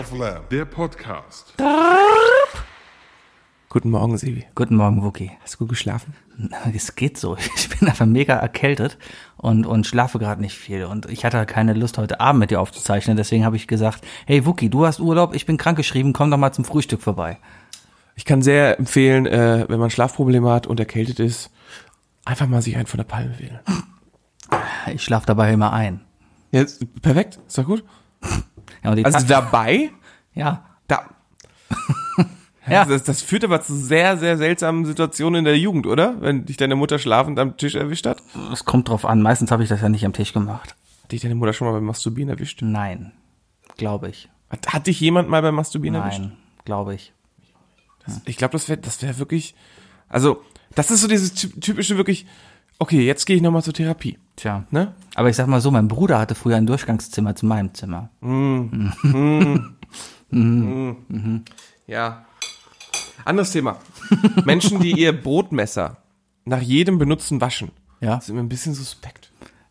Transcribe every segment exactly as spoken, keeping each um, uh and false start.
Self-Lab, der Podcast. Guten Morgen, Sebi. Guten Morgen, Wookie. Hast du gut geschlafen? Es geht so. Ich bin einfach mega erkältet und, und schlafe gerade nicht viel. Und ich hatte keine Lust, heute Abend mit dir aufzuzeichnen. Deswegen habe ich gesagt, hey Wookie, du hast Urlaub, ich bin krankgeschrieben, komm doch mal zum Frühstück vorbei. Ich kann sehr empfehlen, äh, wenn man Schlafprobleme hat und erkältet ist, einfach mal sich einen von der Palme wählen. Ich schlafe dabei immer ein. Ja, ist, perfekt, ist doch gut. Ja, und die Also Ta- dabei, Ja. da... Ja. Das, das führt aber zu sehr, sehr seltsamen Situationen in der Jugend, oder? Wenn dich deine Mutter schlafend am Tisch erwischt hat. Es kommt drauf an. Meistens habe ich das ja nicht am Tisch gemacht. Hat dich deine Mutter schon mal beim Masturbieren erwischt? Nein, glaube ich. Hat, hat dich jemand mal beim Masturbieren erwischt? Nein, glaube ich. Das, ich glaube, das wäre das wär wirklich... Also, das ist so dieses ty- typische wirklich... Okay, jetzt gehe ich nochmal zur Therapie. Tja. Ne? Aber ich sag mal so, mein Bruder hatte früher ein Durchgangszimmer zu meinem Zimmer. Ja. Anderes Thema. Menschen, die ihr Brotmesser nach jedem Benutzen waschen, Ja. sind mir ein bisschen suspekt.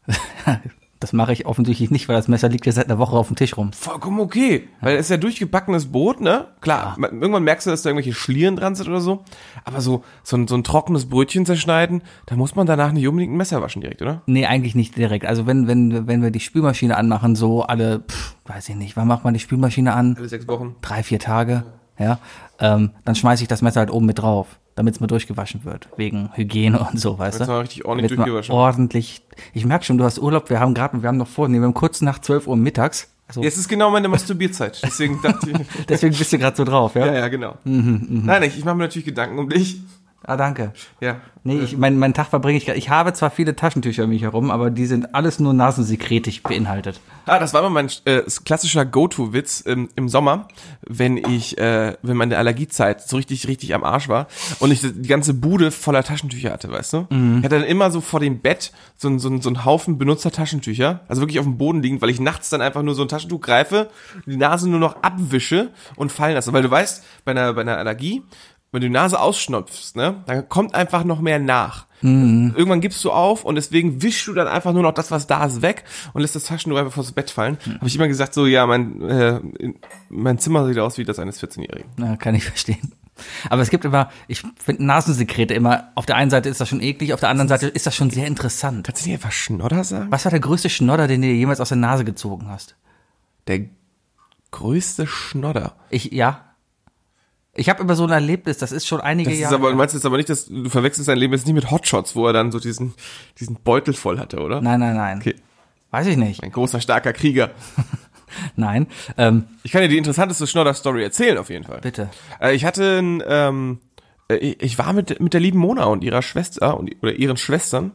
Das mache ich offensichtlich nicht, weil das Messer liegt ja seit einer Woche auf dem Tisch rum. Vollkommen okay. Weil es ist ja durchgebackenes Brot, ne? Klar, man, irgendwann merkst du, dass da irgendwelche Schlieren dran sind oder so. Aber so, so, ein, so ein trockenes Brötchen zerschneiden, da muss man danach nicht unbedingt ein Messer waschen direkt, oder? Nee, eigentlich nicht direkt. Also wenn, wenn, wenn wir die Spülmaschine anmachen, so alle, pff, weiß ich nicht, wann macht man die Spülmaschine an? Alle sechs Wochen. Drei, vier Tage, ja. Ähm, dann schmeiße ich das Messer halt oben mit drauf, damit es mal durchgewaschen wird, wegen Hygiene und so, weißt Jetzt du? mal richtig ordentlich Damit mal durchgewaschen. ordentlich. Ich merke schon, du hast Urlaub, wir haben gerade, wir haben noch vor, nee, wir haben kurz nach zwölf Uhr mittags. Also, Jetzt ist genau meine Masturbierzeit. Deswegen dachte ich... deswegen bist du gerade so drauf, ja? Ja, ja, genau. Nein, ich, ich mache mir natürlich Gedanken um dich. Ah, danke. Ja. Nee, ich, mein, meinen Tag verbringe ich, ich habe zwar viele Taschentücher um mich herum, aber die sind alles nur nasensekretig beinhaltet. Ah, das war immer mein äh, klassischer Go-To-Witz im, im Sommer, wenn ich, äh, wenn meine Allergiezeit so richtig, richtig am Arsch war und ich die ganze Bude voller Taschentücher hatte, weißt du? Mhm. Ich hatte dann immer so vor dem Bett so, ein, so, ein, so ein Haufen benutzter Taschentücher, also wirklich auf dem Boden liegend, weil ich nachts dann einfach nur so ein Taschentuch greife, die Nase nur noch abwische und fallen lasse. Weil du weißt, bei einer, bei einer Allergie, wenn du die Nase ausschnupfst, ne, dann kommt einfach noch mehr nach. Mhm. Irgendwann gibst du auf und deswegen wischst du dann einfach nur noch das, was da ist, weg und lässt das Taschentuch einfach vors Bett fallen. Mhm. Habe ich immer gesagt, so, ja, mein, äh, mein Zimmer sieht aus wie das eines vierzehnjährigen. Ja, kann ich verstehen. Aber es gibt immer, ich finde Nasensekrete immer, auf der einen Seite ist das schon eklig, auf der anderen Seite ist das schon sehr interessant. Kannst du nicht einfach Schnodder sagen? Was war der größte Schnodder, den du dir jemals aus der Nase gezogen hast? Der größte Schnodder. Ich, ja. Ich habe immer so ein Erlebnis, das ist schon einige Das ist Jahre. aber, du meinst jetzt aber nicht, dass du verwechselst dein Leben jetzt nicht mit Hotshots, wo er dann so diesen, diesen Beutel voll hatte, oder? Nein, nein, nein. Okay. Weiß ich nicht. Ein großer, starker Krieger. Nein. Ähm, Ich kann dir die interessanteste Schnodder-Story erzählen, auf jeden Fall. bitte. Äh, ich hatte ein, ähm, äh, ich war mit, mit der lieben Mona und ihrer Schwester, und, oder ihren Schwestern,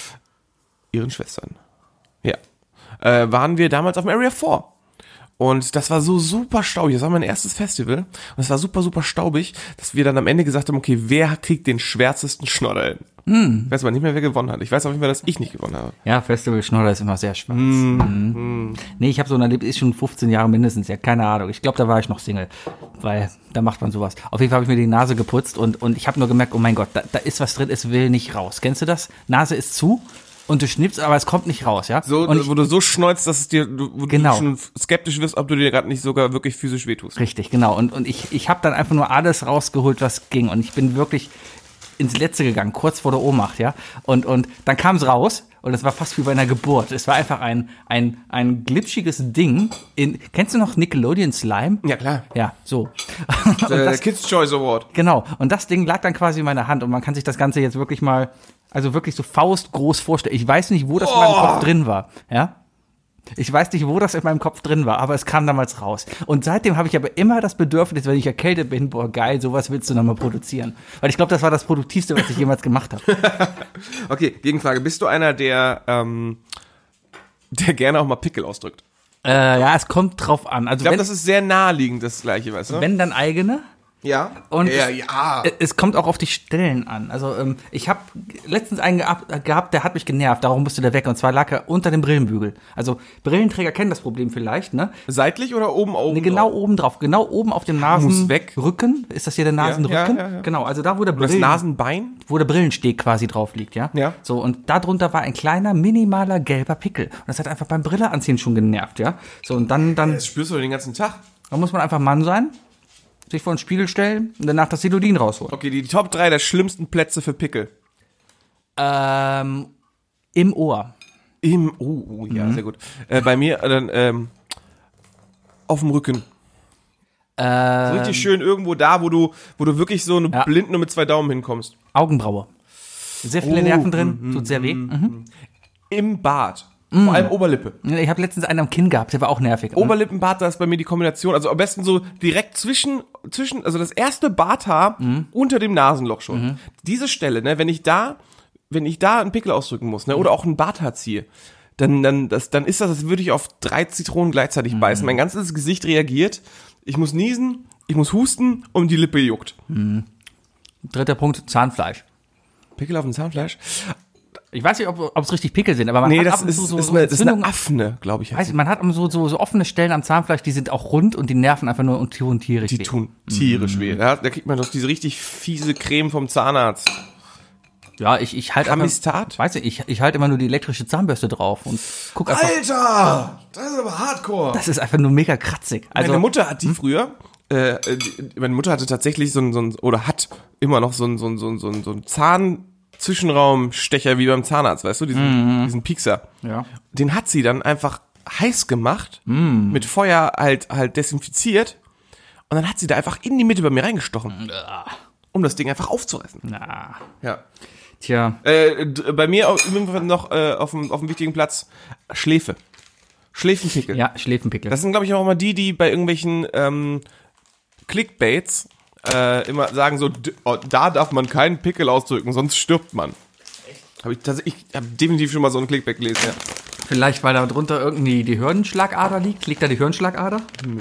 ihren Schwestern, ja, äh, waren wir damals auf dem Area vier. Und das war so super staubig. Das war mein erstes Festival. Und es war super, super staubig, dass wir dann am Ende gesagt haben, okay, wer kriegt den schwärzesten Schnodder hin? Hm. Ich weiß aber nicht mehr, wer gewonnen hat. Ich weiß auf jeden Fall, dass ich nicht gewonnen habe. Ja, Festival-Schnodder ist immer sehr schwarz. Mm, mhm. Nee, ich habe so ein Erlebnis, ist schon fünfzehn Jahre mindestens, ja, keine Ahnung. Ich glaube, da war ich noch Single, weil da macht man sowas. Auf jeden Fall habe ich mir die Nase geputzt und, und ich habe nur gemerkt, oh mein Gott, da, da ist was drin, es will nicht raus. Kennst du das? Nase ist zu und du schnippst, aber es kommt nicht raus, ja? So, und ich, wo du so schneuzt, dass es dir, wo Genau. du schon skeptisch wirst, ob du dir gerade nicht sogar wirklich physisch wehtust. Richtig, genau. Und, und ich, ich habe dann einfach nur alles rausgeholt, was ging. Und ich bin wirklich ins Letzte gegangen, kurz vor der Ohnmacht, ja. Und, und dann kam es raus und es war fast wie bei einer Geburt. Es war einfach ein, ein, ein glitschiges Ding. In, kennst du noch Nickelodeon Slime? Ja, klar. Ja, so. Und Der das, Kids Choice Award. genau. Und das Ding lag dann quasi in meiner Hand und man kann sich das Ganze jetzt wirklich mal, also wirklich so faustgroß vorstellen. Ich weiß nicht, wo das in meinem Kopf drin war, ja. Ich weiß nicht, wo das in meinem Kopf drin war, aber es kam damals raus. Und seitdem habe ich aber immer das Bedürfnis, wenn ich erkältet bin, boah, geil, sowas willst du nochmal produzieren. Weil ich glaube, das war das Produktivste, was ich jemals gemacht habe. Okay, Gegenfrage. Bist du einer, der, ähm, der gerne auch mal Pickel ausdrückt? Äh, ja, es kommt drauf an. Also Ich glaube, wenn, das ist sehr naheliegend, das Gleiche, weißt du? wenn dann eigene. Ja. Und ja, es, ja. es kommt auch auf die Stellen an. Also ähm, ich habe letztens einen gehabt, gehabt, der hat mich genervt, darum musste der weg. Und zwar lag er unter dem Brillenbügel. Also Brillenträger kennen das Problem vielleicht, ne? Seitlich oder oben, oben? Nee, genau oben drauf, genau oben auf dem Muss weg. Nasenrücken. Ist das hier der Nasenrücken? Ja, ja, ja. Genau, also da, wo der Das Brillen, Nasenbein? wo der Brillensteg quasi drauf liegt, ja? Ja. So, und darunter war ein kleiner, minimaler gelber Pickel. Und das hat einfach beim Brilleanziehen schon genervt, ja? So, und dann, dann, Das spürst du den ganzen Tag. Da muss man einfach Mann sein, sich vor den Spiegel stellen und danach das Silodin rausholen. Okay, die Top drei der schlimmsten Plätze für Pickel. Ähm, im Ohr. Im, oh, oh ja, mhm. sehr gut. Äh, bei mir äh, dann ähm, auf dem Rücken. Ähm, So richtig schön irgendwo da, wo du, wo du wirklich so eine Ja. blind nur mit zwei Daumen hinkommst. Augenbraue. Sehr viele Oh, Nerven drin, mm, tut sehr weh. Mhm. Im Bad. Vor allem Oberlippe. Ich habe letztens einen am Kinn gehabt, der war auch nervig. Oberlippenbart, da ist bei mir die Kombination. Also am besten so direkt zwischen, zwischen, also das erste Barthaar unter dem Nasenloch schon. Mhm. Diese Stelle, ne, wenn ich da, wenn ich da einen Pickel ausdrücken muss, ne, oder auch ein Barthaar ziehe, dann, dann, das, dann ist das, als würde ich auf drei Zitronen gleichzeitig Mhm. beißen. Mein ganzes Gesicht reagiert. Ich muss niesen, ich muss husten und die Lippe juckt. Dritter Punkt, Zahnfleisch. Pickel auf dem Zahnfleisch? Ich weiß nicht, ob es richtig Pickel sind, aber man Nee, hat das ab und ist, zu so, ist, so eine, das ist eine Entzündungen. Aphne, glaube ich. heißt Weiß, sie. man hat so, so, so offene Stellen am Zahnfleisch, die sind auch rund und die nerven einfach nur und tun tierisch Die weh. tun tierisch weh. Ja, da kriegt man doch diese richtig fiese Creme vom Zahnarzt. Ja, ich, ich halte Amistat? Weiß ich, ich, ich halte immer nur die elektrische Zahnbürste drauf und guck einfach. Alter! Das ist aber hardcore. Das ist einfach nur mega kratzig. Also, Meine Mutter hat die früher, äh, die, meine Mutter hatte tatsächlich so ein, so ein, oder hat immer noch so ein, so ein, so ein, so ein, so ein Zahnzwischenraumstecher wie beim Zahnarzt, weißt du, diesen, diesen Piekser. ja. Den hat sie dann einfach heiß gemacht, mit Feuer halt, halt desinfiziert und dann hat sie da einfach in die Mitte bei mir reingestochen, um das Ding einfach aufzureißen. Na, Ja. tja. Äh, d- bei mir auch irgendwann noch äh, auf dem auf dem wichtigen Platz Schläfe. Schläfenpickel. Ja, Schläfenpickel. Das sind, glaube ich, auch immer die, die bei irgendwelchen ähm, Clickbaits äh, immer sagen so, d- oh, da darf man keinen Pickel ausdrücken, sonst stirbt man. Habe ich tatsächlich, ich habe definitiv schon mal so einen Clickbait gelesen, ja. Vielleicht, weil da drunter irgendwie die Hirnschlagader liegt. Liegt da die Hirnschlagader?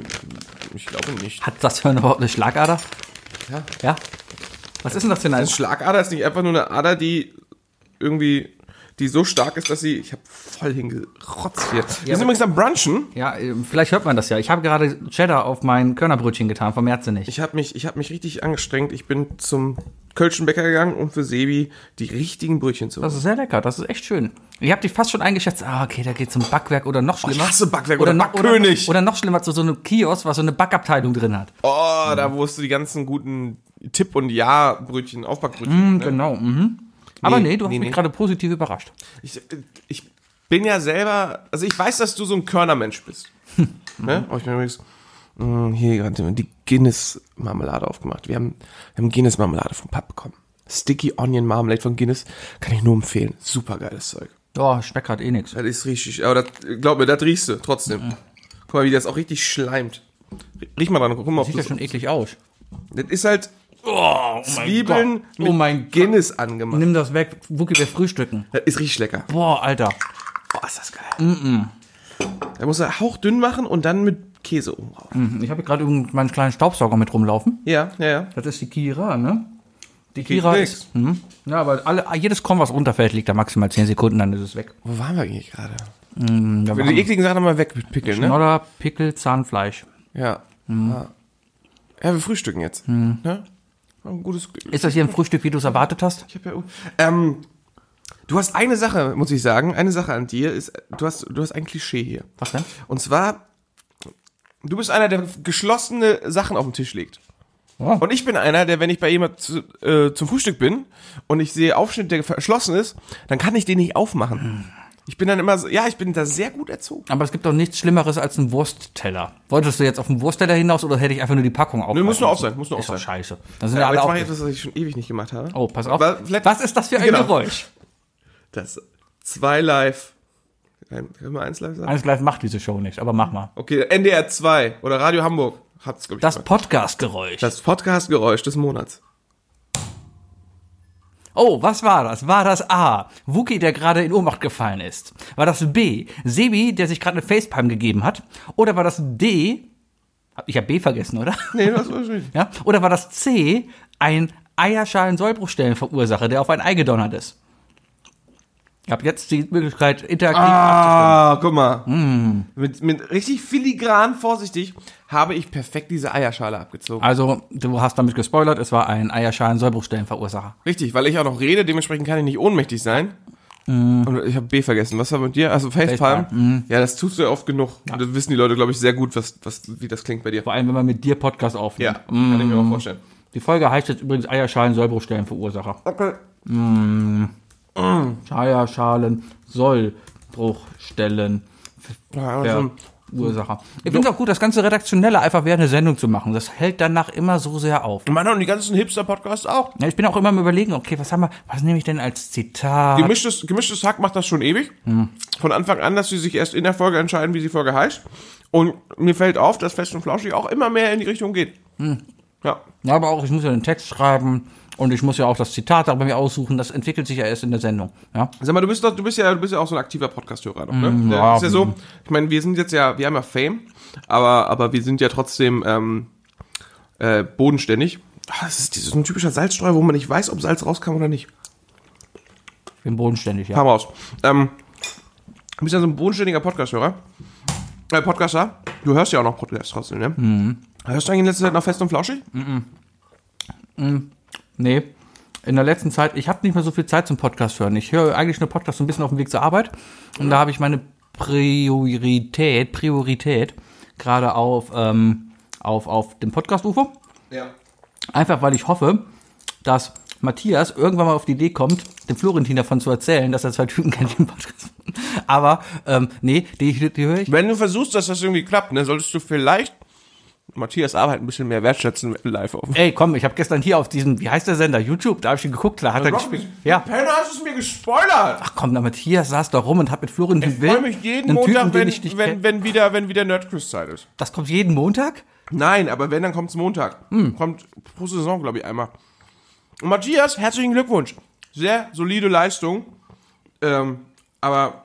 Ich glaube nicht. Hat das Hirn überhaupt eine Schlagader? Ja. Ja? Was ist denn das für eine? Eine Schlagader ist nicht einfach nur eine Ader, die irgendwie, die so stark ist, dass sie, ich habe voll hingerotzt hier. Wir sind übrigens am Brunchen. Ja, äh, vielleicht hört man das ja. Ich habe gerade Cheddar auf mein Körnerbrötchen getan, vom Merze nicht. Ich habe mich, ich habe mich richtig angestrengt. Ich bin zum Kölschen Bäcker gegangen, um für Sebi die richtigen Brötchen zu holen. Das ist sehr lecker, das ist echt schön. Ich habe dich fast schon eingeschätzt, ah, okay, da geht's zum Backwerk oder noch schlimmer. Ich hasse Backwerk oder noch, Backkönig. Oder, oder noch schlimmer zu so einem Kiosk, was so eine Backabteilung drin hat. Oh, da wo du die ganzen guten Tipp- und Ja-Brötchen, Aufbackbrötchen. Mm, ne? Genau, mhm. Aber nee, du hast nee, mich nee. gerade positiv überrascht. Ich, ich bin ja selber, also ich weiß, dass du so ein Körnermensch bist. ne? Aber ich bin übrigens, mh, hier gerade die Guinness-Marmelade aufgemacht. Wir haben, wir haben Guinness-Marmelade vom Pub bekommen. Sticky Onion Marmalade von Guinness kann ich nur empfehlen. Super geiles Zeug. Ja, schmeckt halt eh nix. Das ist richtig, aber das, glaub mir, das riechst du trotzdem. Guck mal, wie das auch richtig schleimt. Riech mal dran, guck mal, ob Sieht ja das, schon eklig aus. das ist halt Oh, Zwiebeln Oh mit mein Gott. Guinness angemacht. Nimm das weg, Wookie, wir frühstücken. Das ist richtig lecker. Boah, Alter. Boah, ist das geil. Mm-mm. Da muss er hauchdünn machen und dann mit Käse oben drauf. Ich habe gerade meinen kleinen Staubsauger mit rumlaufen. Ja, ja, ja. Das ist die Kira, ne? Die Geht Kira nix. ist. Mhm. Ja, aber alle, jedes Korn, was runterfällt, liegt da maximal zehn Sekunden, dann ist es weg. Wo waren wir eigentlich gerade? Mm, da Wir waren die ekligen Sachen mal weg mit Pickeln, ne? Schnodder, Pickel, Zahnfleisch. Ja. ja. Ja, wir frühstücken jetzt. Ne? Ein gutes. Ist das hier ein Frühstück, wie du es erwartet hast? Ich hab ja, ähm, du hast eine Sache, muss ich sagen, eine Sache an dir ist, du hast, du hast ein Klischee hier. Was denn? Und zwar, du bist einer, der geschlossene Sachen auf den Tisch legt. Oh. Und ich bin einer, der, wenn ich bei jemand zu, äh, zum Frühstück bin und ich sehe Aufschnitt, der verschlossen ist, dann kann ich den nicht aufmachen. Ich bin dann immer so, ja, ich bin da sehr gut erzogen. Aber es gibt doch nichts Schlimmeres als einen Wurstteller. Wolltest du jetzt auf den Wurstteller hinaus oder hätte ich einfach nur die Packung aufmachen? Nee, muss nur auf müssen? sein, muss nur Ist auf doch sein. scheiße. Dann sind Ja, ja, aber alle jetzt auch. mache ich etwas, was ich schon ewig nicht gemacht habe. Oh, pass auf. Aber vielleicht- Was ist das für ein Genau. Geräusch? Das zwei live. Ein, können wir eins live sagen? Eins Live macht diese Show nicht, aber mach mal. Okay, N D R zwei oder Radio Hamburg hat's, glaube ich. Das gemacht. Podcast-Geräusch. das Podcast-Geräusch des Monats. Oh, was war das? War das A, Wookie, der gerade in Ohnmacht gefallen ist? War das B, Sebi, der sich gerade eine Facepalm gegeben hat? Oder war das D, ich habe B vergessen, oder? Nee, das war richtig. Ja? Oder war das C, ein Eierschalen-Sollbruchstellenverursacher, der auf ein Ei gedonnert ist? Ich habe jetzt die Möglichkeit, interaktiv abzustimmen. Ah, guck mal. Mit, mit richtig filigran vorsichtig habe ich perfekt diese Eierschale abgezogen. Also, du hast damit gespoilert, es war ein Eierschalen-Sollbruchstellenverursacher. Richtig, weil ich auch noch rede, dementsprechend kann ich nicht ohnmächtig sein. Und ich habe B vergessen. Was war mit dir? Also Facepalm. Facepalm, Ja, das tust du ja oft genug. Ja. Das wissen die Leute, glaube ich, sehr gut, was, was, wie das klingt bei dir. Vor allem, wenn man mit dir Podcast aufnimmt. Ja, kann ich mir auch vorstellen. Die Folge heißt jetzt übrigens Eierschalen, Sollbruchstellen-Verursacher. Okay. Mm. Eierschalen, Sollbruchstellen, Ja, also, Verursacher. Ich finde es auch gut, das ganze Redaktionelle einfach während der Sendung zu machen. Das hält danach immer so sehr auf. man und die ganzen Hipster-Podcasts auch. Ja, ich bin auch immer am Überlegen, okay, was haben wir, was nehme ich denn als Zitat? Gemischtes, gemischtes Hack macht das schon ewig. Hm. Von Anfang an, dass sie sich erst in der Folge entscheiden, wie die Folge heißt. Und mir fällt auf, dass Fest und Flauschig auch immer mehr in die Richtung geht. Hm. Ja. Ja, aber auch, ich muss ja den Text schreiben und ich muss ja auch das Zitat bei mir aussuchen. Das entwickelt sich ja erst in der Sendung. Ja. Sag mal, du bist doch, du bist ja, du bist ja auch so ein aktiver Podcast-Hörer noch, ne? Mm, ja, ist ja so. Ich meine, wir sind jetzt ja, wir haben ja Fame, aber, aber wir sind ja trotzdem ähm, äh, bodenständig. Das ist, das ist ein typischer Salzstreuer, wo man nicht weiß, ob Salz rauskam oder nicht. Ich bin bodenständig, ja. Kam raus. Ähm, du bist ja so ein bodenständiger Podcast-Hörer. Äh, Podcaster. Du hörst ja auch noch Podcasts trotzdem, ne? Mhm. Hörst du eigentlich in letzter Zeit noch Fest und Flauschig? Mhm. Mhm. Nee. In der letzten Zeit, ich habe nicht mehr so viel Zeit zum Podcast hören. Ich höre eigentlich nur Podcasts so ein bisschen auf dem Weg zur Arbeit. Und da habe ich meine Priorität, Priorität gerade auf, ähm, auf, auf dem Podcast-U F O. Ja. Einfach, weil ich hoffe, dass Matthias irgendwann mal auf die Idee kommt, dem Florentin davon zu erzählen, dass er zwei Typen kennt, die im Podcast. Aber, ähm, nee, die, die, die höre ich. Wenn du versuchst, dass das irgendwie klappt, ne, solltest du vielleicht Matthias Arbeit ein bisschen mehr wertschätzen live auf. Ey, komm, ich habe gestern hier auf diesem, wie heißt der Sender, YouTube, da habe ich ihn geguckt, da hat er gespielt. Ja. Penner, hast du es mir gespoilert? Ach komm, der Matthias saß da rum und hat mit Florentin Ich freue mich jeden Montag, wenn, wenn, wenn wieder, wenn wieder Nerdquiz-Zeit ist. Das kommt jeden Montag? Nein, aber wenn, dann kommt's Montag. Hm. Kommt pro Saison, glaube ich, einmal. Und Matthias, herzlichen Glückwunsch. Sehr solide Leistung. Ähm, aber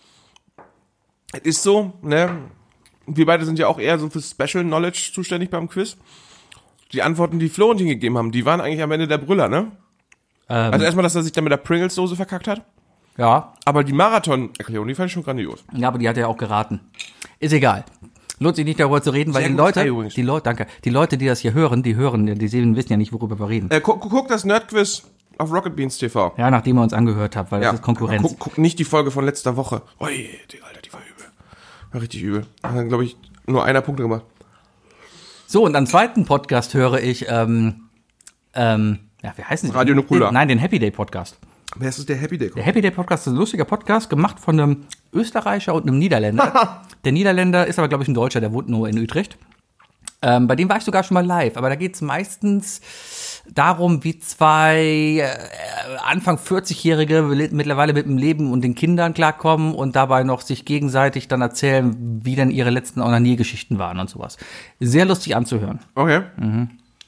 es ist so, ne? Wir beide sind ja auch eher so für Special Knowledge zuständig beim Quiz. Die Antworten, die Florentin gegeben haben, die waren eigentlich am Ende der Brüller, ne? Ähm. Also erstmal, dass er sich da mit der Pringles-Dose verkackt hat. Ja. Aber die Marathon-Erklärung, die fand ich schon grandios. Ja, aber die hat er auch geraten. Ist egal. Lohnt sich nicht darüber zu reden, weil Sehr die gut, Leute, die Leute, danke, die Leute, die das hier hören, die hören, die sehen, wissen ja nicht, worüber wir reden. Äh, guck, guck das Nerdquiz auf Rocket Beans T V. Ja, nachdem er uns angehört hat, weil Ja. das ist Konkurrenz. Guck, guck nicht die Folge von letzter Woche. Ui, die, Alter, die war übel. War richtig übel. Hat dann, glaube ich, nur einer Punkte gemacht. So, und am zweiten Podcast höre ich, ähm, ähm, ja, wie heißt denn Radio Nukular. Nein, den Happy Day Podcast. Wer ist das, der Happy Day? Der Happy Day Podcast ist ein lustiger Podcast, gemacht von einem Österreicher und einem Niederländer. Der Niederländer ist aber, glaube ich, ein Deutscher, der wohnt nur in Utrecht. Ähm, bei dem war ich sogar schon mal live, aber da geht's meistens darum, wie zwei äh, Anfang vierzig-Jährige mittlerweile mit dem Leben und den Kindern klarkommen und dabei noch sich gegenseitig dann erzählen, wie denn ihre letzten Onaniergeschichten waren und sowas. Sehr lustig anzuhören. Okay. Mhm.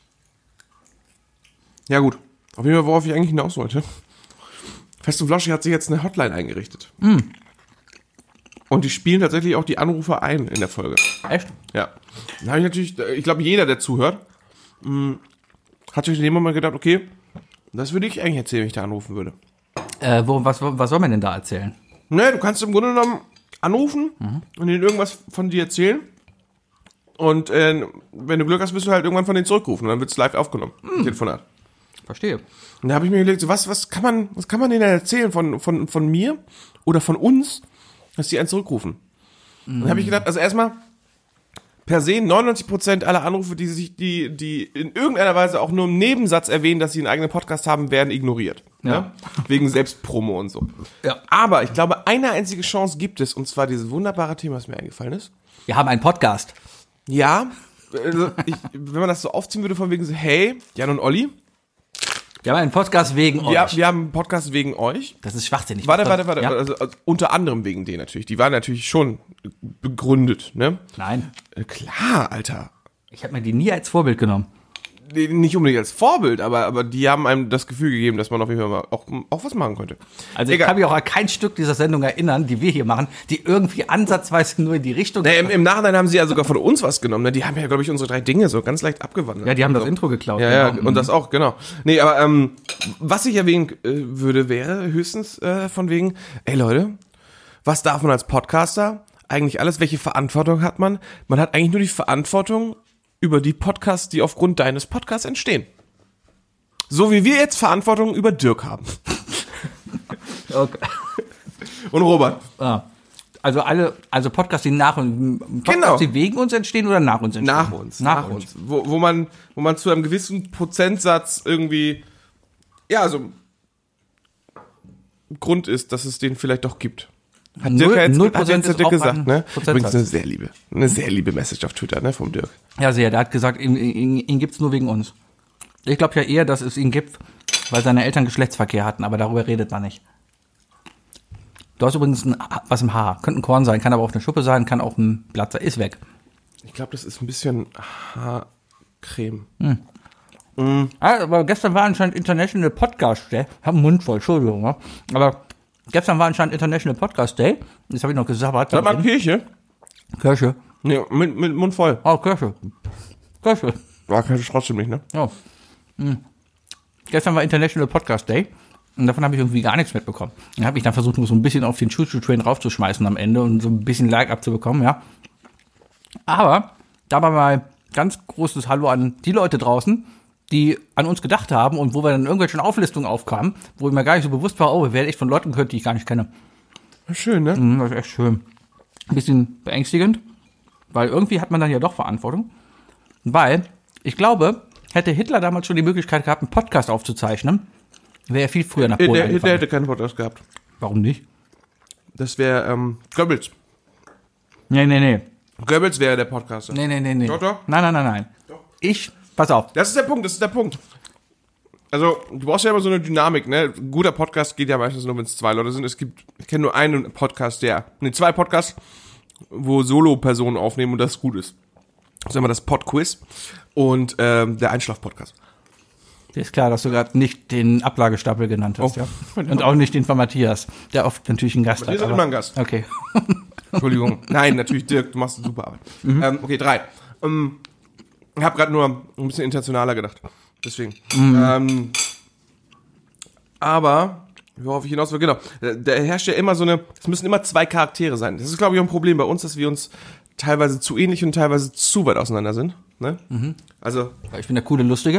Ja, gut. Auf jeden Fall, worauf ich eigentlich hinaus wollte. Fest und Flauschig hat sich jetzt eine Hotline eingerichtet. Mm. Und die spielen tatsächlich auch die Anrufer ein in der Folge. Echt? Ja. Da habe ich natürlich, ich glaube, jeder, der zuhört, mh, hat sich in dem Moment gedacht, okay, das würde ich eigentlich erzählen, wenn ich da anrufen würde. Äh, wo, was, was soll man denn da erzählen? Ne, du kannst im Grunde genommen anrufen mhm. und ihnen irgendwas von dir erzählen. Und äh, wenn du Glück hast, wirst du halt irgendwann von denen zurückrufen und dann wird es live aufgenommen. Mhm. Telefonat. Verstehe. Und da habe ich mir überlegt, so, was, was kann man, was kann man denen erzählen von, von, von mir oder von uns, dass die einen zurückrufen? Mhm. Und dann habe ich gedacht, also erstmal, per se neunundneunzig Prozent aller Anrufe, die sich, die, die in irgendeiner Weise auch nur im Nebensatz erwähnen, dass sie einen eigenen Podcast haben, werden ignoriert. Ja. Ja? Wegen Selbstpromo und so. Ja. Aber ich glaube, eine einzige Chance gibt es, und zwar dieses wunderbare Thema, was mir eingefallen ist. Wir haben einen Podcast. Ja, also ich, wenn man das so aufziehen würde, von wegen so, hey, Jan und Olli, wir haben einen Podcast wegen wir, euch. wir haben einen Podcast wegen euch. Das ist schwachsinnig. Warte, warte, warte. Ja? Also, also, unter anderem wegen denen natürlich. Die waren natürlich schon begründet, ne? Nein. Äh, klar, Alter. Ich habe mir die nie als Vorbild genommen. Nee, nicht unbedingt als Vorbild, aber, aber die haben einem das Gefühl gegeben, dass man auf jeden Fall mal auch, auch was machen könnte. Also ich Egal. kann mich auch an kein Stück dieser Sendung erinnern, die wir hier machen, die irgendwie ansatzweise nur in die Richtung... Nee, im, Im Nachhinein haben sie ja sogar von uns was genommen. Ne? Die haben ja, glaube ich, unsere drei Dinge so ganz leicht abgewandelt. Ja, die haben das so. Intro geklaut. Ja, ja, genau. und das auch, genau. Nee, aber ähm, was ich erwähnen äh, würde, wäre höchstens äh, von wegen, ey Leute, was darf man als Podcaster? Eigentlich alles, welche Verantwortung hat man? Man hat eigentlich nur die Verantwortung über die Podcasts, die aufgrund deines Podcasts entstehen. So wie wir jetzt Verantwortung über Dirk haben. Okay. Und Robert. Ah. Also alle, also Podcasts, die nach uns, Podcasts, Genau. die wegen uns entstehen oder nach uns entstehen? Nach uns. Nach, Nach, uns. uns. Wo, wo, man, wo man zu einem gewissen Prozentsatz irgendwie, ja, also Grund ist, dass es den vielleicht doch gibt. Hat Null- Dirk jetzt, null hat Prozent jetzt der ist Dirk auch gesagt, ein ne? Prozentsatz. Übrigens eine sehr liebe, eine sehr liebe Message auf Twitter, ne, vom Dirk. Ja, sehr. Der hat gesagt, ihn, ihn, ihn gibt's nur wegen uns. Ich glaube ja eher, dass es ihn gibt, weil seine Eltern Geschlechtsverkehr hatten, aber darüber redet man nicht. Du hast übrigens ein, was im Haar. Könnte ein Korn sein, kann aber auch eine Schuppe sein, kann auch ein Blatt sein. Ist weg. Ich glaube, das ist ein bisschen Haarcreme. Ah, aber gestern war anscheinend International Podcast Day. Ich hab einen Mund voll, Entschuldigung. Ne? Aber gestern war anscheinend International Podcast Day. Das habe ich noch gesabbert. Sag mal Kirche. Kirche. Nee, mit, mit Mund voll. Oh, Kirche. Kirche. War keine trotzdem nicht, ne? Ja. Hm. Gestern war International Podcast Day. Und davon habe ich irgendwie gar nichts mitbekommen. Dann habe ich dann versucht, nur so ein bisschen auf den Choo-Choo-Train raufzuschmeißen am Ende und so ein bisschen Like abzubekommen, ja. Aber dabei mal ganz großes Hallo an die Leute draußen, die an uns gedacht haben und wo wir dann irgendwelche Auflistungen aufkamen, wo mir gar nicht so bewusst war, oh, wir werden echt von Leuten gehört, die ich gar nicht kenne. Schön, ne? Mhm, das ist echt schön. Ein bisschen beängstigend, weil irgendwie hat man dann ja doch Verantwortung. Weil, ich glaube, hätte Hitler damals schon die Möglichkeit gehabt, einen Podcast aufzuzeichnen, wäre er viel früher nach Der, Polen der, der eingefahren. hätte keinen Podcast gehabt. Warum nicht? Das wäre, ähm, Goebbels. Nee, nee, nee. Goebbels wäre der Podcaster. Nee, nee, nee, nee. Doch, doch. Nein, nein, nein, nein. Doch. Ich, pass auf. Das ist der Punkt, das ist der Punkt. Also, du brauchst ja immer so eine Dynamik, ne? Ein guter Podcast geht ja meistens nur, wenn es zwei Leute sind. Es gibt, ich kenne nur einen Podcast, der, ne, zwei Podcasts, wo Solo-Personen aufnehmen und das gut ist. Das ist immer das Podquiz und ähm, der Einschlaf-Podcast. Ist klar, dass du gerade nicht den Ablagestapel genannt hast, Oh. ja. Und auch nicht den von Matthias, der oft natürlich einen Gast Matthias hat. hat immer einen Gast. Okay. Entschuldigung. Nein, natürlich, Dirk, du machst eine super Arbeit. Ähm, okay, drei. Ähm, ich habe gerade nur ein bisschen internationaler gedacht. Deswegen. Ähm, aber, worauf ich hinaus will, genau. Da, da herrscht ja immer so eine, es müssen immer zwei Charaktere sein. Das ist, glaube ich, auch ein Problem bei uns, dass wir uns teilweise zu ähnlich und teilweise zu weit auseinander sind. Ne? Also, Ich bin der coole Lustige.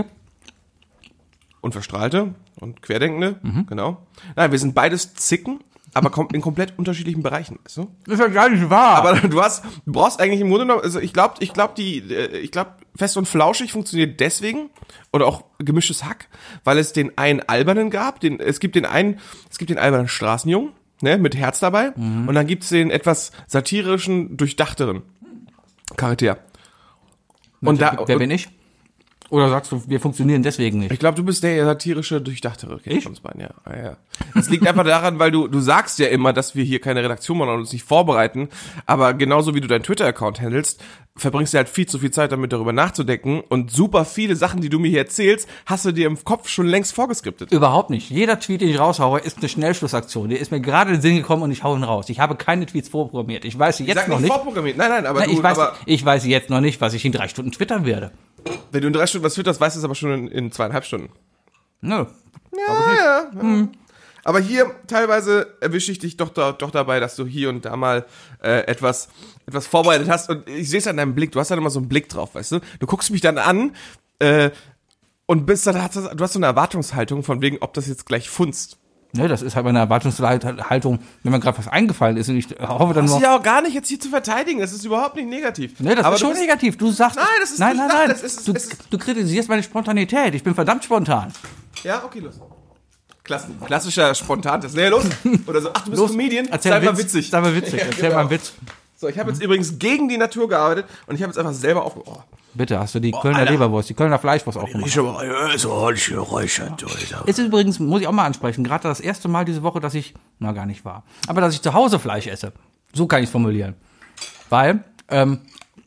und Verstrahlte und Querdenkende, genau. Nein, wir sind beides Zicken, aber kom in komplett unterschiedlichen Bereichen, weißt du? Das ist ja gar nicht wahr. Aber du hast, du brauchst eigentlich im Grunde genommen, also ich glaube, ich glaube die, äh, ich glaube, Fest und Flauschig funktioniert deswegen oder auch Gemischtes Hack, weil es den einen Albernen gab, den, es gibt den einen, es gibt den albernen Straßenjungen, ne, mit Herz dabei, und dann gibt's den etwas satirischen, durchdachteren Charakter. Und da, Wer und, bin ich? Oder sagst du, wir funktionieren deswegen nicht? ich glaube, du bist der satirische, durchdachtere okay, Ich? von uns beiden, ja. Ah, ja. Das liegt einfach daran, weil du, du sagst ja immer, dass wir hier keine Redaktion machen und uns nicht vorbereiten, aber genauso wie du deinen Twitter-Account handelst, verbringst du halt viel zu viel Zeit damit, darüber nachzudenken, und super viele Sachen, die du mir hier erzählst, hast du dir im Kopf schon längst vorgeskriptet. Überhaupt nicht. Jeder Tweet, den ich raushaue, ist eine Schnellschlussaktion. Der ist mir gerade in den Sinn gekommen und ich hau ihn raus. Ich habe keine Tweets vorprogrammiert. Ich weiß Ich jetzt sag noch nicht nicht. vorprogrammiert, nein, nein, aber Nein, du, ich, weiß, aber ich weiß jetzt noch nicht, was ich in drei Stunden twittern werde. wenn du in drei Stunden was twitterst, weißt du es aber schon in, in zweieinhalb Stunden. Nö. Ja, ja. ja. Aber hier teilweise erwische ich dich doch, da, doch dabei, dass du hier und da mal äh, etwas, etwas vorbereitet hast. Und ich sehe es an deinem Blick. Du hast dann immer so einen Blick drauf, weißt du? Du guckst mich dann an äh, und bist dann, hast, du hast so eine Erwartungshaltung von wegen, ob das jetzt gleich funzt. Ne, das ist halt meine Erwartungshaltung, wenn mir gerade was eingefallen ist und ich hoffe dann Das noch. ist ja auch gar nicht jetzt hier zu verteidigen. Das ist überhaupt nicht negativ. Ne, das Aber ist du schon bist- negativ. Du sagst. Nein, das ist nein, nein, durchdacht. nein. Das ist- du, es ist- du kritisierst meine Spontanität. Ich bin verdammt spontan. Ja, okay, los. Klass, klassischer Spontan. Das nee, los. Oder so. Ach, du bist Los, Comedian. Erzähl Sei einen mal Witz. witzig. Sei mal witzig. Ja, Erzähl genau. mal einen Witz. So, ich habe jetzt übrigens gegen die Natur gearbeitet und ich habe jetzt einfach selber auf. Oh. Bitte, hast du die Kölner Alter. Leberwurst, die Kölner Fleischwurst auch gemacht? so geräuchert, Alter. Ist übrigens, muss ich auch mal ansprechen, gerade das erste Mal diese Woche, dass ich, na gar nicht wahr, aber dass ich zu Hause Fleisch esse. So kann ich es formulieren. Weil, ähm,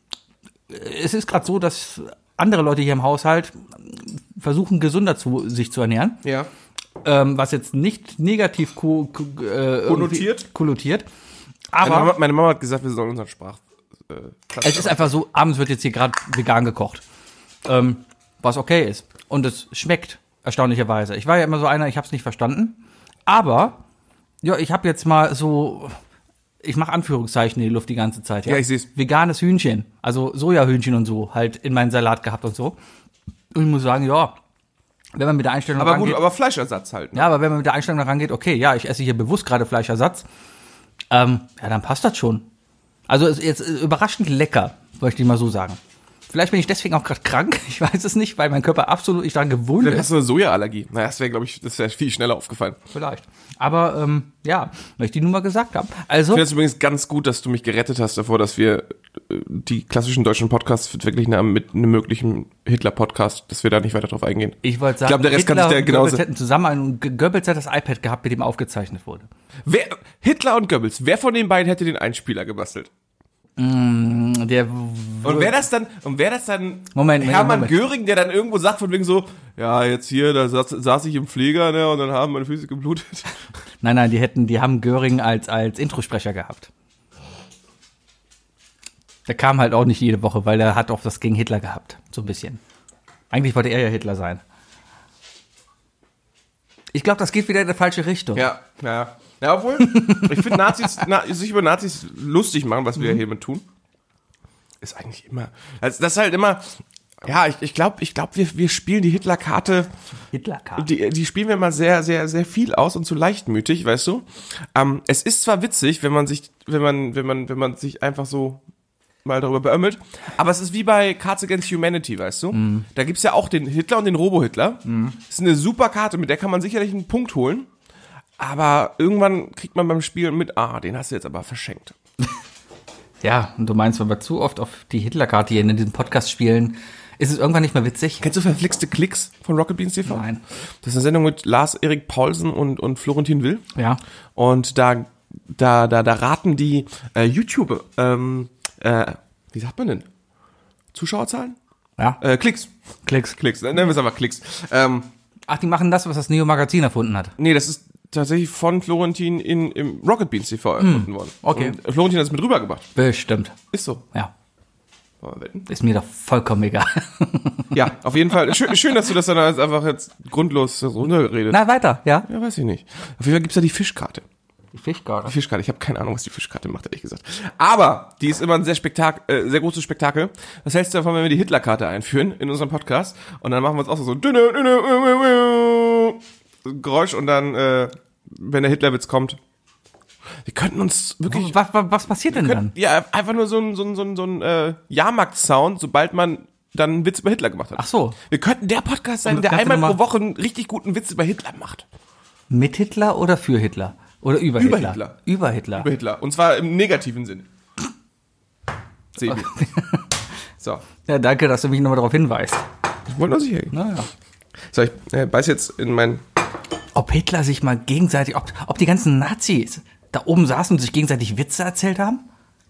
es ist gerade so, dass andere Leute hier im Haushalt versuchen, gesünder zu sich zu ernähren. Ja. Ähm, was jetzt nicht negativ ko, ko, äh, irgendwie Konnotiert? konnotiert. Meine Aber Mama, meine Mama hat gesagt, wir sollen unseren Sprach. Äh, es ist einfach so, abends wird jetzt hier gerade vegan gekocht. Ähm, was okay ist. Und es schmeckt, erstaunlicherweise. Ich war ja immer so einer, ich habe es nicht verstanden. Aber, ja, ich habe jetzt mal so, ich mache Anführungszeichen in die Luft die ganze Zeit. Ja, Ja, ich seh's. Veganes Hühnchen, also Sojahühnchen und so, halt in meinen Salat gehabt und so. Und ich muss sagen, ja, wenn man mit der Einstellung aber rangeht, gut, aber Fleischersatz halt. Ne? ja, aber wenn man mit der Einstellung rangeht, okay, ja, ich esse hier bewusst gerade Fleischersatz, Ähm, ja, dann passt das schon. Also es ist jetzt überraschend lecker, möchte ich mal so sagen. Vielleicht bin ich deswegen auch gerade krank, ich weiß es nicht, weil mein Körper absolut nicht daran gewohnt Vielleicht ist. hast du eine Sojaallergie. Naja, das wäre, glaube ich, das wäre viel schneller aufgefallen. Vielleicht. Aber ähm, ja, möchte ich nur mal gesagt haben. Also, Ich finde es übrigens ganz gut, dass du mich gerettet hast davor, dass wir äh, die klassischen deutschen Podcasts vergleichen haben mit einem möglichen Hitler-Podcast, dass wir da nicht weiter drauf eingehen. ich wollte sagen, Ich glaube, der Rest kann sich der und genauso. Goebbels hätten zusammen ein, und Goebbels hat das iPad gehabt, mit dem aufgezeichnet wurde. Wer, Hitler und Goebbels, wer von den beiden hätte den Einspieler gebastelt? Der Und wer das dann, und wer das dann, Moment, Hermann Moment. Göring, der dann irgendwo sagt von wegen so, ja, jetzt hier, da saß, saß ich im Pfleger, ne, und dann haben meine Füße geblutet. Nein, nein, die hätten, die haben Göring als, als Introsprecher gehabt. Der kam halt auch nicht jede Woche, weil er hat auch was gegen Hitler gehabt. So ein bisschen. Eigentlich wollte er ja Hitler sein. Ich glaube, das geht wieder in die falsche Richtung. Ja, ja. Ja, obwohl, ich finde Nazis, na, sich über Nazis lustig machen, was wir mhm. hiermit tun, ist eigentlich immer, also das ist halt immer, ja, ich, ich glaube, ich glaube, wir, wir spielen die Hitler-Karte, Hitler-Karte. die, die spielen wir mal sehr, sehr, sehr viel aus und zu leichtmütig, weißt du. Ähm, es ist zwar witzig, wenn man sich, wenn man, wenn man, wenn man sich einfach so mal darüber beömmelt, aber es ist wie bei Cards Against Humanity, weißt du. Mhm. Da gibt's ja auch den Hitler und den Robo-Hitler. Mhm. Das ist eine super Karte, mit der kann man sicherlich einen Punkt holen. Aber irgendwann kriegt man beim Spielen mit, ah, den hast du jetzt aber verschenkt. Ja, und du meinst, wenn wir zu oft auf die Hitlerkarte hier in diesem Podcast spielen, ist es irgendwann nicht mehr witzig? Kennst du verflixte Klicks von Rocket Beans T V? Nein. Das ist eine Sendung mit Lars Erik Paulsen und, und Florentin Will. Ja. Und da, da, da, da raten die äh, YouTube, ähm, äh, wie sagt man denn? Zuschauerzahlen? Ja. Äh, Klicks. Klicks. Klicks, nennen wir es aber Klicks. Ähm, Ach, die machen das, was das Neo-Magazin erfunden hat. nee, das ist tatsächlich von Florentin in, im Rocket Beans T V erfunden worden. okay. Und Florentin hat es mit rübergebracht. Bestimmt. Ist so. Ja. Wollen wir wetten? Ist mir doch vollkommen egal. Ja, auf jeden Fall. Schön, schön, dass du das dann einfach jetzt grundlos runtergeredet hast. Na, weiter, ja? Ja, weiß ich nicht. Auf jeden Fall gibt's da die Fischkarte. Die Fischkarte. Die Fischkarte. Ich habe keine Ahnung, was die Fischkarte macht, ehrlich gesagt. Aber die ist immer ein sehr Spektak äh, sehr großes Spektakel. Was hältst du davon, wenn wir die Hitlerkarte einführen in unserem Podcast? Und dann machen wir es auch so so dünne, dünne, Geräusch und dann, äh, wenn der Hitlerwitz kommt. Wir könnten uns wirklich... Was, was, was passiert denn Können, dann? ja, einfach nur so ein, so ein, so ein, so ein äh, Jahrmarkt-Sound, sobald man dann einen Witz über Hitler gemacht hat. Ach so. Wir könnten der Podcast sein, Und der kannst du einmal noch pro mal- Woche einen richtig guten Witz über Hitler macht. Mit Hitler oder für Hitler? Oder über, Über Hitler? Hitler. Über Hitler. Über Hitler. Und zwar im negativen Sinne. Sebi. So. Ja, danke, dass du mich nochmal darauf hinweist. Ich wollte nur sicher gehen. Naja. So, ich äh, beiß jetzt in mein... Ob Hitler sich mal gegenseitig, ob, ob die ganzen Nazis da oben saßen und sich gegenseitig Witze erzählt haben?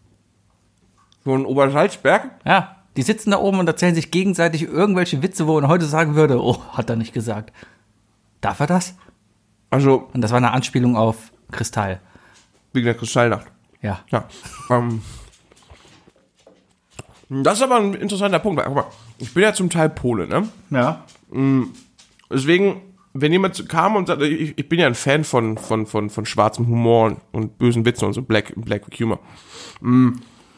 So ein Obersalzberg. Ja, die sitzen da oben und erzählen sich gegenseitig irgendwelche Witze, wo man heute sagen würde, oh, hat er nicht gesagt. Darf er das? Also, Und das war eine Anspielung auf Kristall. wegen der Kristallnacht. Ja. Ja. Ähm, das ist aber ein interessanter Punkt. Weil, guck mal, ich bin ja zum Teil Pole, ne? Ja. Deswegen, wenn jemand kam und sagt, ich, ich bin ja ein Fan von, von, von, von schwarzem Humor und, und bösen Witzen und so, Black, Black Humor. Und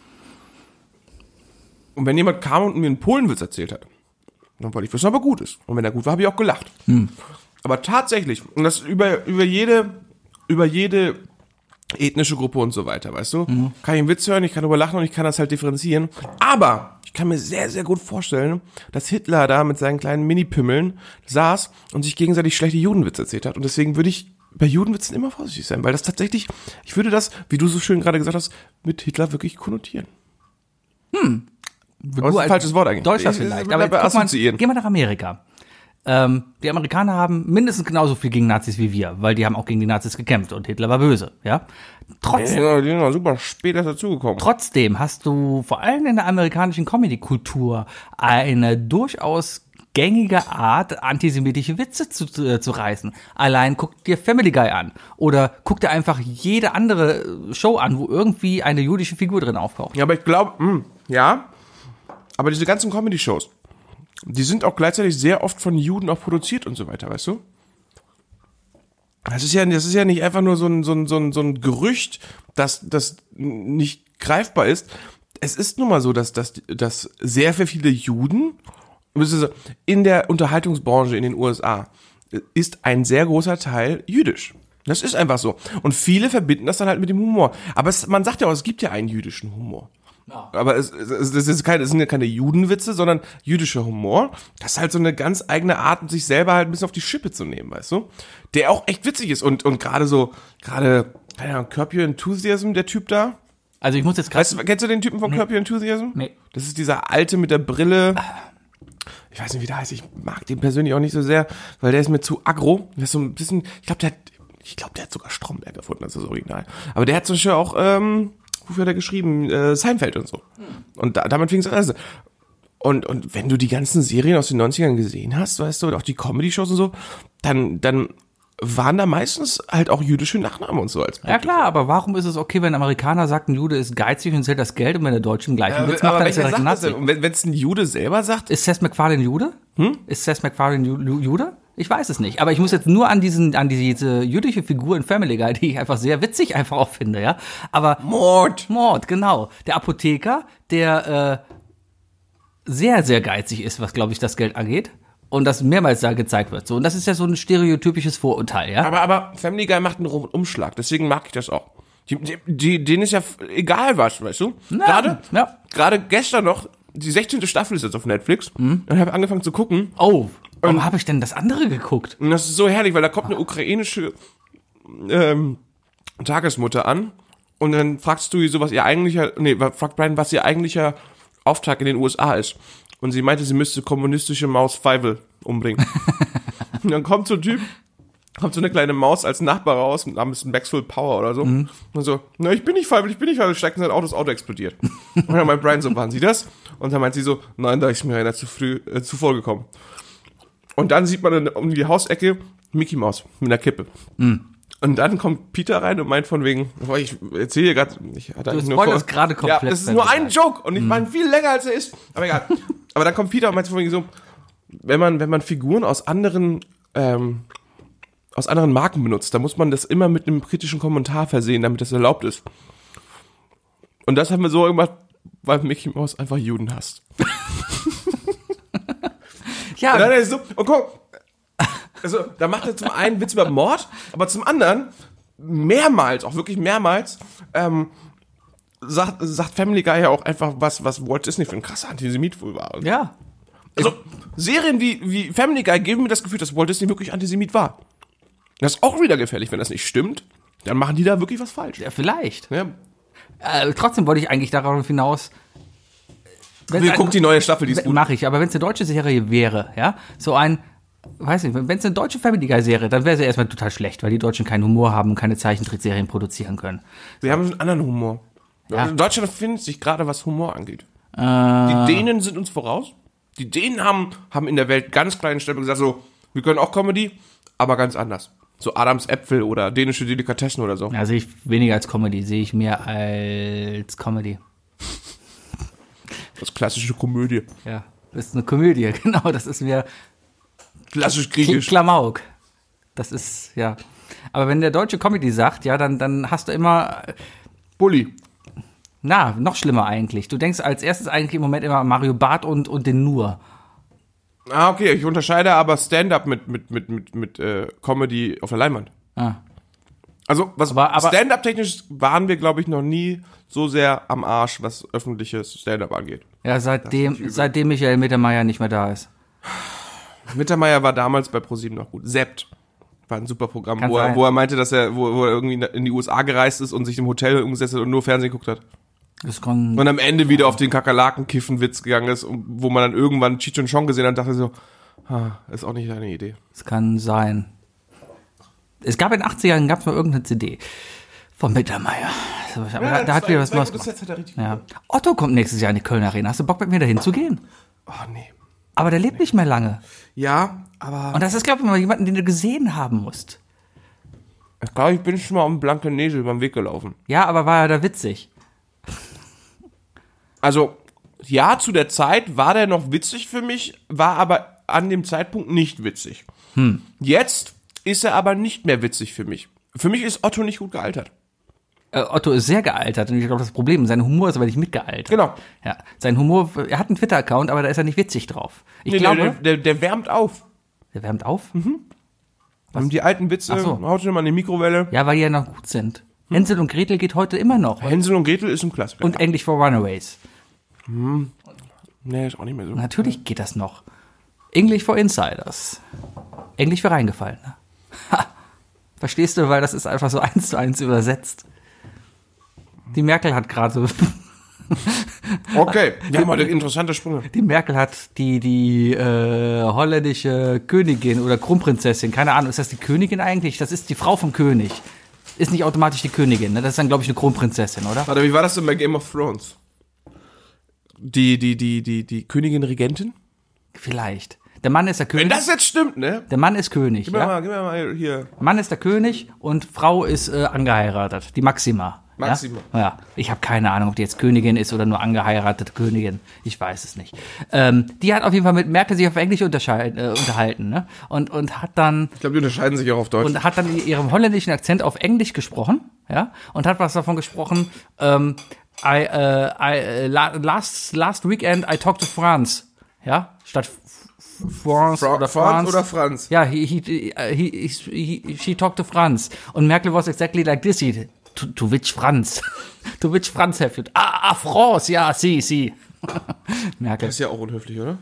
wenn jemand kam und mir einen Polenwitz erzählt hat, dann wollte ich wissen, ob er gut ist. Und wenn er gut war, habe ich auch gelacht. Hm. Aber tatsächlich, und das über, über jede, über jede ethnische Gruppe und so weiter, weißt du? Mhm. Kann ich einen Witz hören, ich kann darüber lachen und ich kann das halt differenzieren. Aber ich kann mir sehr, sehr gut vorstellen, dass Hitler da mit seinen kleinen Mini-Pimmeln saß und sich gegenseitig schlechte Judenwitze erzählt hat. Und deswegen würde ich bei Judenwitzen immer vorsichtig sein, weil das tatsächlich, ich würde das, wie du so schön gerade gesagt hast, mit Hitler wirklich konnotieren. Hm. Aber das ist ein falsches Wort eigentlich. Deutscher Ich- ich- vielleicht. ich- Aber ich- jetzt guck mal, assoziieren. gehen wir nach Amerika. Ähm, die Amerikaner haben mindestens genauso viel gegen Nazis wie wir, weil die haben auch gegen die Nazis gekämpft und Hitler war böse, ja. Trotz, Die sind noch super spät erst dazugekommen. trotzdem hast du vor allem in der amerikanischen Comedy-Kultur eine durchaus gängige Art, antisemitische Witze zu, zu, zu reißen. Allein guck dir Family Guy an oder guck dir einfach jede andere Show an, wo irgendwie eine jüdische Figur drin auftaucht. Ja, aber ich glaube, ja, aber diese ganzen Comedy-Shows, die sind auch gleichzeitig sehr oft von Juden auch produziert und so weiter, weißt du? Das ist ja, das ist ja nicht einfach nur so ein, so ein, so ein, so ein Gerücht, das, das nicht greifbar ist. Es ist nun mal so, dass, dass, dass sehr, sehr viele Juden in der Unterhaltungsbranche in den U S A ist ein sehr großer Teil jüdisch. Das ist einfach so. Und viele verbinden das dann halt mit dem Humor. Aber es, man sagt ja auch, es gibt ja einen jüdischen Humor. Ja. Aber es, es, es, ist keine, es sind ja keine Judenwitze, sondern jüdischer Humor. Das ist halt so eine ganz eigene Art, sich selber halt ein bisschen auf die Schippe zu nehmen, weißt du? Der auch echt witzig ist. Und, und gerade so, gerade, keine Ahnung, Curb Your Enthusiasm, der Typ da. Also ich muss jetzt gerade... Weißt du, kennst du den Typen von nee. Curb Your Enthusiasm? Nee. Das ist dieser Alte mit der Brille. Ich weiß nicht, wie der heißt. Ich mag den persönlich auch nicht so sehr, weil der ist mir zu aggro. Der ist so ein bisschen, ich glaube, der hat, ich glaube, der hat sogar Stromberg gefunden, das ist das Original. Aber der hat zum Beispiel auch, ähm, wofür hat er geschrieben? Äh, Seinfeld und so. Und da, damit fing es an. Und, und wenn du die ganzen Serien aus den neunzigern gesehen hast, weißt du, und auch die Comedy-Shows und so, dann, dann waren da meistens halt auch jüdische Nachnamen und so als Ja klar, aber warum ist es okay, wenn ein Amerikaner sagt, ein Jude ist geizig und zählt das Geld und wenn der Deutsche den gleichen ja, Witz macht, dann ist er direkt ein Nazi. Nazi. Und wenn es ein Jude selber sagt? Ist Seth MacFarlane Jude? Hm? Ist Seth MacFarlane Ju- Jude? Ich weiß es nicht, aber ich muss jetzt nur an diesen, an diese jüdische Figur in Family Guy, die ich einfach sehr witzig einfach auch finde, ja. Aber Mord, Mord, genau. Der Apotheker, der äh, sehr, sehr geizig ist, was glaube ich das Geld angeht. Und das mehrmals da gezeigt wird. So, und das ist ja so ein stereotypisches Vorurteil, ja. Aber, aber Family Guy macht einen Umschlag, deswegen mag ich das auch. Die, die, die, denen ist ja egal was, weißt du? Na, Gerade, ja. gerade gestern noch, die sechzehnte Staffel ist jetzt auf Netflix. Mhm. Und ich habe angefangen zu gucken. Oh, warum habe ich denn das andere geguckt? Und das ist so herrlich, weil da kommt eine ukrainische ähm, Tagesmutter an. Und dann fragst du so, was ihr eigentlicher, nee, fragt Brian, was ihr eigentlicher Auftrag in den U S A ist. Und sie meinte, sie müsste kommunistische Maus Feivel umbringen. Und dann kommt so ein Typ, kommt so eine kleine Maus als Nachbar raus mit namens Maxwell Power oder so. Mhm. Und so, na, ich bin nicht Feivel, ich bin nicht Feivel, steigt in sein Auto, das Auto explodiert. Und dann meint Brian so, waren Sie das? Und dann meint sie so, nein, da ist mir einer zu früh, äh, zuvor gekommen. Und dann sieht man dann um die Hausecke Mickey Maus mit einer Kippe. Mhm. Und dann kommt Peter rein und meint von wegen, ich erzähle hier gerade, ich hatte du nur vor, gerade komplett. Ja, das ist nur ein Joke und ich meine viel länger als er ist, aber egal. Aber dann kommt Peter und meint von wegen so, wenn man wenn man Figuren aus anderen ähm, aus anderen Marken benutzt, dann muss man das immer mit einem kritischen Kommentar versehen, damit das erlaubt ist. Und das haben wir so gemacht, weil Mickey Mouse einfach Juden hasst. Ja. Und dann ist so, und guck, also, da macht er zum einen Witz über Mord, aber zum anderen mehrmals, auch wirklich mehrmals, ähm, sagt, sagt Family Guy ja auch einfach was, was Walt Disney für ein krasser Antisemit wohl war. Ja. Also, Serien wie, wie Family Guy geben mir das Gefühl, dass Walt Disney wirklich Antisemit war. Das ist auch wieder gefährlich, wenn das nicht stimmt, dann machen die da wirklich was falsch. Ja, vielleicht. Ja. Äh, trotzdem wollte ich eigentlich darauf hinaus. Wir gucken die neue Staffel, die ist gut. Mach ich, aber wenn es eine deutsche Serie wäre, ja, so ein, weiß nicht, wenn es eine deutsche Family Guy Serie, dann wäre sie erstmal total schlecht, weil die Deutschen keinen Humor haben und keine Zeichentrickserien produzieren können. Wir haben einen anderen Humor. Ja. Deutschland findet sich gerade, was Humor angeht. Äh, die Dänen sind uns voraus. Die Dänen haben, haben in der Welt ganz kleinen Stempel gesagt, so, wir können auch Comedy, aber ganz anders. So Adams Äpfel oder dänische Delikatessen oder so. Ja, sehe ich weniger als Comedy, sehe ich mehr als Comedy. Das klassische Komödie. Ja, das ist eine Komödie, genau, das ist mir klassisch griechisch. Klamauk. Das ist, ja. Aber wenn der Deutsche Comedy sagt, ja, dann, dann hast du immer Bulli. Na, noch schlimmer eigentlich. Du denkst als erstes eigentlich im Moment immer an Mario Barth und, und den Nur. Ah, okay, ich unterscheide aber Stand-up mit, mit, mit, mit, mit äh, Comedy auf der Leinwand. Ah. Also, was aber, aber Stand-up-technisch waren wir, glaube ich, noch nie so sehr am Arsch, was öffentliches Stand-up angeht. Ja, seitdem, seitdem Michael Mittermeier nicht mehr da ist. Mittermeier war damals bei ProSieben noch gut. Sept war ein super Programm, wo er, wo er meinte, dass er, wo, wo er irgendwie in die U S A gereist ist und sich im Hotel umgesetzt hat und nur Fernsehen geguckt hat. Das kann, und am Ende wieder auf den Kakerlaken-Kiffen-Witz gegangen ist, wo man dann irgendwann Cheech und Chong gesehen hat und dachte so, ah, ist auch nicht deine Idee. Das kann sein. Es gab in den achtzigern gab es mal irgendeine C D von Mittermeier. Aber ja, da, da hat wieder was Neues gemacht. Ja. Otto kommt nächstes Jahr in die Kölner Arena. Hast du Bock, mit mir dahin zu gehen? Oh, nee. Aber der lebt nee. nicht mehr lange. Ja, aber... Und das ist, glaube ich, mal jemanden, den du gesehen haben musst. Ich glaube, ich bin schon mal um Blankenesel beim Weg gelaufen. Ja, aber war er da witzig? Also, ja, zu der Zeit war der noch witzig für mich, war aber an dem Zeitpunkt nicht witzig. Hm. Jetzt ist er aber nicht mehr witzig für mich. Für mich ist Otto nicht gut gealtert. Äh, Otto ist sehr gealtert und ich glaube, das Problem, sein Humor ist aber nicht mitgealtert. Genau. Ja, sein Humor, er hat einen Twitter-Account, aber da ist er nicht witzig drauf. Ich nee, glaube, der, der, der wärmt auf. Der wärmt auf? Mhm. Haben die alten Witze, Ach so. haut schon mal in die Mikrowelle. Ja, weil die ja noch gut sind. Hänsel und Gretel geht heute immer noch. Hänsel und Gretel ist ein Klassiker. Und English for Runaways. Nee, ist auch nicht mehr so. Natürlich geht das noch. English for Insiders. Englisch für Reingefallene. Ha. Verstehst du, weil das ist einfach so eins zu eins übersetzt. Die Merkel hat gerade so... Okay, die haben heute interessante Sprünge. Die Merkel hat die, die äh, holländische Königin oder Kronprinzessin, keine Ahnung, ist das die Königin eigentlich? Das ist die Frau vom König. Ist nicht automatisch die Königin, ne? Das ist dann, glaube ich, eine Kronprinzessin, oder? Warte, wie war das denn bei Game of Thrones? Die, die, die, die, die Königin Regentin? Vielleicht. Der Mann ist der König. Wenn das jetzt stimmt, ne? Der Mann ist König, Gib mir ja? mal, gib mir mal hier. Mann ist der König und Frau ist äh, angeheiratet. Die Maxima. Maxima. Ja, ja. Ich habe keine Ahnung, ob die jetzt Königin ist oder nur angeheiratete Königin. Ich weiß es nicht. Ähm, die hat auf jeden Fall mit Merkel sich auf Englisch unterscheid- äh, unterhalten, ne? Und, und hat dann... Ich glaube, die unterscheiden sich auch auf Deutsch. Und hat dann in ihrem holländischen Akzent auf Englisch gesprochen, ja? Und hat was davon gesprochen, ähm, I, uh, I, uh, last, last weekend I talked to France, ja? Statt France Fra- oder Franz France. oder Franz? Ja, he, he, he, he, he, she talked to Franz. Und Merkel was exactly like this. He, to, to which Franz? to which Franz have you? Ah, ah, France, ja, sie, sie. Merkel. Das ist ja auch unhöflich, oder?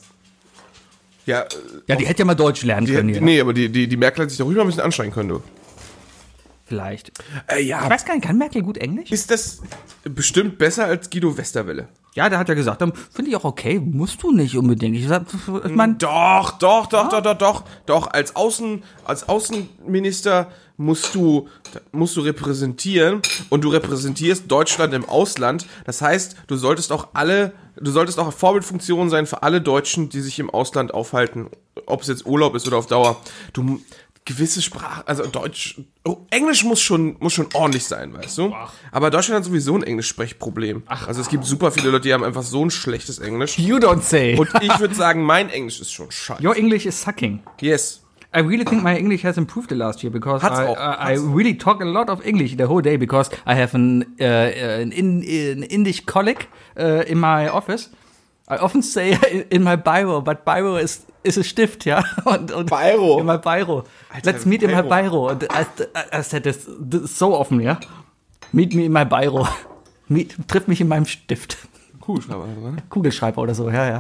Ja, äh, Ja, die hätte ja mal Deutsch lernen die, können die, hier. nee, aber die, die, die Merkel hat sich doch ruhig mal ein bisschen anstrengen können, du. Vielleicht. Äh, ja, Ich weiß gar nicht, kann Merkel gut Englisch? ist das bestimmt besser als Guido Westerwelle? Ja, der hat ja gesagt, finde ich auch okay, musst du nicht unbedingt. Ich, sag, ich meine, Doch, doch, doch, doch, doch, doch, doch. Als Außen, als Außenminister musst du, musst du repräsentieren und du repräsentierst Deutschland im Ausland. Das heißt, du solltest auch alle, du solltest auch Vorbildfunktion sein für alle Deutschen, die sich im Ausland aufhalten. Ob es jetzt Urlaub ist oder auf Dauer. Du, gewisse Sprache, also Deutsch, oh, Englisch muss schon, muss schon ordentlich sein, weißt du? Aber Deutschland hat sowieso ein Englisch-Sprechproblem. Also es gibt super viele Leute, die haben einfach so ein schlechtes Englisch. you don't say. Und ich würde sagen, mein Englisch ist schon scheiße. Your English is sucking. Yes. I really think my English has improved the last year because Hat's I, auch, I, I hat's. really talk a lot of English the whole day because I have an, uh, an, in, an Indish colleague uh, in my office. I often say in my biro, but biro is is a Stift, ja. Und, und Biro? In my biro. Alter, Let's meet in my Biro. biro. And I, I said this, this so often, ja. Meet me in my biro. Meet, triff mich in meinem Stift. Cool, Schreiber, ne? Kugelschreiber oder so, ja, ja.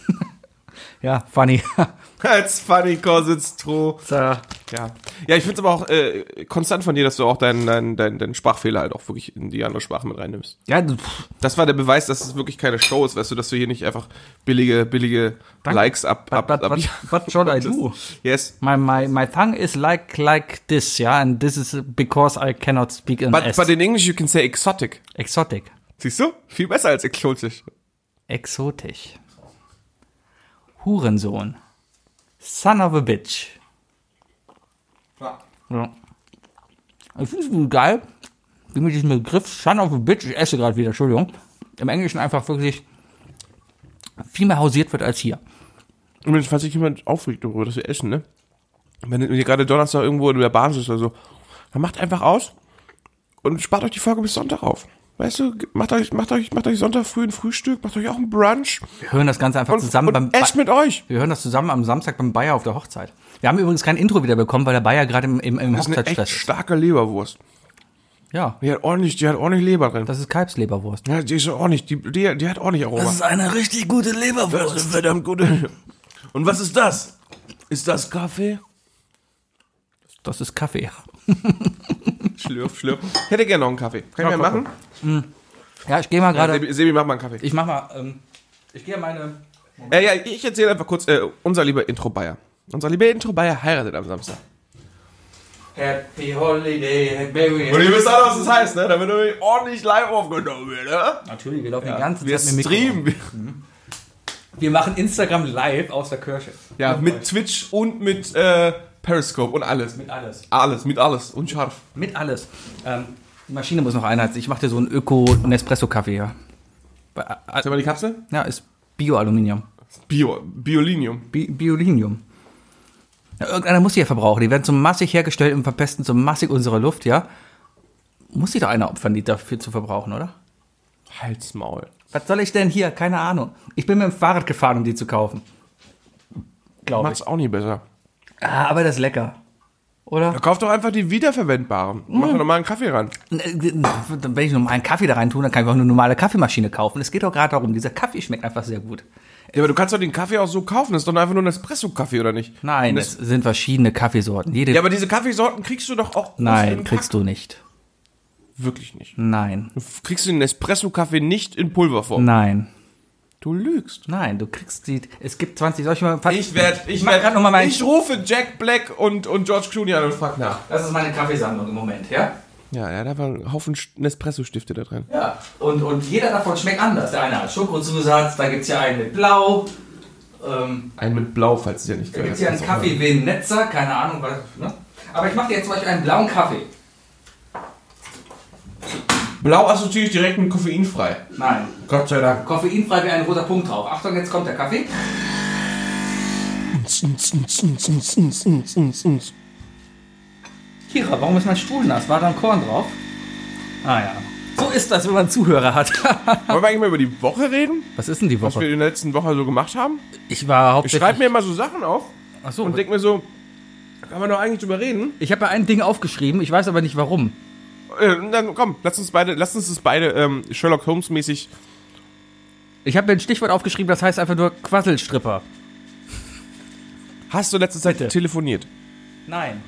Ja, funny. It's funny, cause it's true. So, Ja, ja, ich finde es aber auch äh, konstant von dir, dass du auch deinen dein, dein, dein Sprachfehler halt auch wirklich in die andere Sprache mit reinnimmst. ja, pff, Das war der Beweis, dass es wirklich keine Show ist, weißt du, dass du hier nicht einfach billige, billige Danke. Likes ab, but, ab, but, ab but, what should I do? Yes. My, my, my tongue is like like this, yeah, and this is because I cannot speak in But, S. but in English you can say exotic. Exotic. Siehst du? Viel besser als exotisch. Exotisch. Hurensohn. Son of a bitch. Ja. Ich finde es geil, wie mit diesem Begriff Son of a bitch, ich esse gerade wieder, Entschuldigung, im Englischen einfach wirklich viel mehr hausiert wird als hier. Und falls sich jemand aufregt darüber, dass wir essen, ne? Wenn ihr gerade Donnerstag irgendwo in der Bahn sitzt oder so, dann macht einfach aus und spart euch die Folge bis Sonntag auf. Weißt du, macht euch, macht euch, macht euch Sonntag früh ein Frühstück, macht euch auch ein Brunch Wir hören das Ganze einfach und, zusammen und beim esst mit euch. Wir hören das zusammen am Samstag beim Bayer auf der Hochzeit. Wir haben übrigens kein Intro wieder bekommen, weil der Bayer gerade im, im, im Das ist eine echt Hochzeitsstress ist. starke Leberwurst. Ja, Die hat ordentlich, die hat ordentlich Leber drin. das ist Kalbsleberwurst. Ja, die ist ordentlich, die, die, die hat ordentlich Aroma. ist eine richtig gute Das Leberwurst. ist verdammt gute. Und was ist das? Ist das Kaffee? Das ist Kaffee. Schlürf, schlürf. Ich hätte gerne noch einen Kaffee. Kann ich Ja, mir komm, machen? Ja, ich gehe mal Ja, gerade. Sebi, Sebi, mach mal einen Kaffee. Ich mach mal. Ähm, ich gehe meine. Äh, ja, ich erzähle einfach kurz, äh, unser lieber Intro Bayer. Unser lieber Intro Bayer heiratet am Samstag. Happy Holiday, Happy Und ihr wisst alle, was das heißt, ne? Damit wir ordentlich live aufgenommen wird, ne? Natürlich, wir laufen die ganze Wir Zeit mit Mikro. streamen. Wir machen Instagram live aus der Kirche. Ja, mit Twitch und mit äh, Periscope und alles. Mit alles. Alles, mit alles und scharf. Mit alles. Ähm, die Maschine muss noch einheizen. Ich mache dir so einen Öko-Nespresso-Kaffee, ja. Bei- äh, Sag mal die Kapsel? Ja, ist Bio-Aluminium. Bio, Biolinium. Bi Biolinium. Ja, irgendeiner muss die ja verbrauchen. Die werden so massig hergestellt und verpesten so massig unsere Luft, ja. Muss sich doch einer opfern, die dafür zu verbrauchen, oder? Halsmaul. Was soll ich denn hier? Keine Ahnung. Ich bin mit dem Fahrrad gefahren, um die zu kaufen. Glaube ich. Macht's auch nie besser. Ah, aber das ist lecker. Oder? Kauf doch einfach die wiederverwendbaren. Mach doch nochmal einen Kaffee ran. Wenn ich noch mal einen Kaffee da rein tue, dann kann ich auch eine normale Kaffeemaschine kaufen. Es geht doch gerade darum, dieser Kaffee schmeckt einfach sehr gut. Ja, aber du kannst doch den Kaffee auch so kaufen. Das ist doch einfach nur ein Espresso-Kaffee, oder nicht? Nein, das es sind verschiedene Kaffeesorten. Jede ja, aber diese Kaffeesorten kriegst du doch auch. Nein, kriegst du nicht. Wirklich nicht. Nein. Du kriegst den Espresso-Kaffee nicht in Pulverform. Nein. Du lügst. Nein, du kriegst die. Es gibt zwanzig. Soll ich mal. Ich werde. Ich, mach werd, grad noch mal meinen- ich rufe Jack Black und, und George Clooney an und frag nach. Das ist meine Kaffeesammlung im Moment, ja? Ja, ja, da war ein Haufen Nespresso-Stifte da drin. Ja. Und, und jeder davon schmeckt anders. Der eine hat Schokozusatz, da gibt es ja einen mit Blau. Ähm, Einen mit Blau, falls es ja nicht da gibt es ja einen Kaffee Venezza, keine Ahnung was. Ne? Aber ich mache dir jetzt zum Beispiel einen blauen Kaffee. Blau assoziiere ich direkt mit koffeinfrei. Nein. Gott sei Dank. Koffeinfrei wie ein roter Punkt drauf. Achtung, jetzt kommt der Kaffee. Kira, warum ist mein Stuhl nass? War da ein Korn drauf? Ah ja. So ist das, wenn man Zuhörer hat. Wollen wir eigentlich mal über die Woche reden? Was ist denn die Was wir Woche? in der letzten Woche so gemacht haben? Ich war Ich hauptsächlich... schreibe mir immer so Sachen auf Ach so, und denke mir so, kann man doch eigentlich drüber reden? ich habe ja ein Ding aufgeschrieben, ich weiß aber nicht warum. Äh, dann komm, lass uns beide, lass uns das beide ähm, Sherlock Holmes mäßig. Ich habe mir ein Stichwort aufgeschrieben, das heißt einfach nur Quasselstripper. Hast du letzte Zeit Bitte. telefoniert? Nein.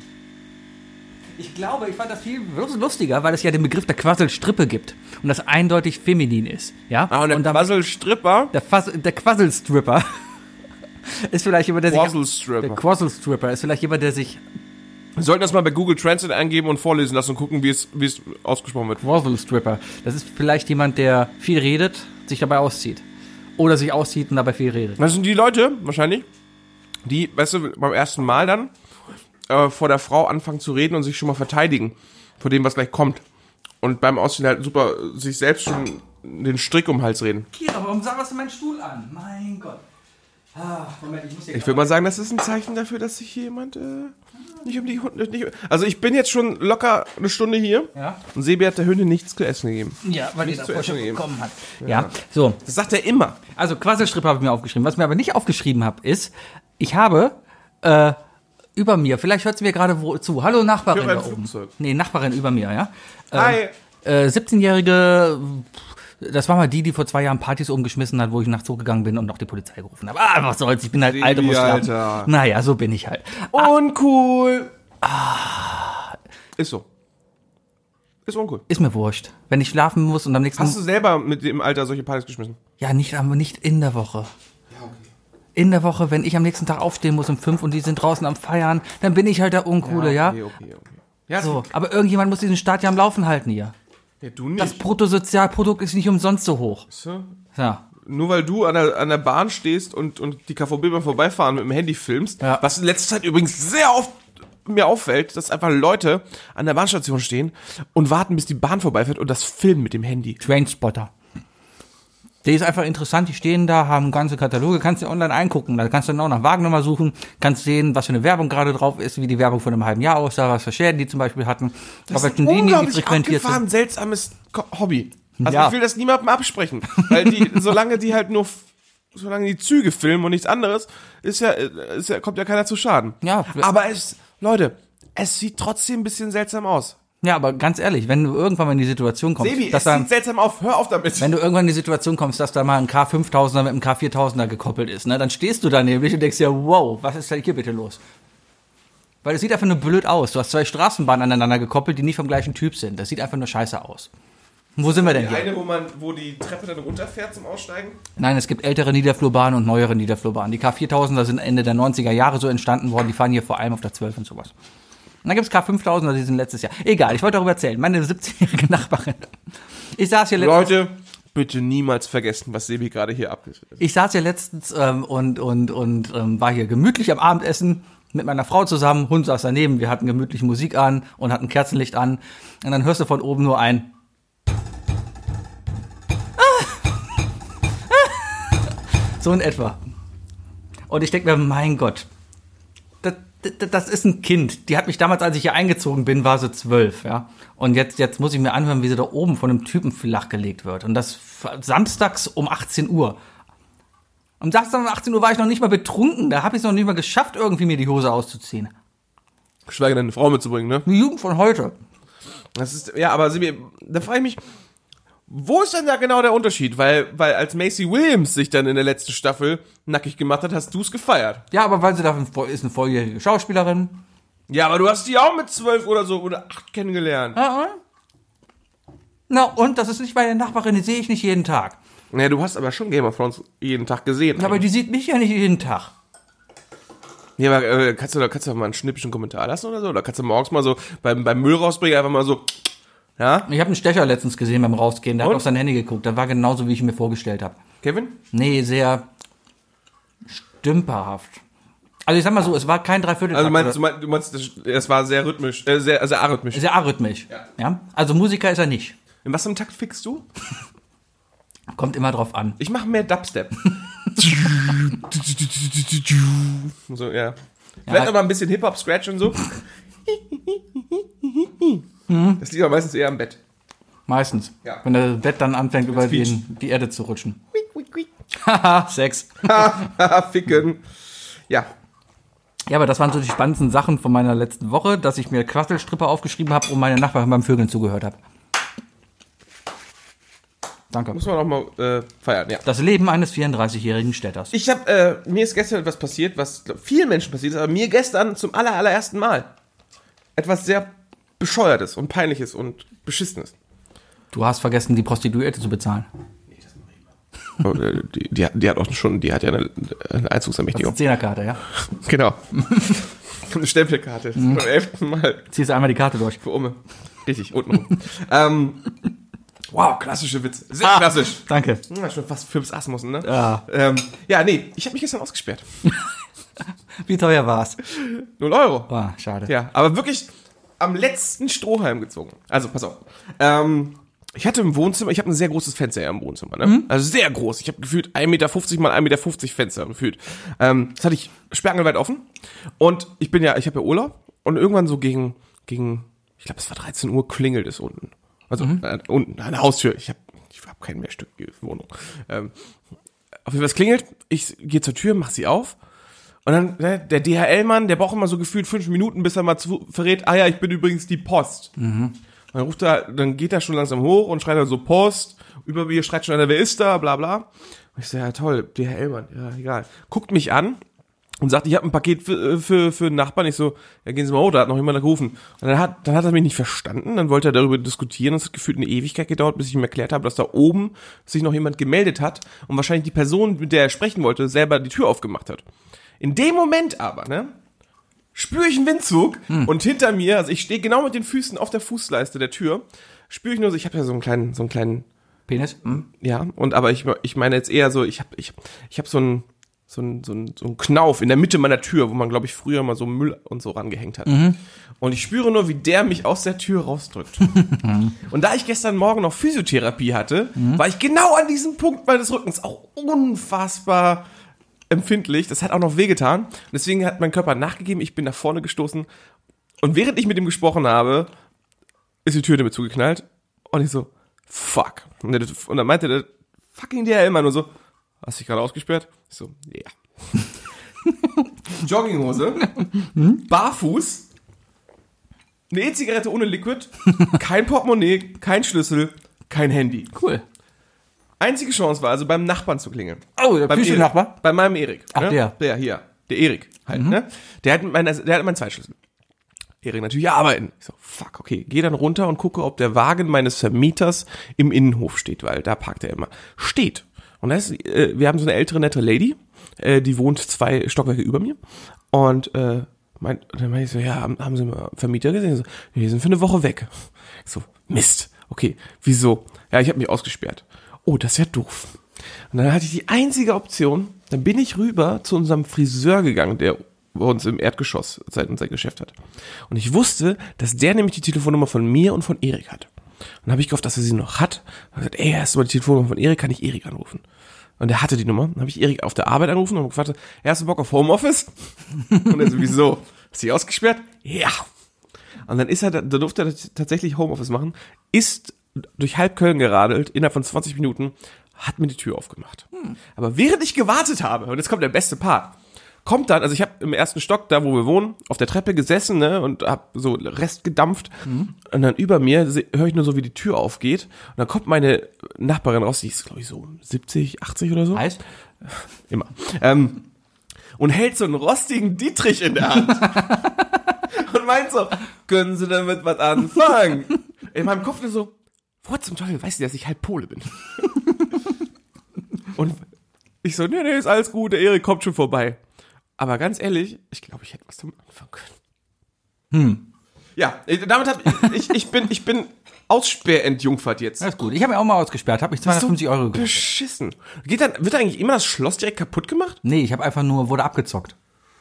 Ich glaube, ich fand das viel lustiger, weil es ja den Begriff der Quasselstrippe gibt. Und das eindeutig feminin ist. Ja? Ah, und der dann- Quasselstripper. Der, Fass, der Quasselstripper ist vielleicht jemand, der sich... Der Quasselstripper. Quasselstripper ist vielleicht jemand, der sich... Wir sollten das mal bei Google Translate eingeben und vorlesen lassen und gucken, wie es, wie es ausgesprochen wird. Quasselstripper. Das ist vielleicht jemand, der viel redet, sich dabei auszieht. Oder sich auszieht und dabei viel redet. Das sind die Leute, wahrscheinlich, die, weißt du, beim ersten Mal dann äh, vor der Frau anfangen zu reden und sich schon mal verteidigen vor dem, was gleich kommt. Und beim Ausziehen halt super sich selbst schon den Strick um den Hals reden. Kira, warum sauberst du meinen Stuhl an? Mein Gott. Ah, Moment, ich muss hier... Ich würde mal sagen, das ist ein Zeichen dafür, dass sich hier jemand äh, nicht um die Hunde... Nicht, also ich bin jetzt schon locker eine Stunde hier Ja? und Sebi hat der Hündin nichts zu essen gegeben. Ja, weil die Nicht das zu vorher schon essen geben. bekommen hat. Ja, so. Das sagt er immer. Also Quasselstripper habe ich mir aufgeschrieben. Was ich mir aber nicht aufgeschrieben habe, ist, ich habe äh, über mir, vielleicht hört sie mir gerade wo, zu. Hallo Nachbarin Ich höre da ein oben. Flugzeug. Nee, Nachbarin über mir, ja. Ähm, Hi. Äh, siebzehnjährige, das war mal die, die vor zwei Jahren Partys umgeschmissen hat, wo ich nachts hochgegangen bin und noch die Polizei gerufen habe. Ah, was soll's, ich bin halt Sebi, alt und muss schlafen. Alter. Naja, so bin ich halt. Uncool. Ah. Ist so. Ist uncool. Ist mir wurscht. Wenn ich schlafen muss und am nächsten... Hast du selber mit dem Alter solche Partys geschmissen? Ja, nicht, aber nicht in der Woche. In der Woche, wenn ich am nächsten Tag aufstehen muss um fünf und die sind draußen am Feiern, dann bin ich halt der Uncoole, ja? Okay, okay, okay. Ja, So, aber irgendjemand muss diesen Staat ja am Laufen halten hier. ja du nicht. Das Bruttosozialprodukt ist nicht umsonst so hoch. So. Ja. Nur weil du an der, an der Bahn stehst und, und die K V B beim Vorbeifahren mit dem Handy filmst, Ja. was in letzter Zeit übrigens sehr oft mir auffällt, dass einfach Leute an der Bahnstation stehen und warten, bis die Bahn vorbeifährt und das filmen mit dem Handy. Trainspotter. Die ist einfach interessant, die stehen da, haben ganze Kataloge, kannst du online eingucken, da kannst du dann auch nach Wagennummer suchen, kannst sehen, was für eine Werbung gerade drauf ist, wie die Werbung von einem halben Jahr aussah, was für Schäden die zum Beispiel hatten, Das auf ist welchen ein Linien die unglaublich frequentiert sind. abgefahren, seltsames Ko- Hobby. Also Ja. ich will das niemandem absprechen, weil die, solange die halt nur, f- solange die Züge filmen und nichts anderes, ist ja, ist ja, kommt ja keiner zu Schaden. Ja. Aber es, Leute, es sieht trotzdem ein bisschen seltsam aus. Ja, aber ganz ehrlich, wenn du irgendwann mal in die Situation kommst, Sebi, dass es dann, sieht seltsam auf, hör auf damit. wenn du irgendwann in die Situation kommst, dass da mal ein K fünftausender mit einem K viertausender gekoppelt ist, ne, dann stehst du da nämlich und denkst dir, wow, was ist denn hier bitte los? Weil es sieht einfach nur blöd aus. Du hast zwei Straßenbahnen aneinander gekoppelt, die nicht vom gleichen Typ sind. Das sieht einfach nur scheiße aus. Wo sind wir denn Die hier? eine, wo man, wo die Treppe dann runterfährt zum Aussteigen? Nein, es gibt ältere Niederflurbahnen und neuere Niederflurbahnen. Die K viertausender sind Ende der neunziger Jahre so entstanden worden. Die fahren hier vor allem auf der zwölf und sowas. Und dann gibt es K fünftausender, die sind letztes Jahr. Egal, ich wollte darüber erzählen. Meine siebzehnjährige Nachbarin. Ich saß hier letztens, Leute, bitte niemals vergessen, was Sebi gerade hier abgeschrieben hat. ich saß hier letztens ähm, und, und, und ähm, war hier gemütlich am Abendessen mit meiner Frau zusammen. Hund saß daneben, wir hatten gemütlich Musik an und hatten Kerzenlicht an. Und dann hörst du von oben nur ein... So in etwa. Und ich denke mir, mein Gott, das, das, das ist ein Kind. Die hat mich damals, als ich hier eingezogen bin, war sie zwölf, ja. Und jetzt, jetzt muss ich mir anhören, wie sie da oben von einem Typen flachgelegt wird. Und das samstags um achtzehn Uhr. Am Samstag um achtzehn Uhr war ich noch nicht mal betrunken. Da habe ich es noch nicht mal geschafft, irgendwie mir die Hose auszuziehen. Geschweige denn eine Frau mitzubringen, ne? Die Jugend von heute. Das ist, ja, aber Sibi, da frage ich mich, wo ist denn da genau der Unterschied? Weil, weil als Maisie Williams sich dann in der letzten Staffel nackig gemacht hat, hast du es gefeiert. Ja, aber weil sie da ist eine volljährige Schauspielerin. Ja, aber du hast die auch mit zwölf oder so oder acht kennengelernt. Ja, na, und das ist nicht meine Nachbarin, die sehe ich nicht jeden Tag. Naja, du hast aber schon Game of Thrones jeden Tag gesehen. Ja, aber die sieht mich ja nicht jeden Tag. Ja, aber äh, kannst du da kannst du mal einen schnippischen Kommentar lassen oder so? Oder kannst du morgens mal so beim, beim Müll rausbringen einfach mal so, ja? Ich habe einen Stecher letztens gesehen beim Rausgehen, der Und? hat auf sein Handy geguckt. Der war genauso, wie ich ihn mir vorgestellt habe. Kevin? Nee, sehr stümperhaft. Also ich sag mal so, es war kein Dreiviertel. Also meinst, du meinst, du meinst, es war sehr rhythmisch, äh, sehr, sehr arrhythmisch. Sehr arrhythmisch. Ja. ja. Also Musiker ist er nicht. In was für einem Takt fickst du? Kommt immer drauf an. Ich mache mehr Dubstep. So, ja. Vielleicht Ja. auch mal ein bisschen Hip-Hop-Scratch und so. Das liegt aber meistens eher am Bett. Meistens. Ja. Wenn das Bett dann anfängt, über quietscht. den, die Erde zu rutschen. Quiek, quiek, Haha, Sex. quiek. Ficken. Ja. Ja, aber das waren so die spannendsten Sachen von meiner letzten Woche, dass ich mir Quasselstripper aufgeschrieben habe und meine Nachbarin beim Vögeln zugehört habe. Danke. Muss man auch mal äh, feiern, ja. Das Leben eines vierunddreißigjährigen Städters. Ich hab, äh, mir ist gestern etwas passiert, was glaub, vielen Menschen passiert ist, aber mir gestern zum aller, allerersten Mal. Etwas sehr Bescheuertes und Peinliches und Beschissenes. Du hast vergessen, die Prostituierte zu bezahlen. Oh, äh, die, die, hat- die hat auch schon, die hat ja eine, eine Einzugsermächtigung. Zehnerkarte, ja? Genau. Eine Stempelkarte. Zum elften Mal. Ziehst du einmal die Karte durch. Für Umme. Richtig, unten. ähm, wow, klassische Witze. Sehr klassisch. Danke. Ja, schon fast Phipps Asmussen, ne? Ja. Ähm, ja, nee, ich habe mich gestern ausgesperrt. Wie teuer war's? Null Euro. Ah, schade. Ja, aber wirklich am letzten Strohhalm gezogen. Also, pass auf. Ähm, ich hatte im Wohnzimmer, ich habe ein sehr großes Fenster ja im Wohnzimmer, ne? Mhm. Also sehr groß. Ich habe gefühlt ein Meter fünfzig mal ein Meter fünfzig Fenster gefühlt. Ähm, das hatte ich sperrangelweit offen. Und ich bin ja, ich habe ja Urlaub. Und irgendwann so gegen, gegen, ich glaube, es war dreizehn Uhr, klingelt es unten. Also Mhm. äh, unten, eine Haustür. Ich habe ich hab keine mehrstöckige Wohnung. Ähm, auf jeden Fall, es klingelt. Ich gehe zur Tür, mach sie auf. Und dann, ne, der D H L-Mann, der braucht immer so gefühlt fünf Minuten, bis er mal zu, verrät, ah ja, ich bin übrigens die Post. Mhm. Dann ruft er, dann geht er schon langsam hoch und schreit dann so Post. Über mir schreit schon einer, wer ist da, bla bla. Und ich so, ja toll, D H L-Mann, ja egal. Guckt mich an und sagt, ich habe ein Paket für, für, für einen Nachbarn. Ich so, ja gehen Sie mal hoch, da hat noch jemand gerufen. Und dann hat, dann hat er mich nicht verstanden, dann wollte er darüber diskutieren. Es hat gefühlt eine Ewigkeit gedauert, bis ich ihm erklärt habe, dass da oben sich noch jemand gemeldet hat und wahrscheinlich die Person, mit der er sprechen wollte, selber die Tür aufgemacht hat. In dem Moment aber, ne, spüre ich einen Windzug hm. und hinter mir, also ich stehe genau mit den Füßen auf der Fußleiste der Tür, spüre ich nur so, ich habe ja so einen kleinen, so einen kleinen Penis? Hm? ja, und aber ich, ich meine jetzt eher so, ich habe ich, ich hab so einen so einen so einen so einen Knauf in der Mitte meiner Tür, wo man, glaube ich, früher mal so Müll und so rangehängt hat. Mhm. Und ich spüre nur, wie der mich aus der Tür rausdrückt. Und da ich gestern Morgen noch Physiotherapie hatte, mhm. war ich genau an diesem Punkt meines Rückens auch unfassbar empfindlich. Das hat auch noch wehgetan. Und deswegen hat mein Körper nachgegeben, ich bin nach vorne gestoßen. Und während ich mit ihm gesprochen habe, ist die Tür damit zugeknallt. Und ich so, fuck. Und, der, und dann meinte der fucking D H L immer nur so, hast du dich gerade ausgesperrt? Ich so, ja. Yeah. Jogginghose, barfuß, eine E-Zigarette ohne Liquid, kein Portemonnaie, kein Schlüssel, kein Handy. Cool. Einzige Chance war also beim Nachbarn zu klingeln. Oh, der beim Küchenachbar? Bei meinem Erik. Ach, ne? der. Der hier. Der Erik halt, mhm. ne? Der hat, mein, der hat meinen Zweitschlüssel. Erik natürlich arbeiten. Ich so, fuck, okay. Geh dann runter und gucke, ob der Wagen meines Vermieters im Innenhof steht, weil da parkt er immer. Steht. Und das ist, äh, wir haben so eine ältere, nette Lady, äh, die wohnt zwei Stockwerke über mir. Und äh, mein, dann meinte ich so, ja, haben, haben Sie mal Vermieter gesehen? So, die sind für eine Woche weg. Ich so, Mist. Okay, wieso? Ja, ich habe mich ausgesperrt. Oh, das ist ja doof. Und dann hatte ich die einzige Option, dann bin ich rüber zu unserem Friseur gegangen, der bei uns im Erdgeschoss sein, sein Geschäft hat. Und ich wusste, dass der nämlich die Telefonnummer von mir und von Erik hat. Und dann habe ich gehofft, dass er sie noch hat. Und gesagt, ey, hast du mal die Telefonnummer von Erik, kann ich Erik anrufen. Und er hatte die Nummer. Dann habe ich Erik auf der Arbeit angerufen und gefragt, hey, hast du Bock auf Homeoffice? Und er so, wieso? Hast du dich ausgesperrt? Ja. Und dann ist er, da durfte er tatsächlich Homeoffice machen, ist durch halb Köln geradelt, innerhalb von zwanzig Minuten, hat mir die Tür aufgemacht. Hm. Aber während ich gewartet habe, und jetzt kommt der beste Part, kommt dann, also ich habe im ersten Stock, da wo wir wohnen, auf der Treppe gesessen, ne, und hab so Rest gedampft. Mhm. Und dann über mir höre ich nur so, wie die Tür aufgeht. Und dann kommt meine Nachbarin raus, die ist, glaube ich, so siebzig, achtzig oder so. Heißt? Immer. Ähm, und hält so einen rostigen Dietrich in der Hand. Und meint so, können Sie damit was anfangen? In meinem Kopf nur so, wo zum Teufel weiß sie, dass ich halb Pole bin? Und ich so, nee, nee, ist alles gut, der Erik kommt schon vorbei. Aber ganz ehrlich, ich glaube, ich hätte was damit anfangen können. Hm. Ja, damit hab ich, ich, ich bin, ich bin aussperrentjungfert jetzt. Das ist gut. Ich habe mir auch mal ausgesperrt, habe mich zweihundertfünfzig Euro gekostet. Beschissen. Geht dann, wird eigentlich immer das Schloss direkt kaputt gemacht? Nee, ich habe einfach nur, wurde abgezockt.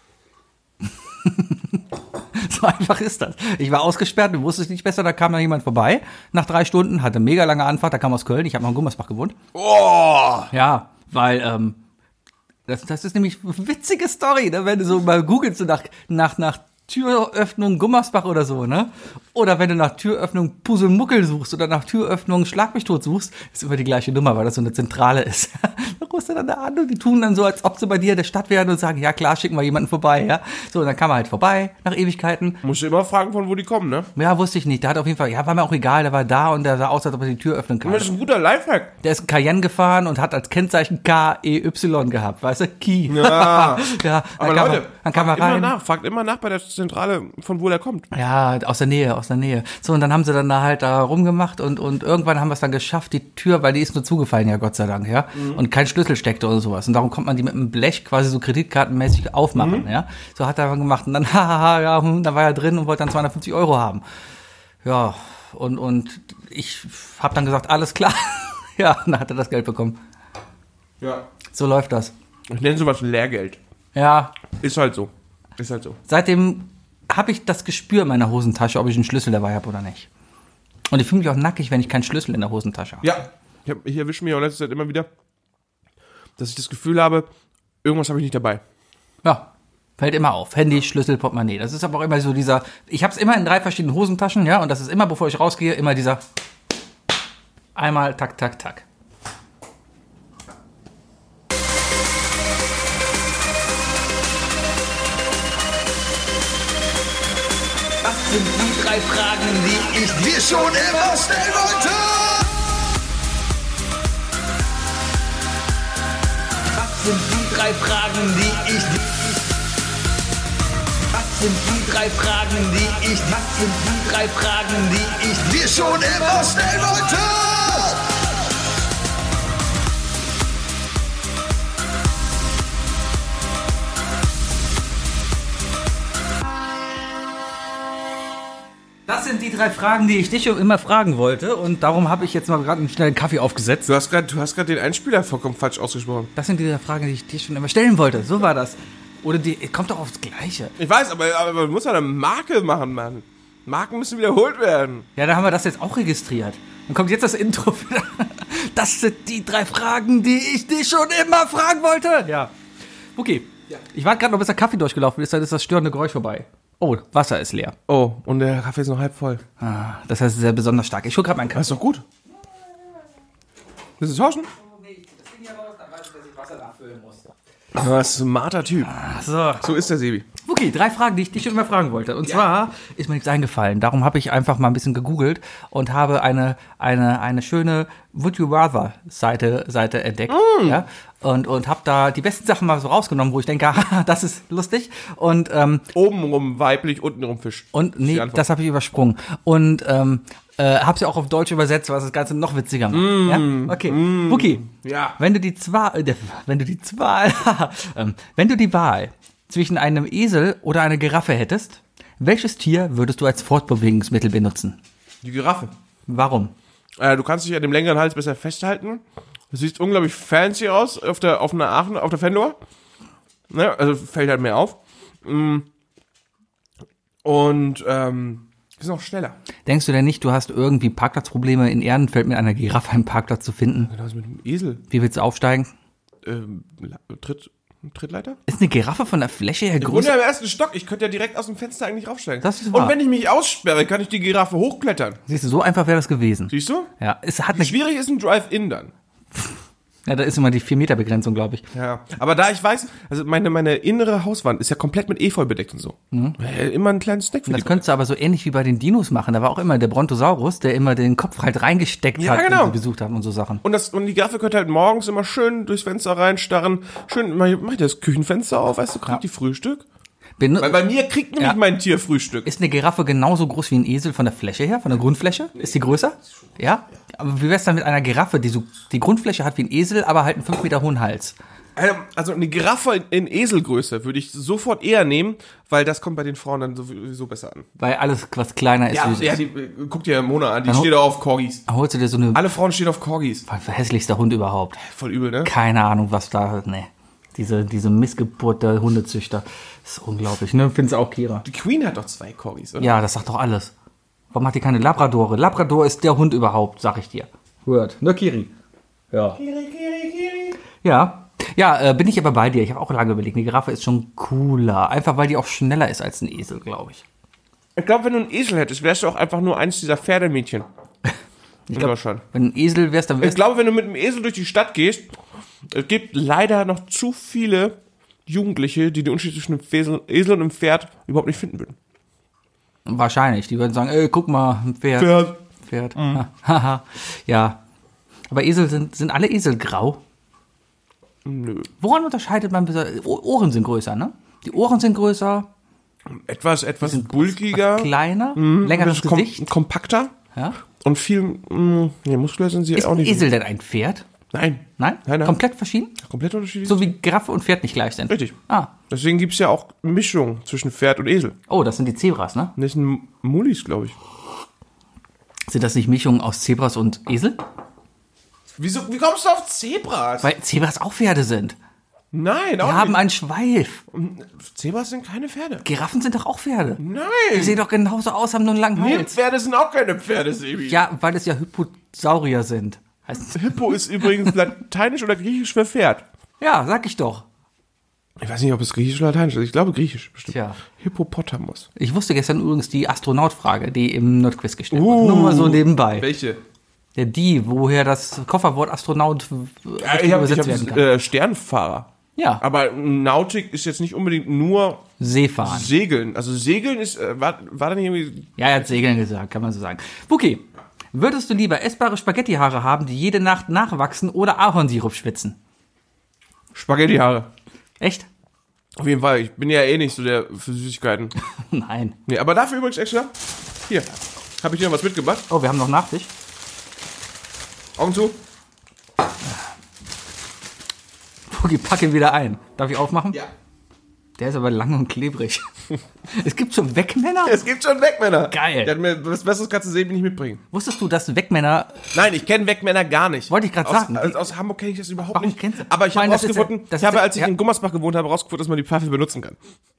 So einfach ist das. Ich war ausgesperrt, du wusstest nicht besser, da kam dann jemand vorbei. Nach drei Stunden, hatte mega lange Anfahrt, da kam aus Köln, ich habe noch in Gummersbach gewohnt. Oh! Ja, weil, ähm, das, das ist nämlich eine witzige Story, ne? Wenn du so mal googelst, so nach, nach, nach Türöffnung Gummersbach oder so, ne? Oder wenn du nach Türöffnung Puselmuckel suchst oder nach Türöffnung Schlag mich tot suchst, ist immer die gleiche Nummer, weil das so eine Zentrale ist. Da rufst du dann da an und die tun dann so, als ob sie bei dir in der Stadt wären und sagen, ja klar, schicken wir jemanden vorbei, ja. So, und dann kam er halt vorbei, nach Ewigkeiten. Musst du immer fragen, von wo die kommen, ne? Ja, wusste ich nicht. Der hat auf jeden Fall, ja, war mir auch egal, der war da und der sah aus, als ob er die Tür öffnen kann. Das ist ein guter Lifehack. Der ist Cayenne gefahren und hat als Kennzeichen K E Y gehabt, weißt du? Key. Ja. Ja, Aber dann Leute, kam er, dann kam er fragt immer rein. nach, fragt immer nach bei der Zentrale, von wo der kommt. Ja, aus der Nähe, aus der Nähe. So, und dann haben sie dann da halt da rumgemacht und, und irgendwann haben wir es dann geschafft, die Tür, weil die ist nur zugefallen, ja, Gott sei Dank, ja. Mhm. Und kein Schlüssel steckte oder sowas. Und darum konnte man die mit einem Blech quasi so kreditkartenmäßig aufmachen, mhm. ja. So hat er dann gemacht und dann, haha, ja, dann war er drin und wollte dann zweihundertfünfzig Euro haben. Ja, und, und ich habe dann gesagt, alles klar. Ja, und dann hat er das Geld bekommen. Ja. So läuft das. Ich nenne sowas Lehrgeld. Ja. Ist halt so. Ist halt so. Seitdem habe ich das Gespür in meiner Hosentasche, ob ich einen Schlüssel dabei habe oder nicht. Und ich fühle mich auch nackig, wenn ich keinen Schlüssel in der Hosentasche habe. Ja. Ich, hab, ich erwische mich auch letzte Zeit immer wieder, dass ich das Gefühl habe, irgendwas habe ich nicht dabei. Ja, fällt immer auf. Handy, Schlüssel, Portemonnaie. Das ist aber auch immer so dieser, ich habe es immer in drei verschiedenen Hosentaschen, ja, und das ist immer, bevor ich rausgehe, immer dieser einmal tak, tak, tak. Was sind die drei Fragen, die ich dir schon immer stellen wollte? Was sind die drei Fragen, die ich Was sind die drei Fragen, die ich Was sind die drei Fragen, die ich dir schon immer stellen wollte? Das sind die drei Fragen, die ich dich schon immer fragen wollte. Und darum habe ich jetzt mal gerade einen schnellen Kaffee aufgesetzt. Du hast gerade du hast gerade den Einspieler vollkommen falsch ausgesprochen. Das sind die drei Fragen, die ich dir schon immer stellen wollte. So war das. Oder die, kommt doch aufs Gleiche. Ich weiß, aber, aber man muss ja eine Marke machen, Mann. Marken müssen wiederholt werden. Ja, da haben wir das jetzt auch registriert. Dann kommt jetzt das Intro wieder. Das sind die drei Fragen, die ich dich schon immer fragen wollte. Ja. Okay. Ja. Ich warte gerade noch, bis der Kaffee durchgelaufen ist, dann ist das störende Geräusch vorbei. Oh, Wasser ist leer. Oh, und der Kaffee ist noch halb voll. Ah, das heißt, sehr besonders stark. Ich hol gerade meinen Kaffee. Das ist doch gut. Willst du tauschen? Nee, ich zieh das Ding hier raus, dann weiß ich, dass ich Wasser nachfüllen muss. Das ist ein smarter Typ. So. So ist der Sebi. Okay, drei Fragen, die ich dich schon immer fragen wollte. Und ja. zwar ist mir nichts eingefallen. Darum habe ich einfach mal ein bisschen gegoogelt und habe eine, eine, eine schöne Would You Rather Seite, Seite entdeckt. Mm. Ja? Und, und habe da die besten Sachen mal so rausgenommen, wo ich denke, haha, das ist lustig. Und, ähm, obenrum weiblich, untenrum Fisch. Und nee, das habe ich übersprungen. Und ähm, äh, habe sie auch auf Deutsch übersetzt, was das Ganze noch witziger macht. Mm. Ja? Okay, mm. okay. Ja. Wenn du die Zwahl, äh, wenn du die Zwahl, ähm, wenn du die Wahl zwischen einem Esel oder einer Giraffe hättest, welches Tier würdest du als Fortbewegungsmittel benutzen? Die Giraffe. Warum? Äh, du kannst dich an dem längeren Hals besser festhalten. Du siehst unglaublich fancy aus auf der auf einer Aachen, auf der Fenloher. Ne? Also fällt halt mehr auf. Und ähm, ist noch schneller. Denkst du denn nicht, du hast irgendwie Parkplatzprobleme in Ehrenfeld mit einer Giraffe einen Parkplatz zu finden? Genau, mit dem Esel. Wie willst du aufsteigen? Ähm, Tritt, Trittleiter? Ist eine Giraffe von der Fläche her groß? Ich wohne ja im ersten Stock. Ich könnte ja direkt aus dem Fenster eigentlich raufsteigen. Das ist wahr. Und wenn ich mich aussperre, kann ich die Giraffe hochklettern. Siehst du, so einfach wäre das gewesen. Siehst du? Ja, es hat Wie schwierig ist ein Drive-In dann? Ja, da ist immer die vier Meter Begrenzung, glaube ich. Ja, aber da ich weiß, also meine, meine innere Hauswand ist ja komplett mit Efeu bedeckt und so. Mhm. Immer ein kleines Snack für Das die. könntest du aber so ähnlich wie bei den Dinos machen. Da war auch immer der Brontosaurus, der immer den Kopf halt reingesteckt Ja, hat, genau. den sie besucht haben und so Sachen. Und, das, und die Giraffe könnte halt morgens immer schön durchs Fenster reinstarren. Schön, mach, mach das Küchenfenster auf, weißt du, kriegt Ja. die Frühstück. Bin, Weil bei mir kriegt nämlich Ja. mein Tier Frühstück. Ist eine Giraffe genauso groß wie ein Esel von der Fläche her, von der Grundfläche? Ist die größer? Ja? Aber wie wär's dann mit einer Giraffe, die so die Grundfläche hat wie ein Esel, aber halt einen fünf Meter hohen Hals? Ähm, Also eine Giraffe in, in Eselgröße würde ich sofort eher nehmen, weil das kommt bei den Frauen dann sowieso besser an. Weil alles, was kleiner ist, Ja, süß ja ist. die, äh, guck dir Mona an, die Dann hol- steht auch auf Corgis. Dann holst du dir so eine Alle Frauen stehen auf Corgis. hässlichster Hund überhaupt. Voll übel, ne? Keine Ahnung, was da, ne. Diese, diese Missgeburt der Hundezüchter. Das ist unglaublich, ne? Findest du auch, Kira? Die Queen hat doch zwei Corgis, oder? Ja, das sagt doch alles. Warum hat die keine Labradore? Labrador ist der Hund überhaupt, sag ich dir. Hört. Ne, Kiri? Ja. Kiri, Kiri, Kiri. Ja. Ja, äh, bin ich aber bei dir. Ich habe auch lange überlegt. Eine Giraffe ist schon cooler. Einfach, weil die auch schneller ist als ein Esel, glaube ich. Ich glaube, wenn du einen Esel hättest, wärst du auch einfach nur eins dieser Pferdemädchen. Ich In glaube, Deutschland. wenn ein Esel wärst, dann Ich wärst glaube, wenn du mit einem Esel durch die Stadt gehst, es gibt leider noch zu viele Jugendliche, die den Unterschied zwischen einem Esel Esel und einem Pferd überhaupt nicht finden würden. du wahrscheinlich. Die würden sagen, ey, guck mal, ein Pferd. Pferd. Pferd. Haha. Ja. Aber Esel sind, sind alle Esel grau? Nö. Woran unterscheidet man? O- Ohren sind größer, ne? Die Ohren sind größer, Etwas, etwas bulkiger, kleiner, längeres kom Gesicht. kompakter Ja? und viel, mh, nee, muskulär sind sie Ist auch ein nicht. Esel denn ein Pferd? Nein. Nein? Nein, nein. Komplett verschieden? Komplett unterschiedlich. So wie Giraffe und Pferd nicht gleich sind? Richtig. Ah. Deswegen gibt's ja auch Mischungen zwischen Pferd und Esel. Oh, das sind die Zebras, ne? Das sind Mullis, glaube ich. Sind das nicht Mischungen aus Zebras und Esel? Wieso, wie kommst du auf Zebras? Weil Zebras auch Pferde sind. Nein, auch Die haben nicht. einen Schweif. Zebras sind keine Pferde. Giraffen sind doch auch Pferde. Die Nein. sehen doch genauso aus, haben nur einen langen Nee, Hals. Pferde sind auch keine Pferde, Sebi. Ja, weil es ja Hyposaurier sind. Heißt, Hippo ist übrigens lateinisch oder griechisch für Pferd. ja, sag ich doch. Ich weiß nicht, ob es griechisch oder lateinisch ist. Ich glaube griechisch bestimmt. Tja. Hippopotamus. Ich wusste gestern übrigens die Astronautfrage, die im Nerdquiz gestellt wurde. Nur mal so nebenbei. Welche? Ja, die, woher das Kofferwort Astronaut äh, Ja, ich habe übersetzt hab, werden kann. äh, Sternfahrer. Ja, Aber Nautik ist jetzt nicht unbedingt nur Seefahren. Segeln. Also Segeln ist, äh, war, war da nicht irgendwie... Ja, er hat Segeln gesagt, kann man so sagen. Wookie, würdest du lieber essbare Spaghettihaare haben, die jede Nacht nachwachsen, oder Ahornsirup schwitzen? Spaghettihaare. Echt? Auf jeden Fall. Ich bin ja eh nicht so der für Süßigkeiten. Nein. Nee, aber dafür übrigens extra. Hier. Habe ich dir noch was mitgebracht. Oh, wir haben noch Nachtisch. Augen zu. Wookie, pack ihn wieder ein. Darf ich aufmachen? Ja. Der ist aber lang und klebrig. Es gibt schon Wegmänner? Es gibt schon Wegmänner. Geil. Der hat mir was Besseres kannst du sehen, nicht mitbringen. Wusstest du, dass Wegmänner... Nein, ich kenne Wegmänner gar nicht. Wollte ich grad Aus- sagen. Aus, aus Hamburg kenne ich das überhaupt Warum nicht. kennst du- Aber ich Vor habe allem, das ist rausgefunden, ja- das ich habe, ist ja- als ich ja. in Gummersbach gewohnt habe, rausgefunden, dass man die Pfeife benutzen kann.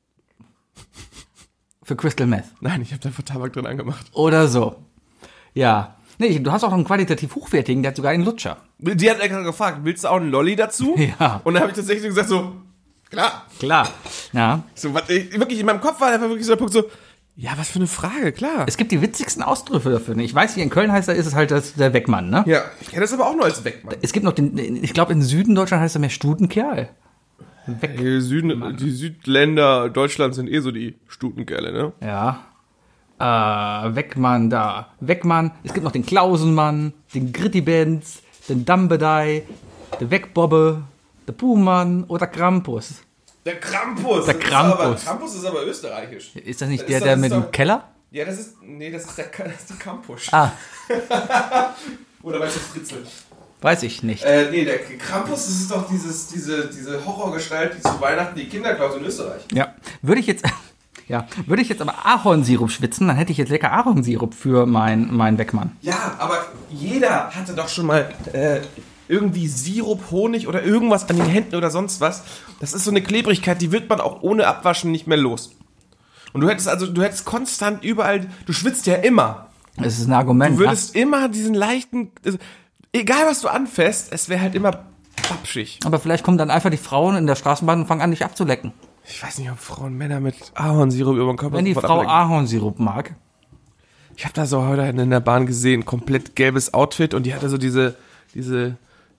Für Crystal Meth. Nein, ich habe da einfach Tabak drin angemacht. Oder so. Ja. Nee, du hast auch noch einen qualitativ hochwertigen, der hat sogar einen Lutscher. Die hat extra gefragt, willst du auch einen Lolli dazu? Ja. Und dann habe ich tatsächlich gesagt so, klar. Klar. Ja. So, was, ich, wirklich, in meinem Kopf war einfach wirklich so der Punkt so, ja, was für eine Frage, klar. Es gibt die witzigsten Ausdrücke dafür. Ne? Ich weiß, hier in Köln heißt er, ist es halt das, der Wegmann, ne? Ja, ich kenne das aber auch nur als Wegmann. Es gibt noch den, ich glaube, im Süden Deutschland heißt er mehr Stutenkerl. Die, Süden, die Südländer Deutschlands sind eh so die Stutenkerle, ne? Ja. Äh, Wegmann da. Wegmann. Es gibt noch den Klausenmann, den Gritti-Benz, den Dambedei, den Wegbobbe, der Puhmann oder Krampus. Der Krampus. Der das Krampus. Ist aber, Krampus ist aber österreichisch. Ist das nicht Das der, ist der doch- mit ist dem doch- Keller? Ja, das ist, nee, das ist der, das ist der Krampus. Ah, Oder weißt du Fritzel? weiß ich nicht. Äh, nee, der Krampus, das ist doch dieses, diese, diese Horrorgestalt, die zu Weihnachten die Kinder klaut in Österreich. Ja. Würde ich jetzt, ja, würde ich jetzt aber Ahornsirup schwitzen, dann hätte ich jetzt lecker Ahornsirup für mein, mein Wegmann. Ja, aber jeder hatte doch schon mal äh, irgendwie Sirup, Honig oder irgendwas an den Händen oder sonst was. Das ist so eine Klebrigkeit, die wird man auch ohne Abwaschen nicht mehr los. Und du hättest also, du hättest konstant überall, du schwitzt ja immer. Das ist ein Argument. Du würdest immer diesen leichten, also, egal was du anfasst, es wäre halt immer papschig. ne? Aber vielleicht kommen dann einfach die Frauen in der Straßenbahn und fangen an, dich abzulecken. Ich weiß nicht, ob Frauen Männer mit Ahornsirup über den Körper Wenn die sofort Frau ablecken. Ahornsirup mag. Ich habe da so heute einen in der Bahn gesehen, komplett gelbes Outfit und die hatte so diese, diese,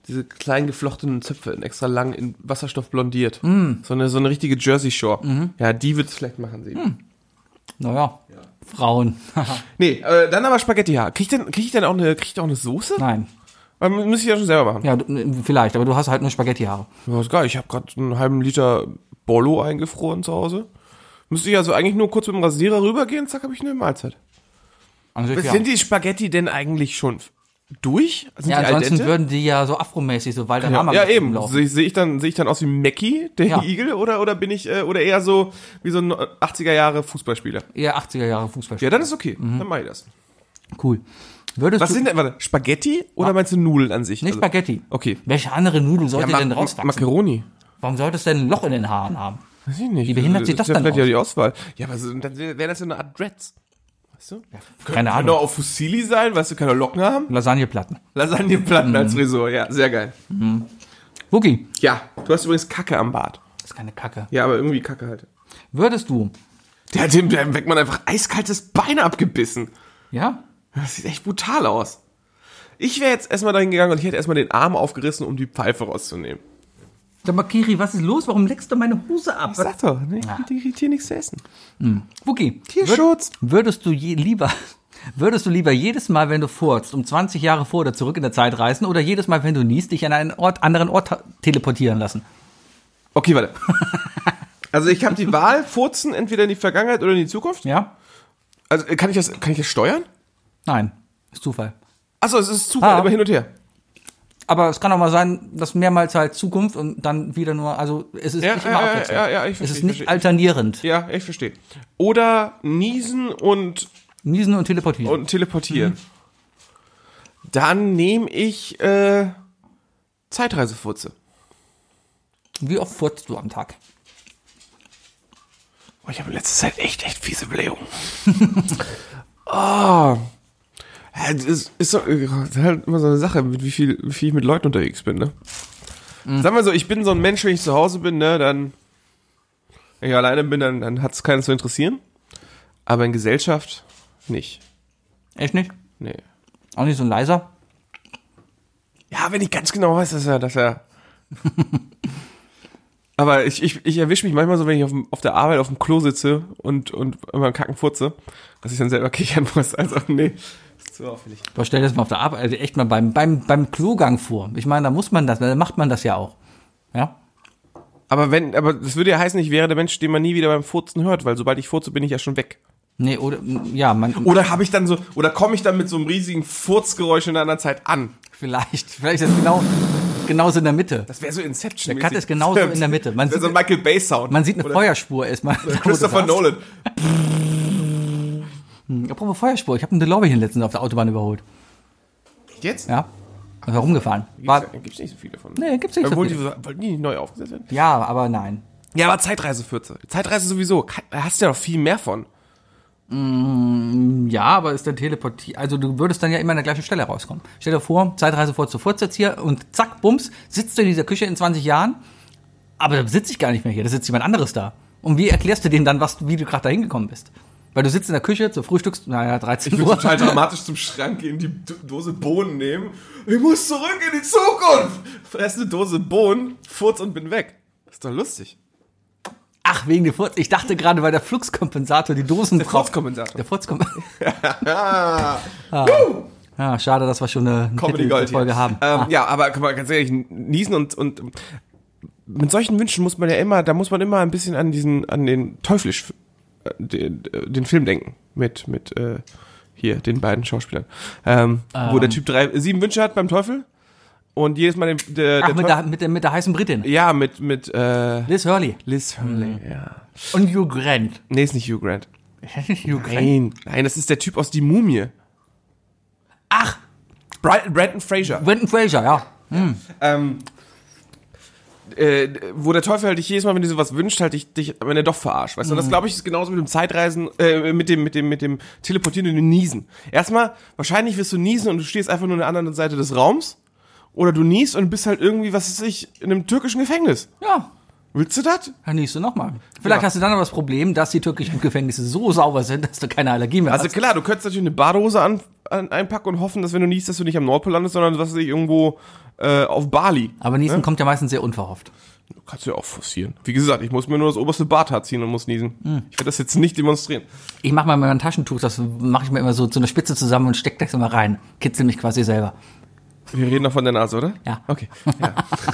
diese kleinen geflochtenen Zöpfe in extra lang in Wasserstoff blondiert. Mm. So eine so eine richtige Jersey Shore. Mm. Ja, die wird es vielleicht machen sehen. Mm. Naja, ja. Frauen. Nee, äh, dann aber Spaghetti-Haar. Krieg ich denn, krieg ich denn auch eine, krieg ich da auch eine Soße? Nein. Ähm, muss ich ja schon selber machen. Ja, du, vielleicht, aber du hast halt nur Spaghetti-Haare. Ja, ist geil. Ich habe gerade einen halben Liter Bollo eingefroren zu Hause. Müsste ich also eigentlich nur kurz mit dem Rasierer rübergehen, zack, habe ich eine Mahlzeit. Sich, Sind ja. die Spaghetti denn eigentlich schon durch? Sind ja, die ansonsten al dente? würden die ja so afromäßig, so Walter Ja, Hammer ja eben. laufen. Sehe seh ich dann sehe ich dann aus wie Mackie, der Ja. Igel, oder oder bin ich äh, oder eher so wie so ein achtziger Jahre Fußballspieler? Eher achtziger Jahre Fußball. Ja, dann ist okay. Mhm. Dann mach ich das. Cool. Würdest Was du, sind denn, warte, Spaghetti oder meinst du Nudeln an sich? Nicht Also, Spaghetti. Okay. Welche andere Nudel sollte Ma denn Ma rauswachsen? Macaroni. Warum sollte es denn ein Loch in den Haaren haben? Weiß ich nicht. Wie behindert sich das ist ja dann vielleicht ja aus? die Auswahl. Ja, aber so, dann wäre das ja eine Art Dreads. Weißt du? Keine Können Ahnung. doch auch Fossili sein, weißt du, keine Locken haben. Lasagneplatten. Lasagneplatten Mhm. als Frisur, ja, sehr geil. Wookie. Ja, du hast übrigens Kacke am Bart. Das ist keine Kacke. Ja, aber irgendwie Kacke halt. Würdest du, Der hat dem, dem weckt man einfach eiskaltes Bein abgebissen. ja? Das sieht echt brutal aus. Ich wäre jetzt erstmal dahin gegangen und ich hätte erstmal den Arm aufgerissen, um die Pfeife rauszunehmen. Sag mal, Kiri, was ist los? Warum leckst du meine Hose ab? Ich sag doch, ne? Die kriegt hier nichts zu essen. Wookie. Tierschutz. Würd, würdest du je, lieber, würdest du lieber jedes Mal, wenn du furzt, um zwanzig Jahre vor oder zurück in der Zeit reisen oder jedes Mal, wenn du niest, dich an einen Ort, anderen Ort ta- teleportieren lassen? Okay, warte. Also ich habe die Wahl, furzen entweder in die Vergangenheit oder in die Zukunft. Ja? Also kann ich das, kann ich das steuern? Nein. Ist Zufall. Achso, es ist Zufall, Ah. immer hin und her. Aber es kann auch mal sein, dass mehrmals halt Zukunft und dann wieder nur, also es ist Ja, nicht ja, immer ja, abwechselnd. ja, ja, ich Es verstehe, ist ich nicht verstehe. alternierend. Ja, ich verstehe. Oder niesen und, Niesen und teleportieren. und teleportieren. Dann nehme ich äh, Zeitreisefurze. Wie oft furzt du am Tag? Oh, ich habe in letzter Zeit echt, echt fiese Blähungen. oh. Ja, das ist, ist, so, das ist halt immer so eine Sache, mit wie viel, wie viel ich mit Leuten unterwegs bin, ne? Mhm. Sag mal so, ich bin so ein Mensch, wenn ich zu Hause bin, ne, dann, wenn ich alleine bin, dann, dann hat es keinen zu interessieren. Aber in Gesellschaft nicht. Echt nicht? Nee. Auch nicht so ein leiser? Ja, wenn ich ganz genau weiß, dass er, dass er. Aber ich, ich, ich erwische mich manchmal so, wenn ich auf, dem, auf der Arbeit auf dem Klo sitze und, und immer einen Kacken furze, dass ich dann selber kichern muss. Also, nee, ist zu auffällig. Aber stell dir das mal auf der Arbeit, also echt mal beim, beim, beim Klogang vor. Ich meine, da muss man das, da macht man das ja auch. Ja? Aber wenn, aber das würde ja heißen, ich wäre der Mensch, den man nie wieder beim Furzen hört, weil sobald ich furze, bin ich ja schon weg. Nee, oder, ja, man. Oder habe ich dann so, oder komme ich dann mit so einem riesigen Furzgeräusch in einer anderen Zeit an? Vielleicht, vielleicht ist es genau, genauso in der Mitte. Das wäre so Inception. Der Cut ist genauso in der Mitte. Man Das wäre sieht, so ein Michael Bay Sound. man sieht eine Oder Feuerspur erstmal. Christopher Nolan. Apropos Feuerspur, ich habe einen DeLorean letztens auf der Autobahn überholt. Jetzt? Ja, also herumgefahren. War, Gibt's, gibt's nicht so viele von. nee, gibt's nicht so Obwohl, viel. die, wollten die nicht neu aufgesetzt werden? Ja, aber nein. Ja, aber Zeitreisefürze. Zeitreise sowieso. Ka- Da hast du ja noch viel mehr von. Ja, aber ist der Teleportier, also du würdest dann ja immer an der gleichen Stelle rauskommen. Stell dir vor, Zeitreise vor zu Furz jetzt hier und zack, bums, sitzt du in dieser Küche in zwanzig Jahren, aber da sitze ich gar nicht mehr hier, da sitzt jemand anderes da. Und wie erklärst du dem dann, was, wie du gerade da hingekommen bist? Weil du sitzt in der Küche zur Frühstücks, naja, dreizehn Ich würde Uhr. total dramatisch zum Schrank gehen, die D- Dose Bohnen nehmen. Ich muss zurück in die Zukunft. Fress eine Dose Bohnen, furz und bin weg. Das ist doch lustig. Ach, wegen der Furz. Ich dachte gerade, weil der Fluxkompensator die Dosen Der braucht. Furzkompensator. Der Furzkompensator. Ah, Ja, schade, dass wir schon eine Comedy Gold Folge hier. haben. Ähm, Ah. Ja, aber guck mal, ganz ehrlich, niesen und, und mit solchen Wünschen muss man ja immer, da muss man immer ein bisschen an diesen, an den Teuflisch, äh, den, äh, den Film denken. Mit, mit, äh, hier, den beiden Schauspielern. Ähm, Wo der Typ drei, sieben Wünsche hat beim Teufel. Und jedes Mal den, der, Ach, der mit Teufel- der, mit, der, mit der heißen Britin. ja, mit, mit, äh, Liz Hurley. Liz Hurley, ja. Und Hugh Grant. Nee, ist nicht Hugh Grant. Hugh Grant. Nein, nein, das ist der Typ aus Die Mumie. Ach, Bri- Brandon Fraser. Brendan Fraser, ja. Ähm, äh, wo der Teufel halt dich jedes Mal, wenn du sowas wünscht, halt dich, dich am Ende doch verarscht, weißt du? Und das, glaube ich, ist genauso mit dem Zeitreisen, äh, mit dem, mit dem, mit dem Teleportieren und dem Niesen. Erstmal, wahrscheinlich wirst du niesen und du stehst einfach nur an der anderen Seite des Raums. Oder du niest und bist halt irgendwie, was weiß ich, in einem türkischen Gefängnis. Ja, Willst du das? dann nimmst du nochmal. Vielleicht Ja. hast du dann aber das Problem, dass die türkischen Gefängnisse so sauber sind, dass du keine Allergie mehr Also hast. klar, du könntest natürlich eine Badehose an, an, einpacken und hoffen, dass wenn du niest, dass du nicht am Nordpol landest, sondern was weiß ich, irgendwo äh, auf Bali. Aber Niesen Ne? kommt ja meistens sehr unverhofft. Kannst du ja auch forcieren. Wie gesagt, ich muss mir nur das oberste Barthaar ziehen und muss niesen. Hm. Ich werde das jetzt nicht demonstrieren. Ich mache mal mein Taschentuch, das mache ich mir immer so zu einer Spitze zusammen und stecke das immer rein. Kitzel mich quasi selber. Wir reden noch von der Nase, oder? Ja. Okay. Ja,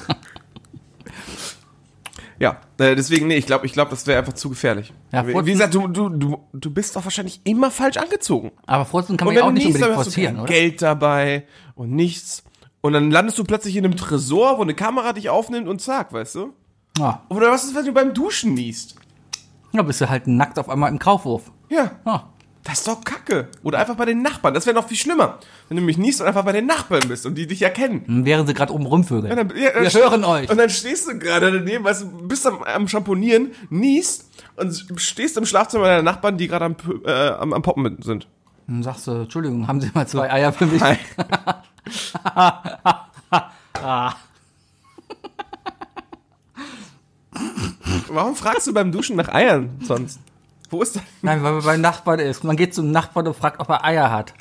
ja äh, deswegen, nee, ich glaube, ich glaub, das wäre einfach zu gefährlich. Ja, Wie Furzen- gesagt, du, du, du, du bist doch wahrscheinlich immer falsch angezogen. Aber Furzen kann man Und ja auch wenn du nicht niest, unbedingt dann hast du forcieren, kein oder? Geld dabei und nichts. Und dann landest du plötzlich in einem Tresor, wo eine Kamera dich aufnimmt und zack, weißt du? Ja. Oder was ist, wenn du beim Duschen niest? Ja, bist du halt nackt auf einmal im Kaufhof. Ja. Ja. Das ist doch Kacke. Oder einfach bei den Nachbarn. Das wäre noch viel schlimmer. Wenn du mich niest und einfach bei den Nachbarn bist und die dich erkennen. Dann wären sie gerade oben rumvögeln. Ja, dann, ja, dann Wir st- hören euch. Und dann stehst du gerade daneben, weißt du, bist am, am Schamponieren, niest und stehst im Schlafzimmer deiner Nachbarn, die gerade am, P- äh, am, am Poppen sind. Dann sagst du, Entschuldigung, haben Sie mal zwei Eier für mich? Hi. Warum fragst du beim Duschen nach Eiern sonst? Wo ist das? Nein, weil man beim Nachbarn ist. Man geht zum Nachbarn und fragt, ob er Eier hat.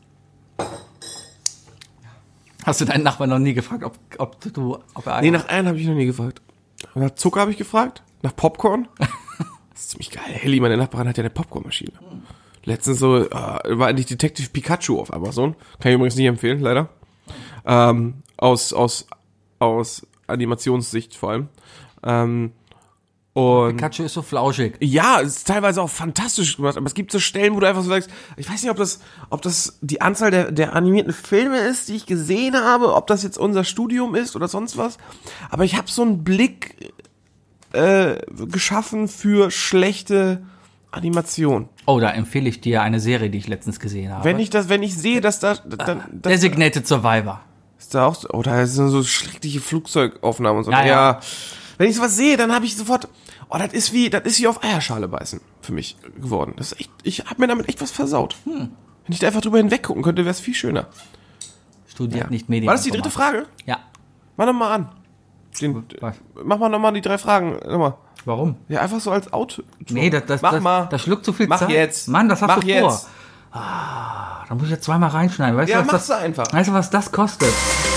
Hast du deinen Nachbarn noch nie gefragt, ob, ob du ob er Eier Nee, hat? nach Eiern habe ich noch nie gefragt. Nach Zucker habe ich gefragt. Nach Popcorn. Das ist ziemlich geil. Helly, meine Nachbarin, hat ja eine Popcornmaschine. Letztens so, äh, war endlich Detective Pikachu auf Amazon. Kann ich übrigens nicht empfehlen, leider. Ähm, aus, aus, aus Animationssicht vor allem. Ähm, und Pikachu ist so flauschig. ja, es ist teilweise auch fantastisch gemacht, aber es gibt so Stellen, wo du einfach so sagst, ich weiß nicht, ob das, ob das die Anzahl der, der animierten Filme ist, die ich gesehen habe, ob das jetzt unser Studium ist oder sonst was, aber ich habe so einen Blick äh, geschaffen für schlechte Animation. Oh, da empfehle ich dir eine Serie, die ich letztens gesehen habe. Wenn ich das, wenn ich sehe, dass da, dann, das, Designated Survivor. ist da auch so, oh, da sind so schreckliche Flugzeugaufnahmen und so. Ja, Ja, ja. Wenn ich sowas sehe, dann habe ich sofort, oh, das ist wie, das ist wie auf Eierschale beißen für mich geworden. Das ist echt, ich habe mir damit echt was versaut. Hm. Wenn ich da einfach drüber hinweggucken könnte, wäre es viel schöner. Studiert nicht Medien. War das die dritte Frage? Ja. Mach noch mal an. Den, Was? mach mal noch mal die drei Fragen. Nochmal. Warum? Ja, einfach so als Auto. Nee, das, das, Mach das, mal. das schluckt zu viel Mach Zeit. jetzt. Mann, das hast Mach du jetzt. vor. Ah, da muss ich jetzt zweimal reinschneiden. Weißt Ja, du, was mach's das, einfach. Weißt du, was das kostet?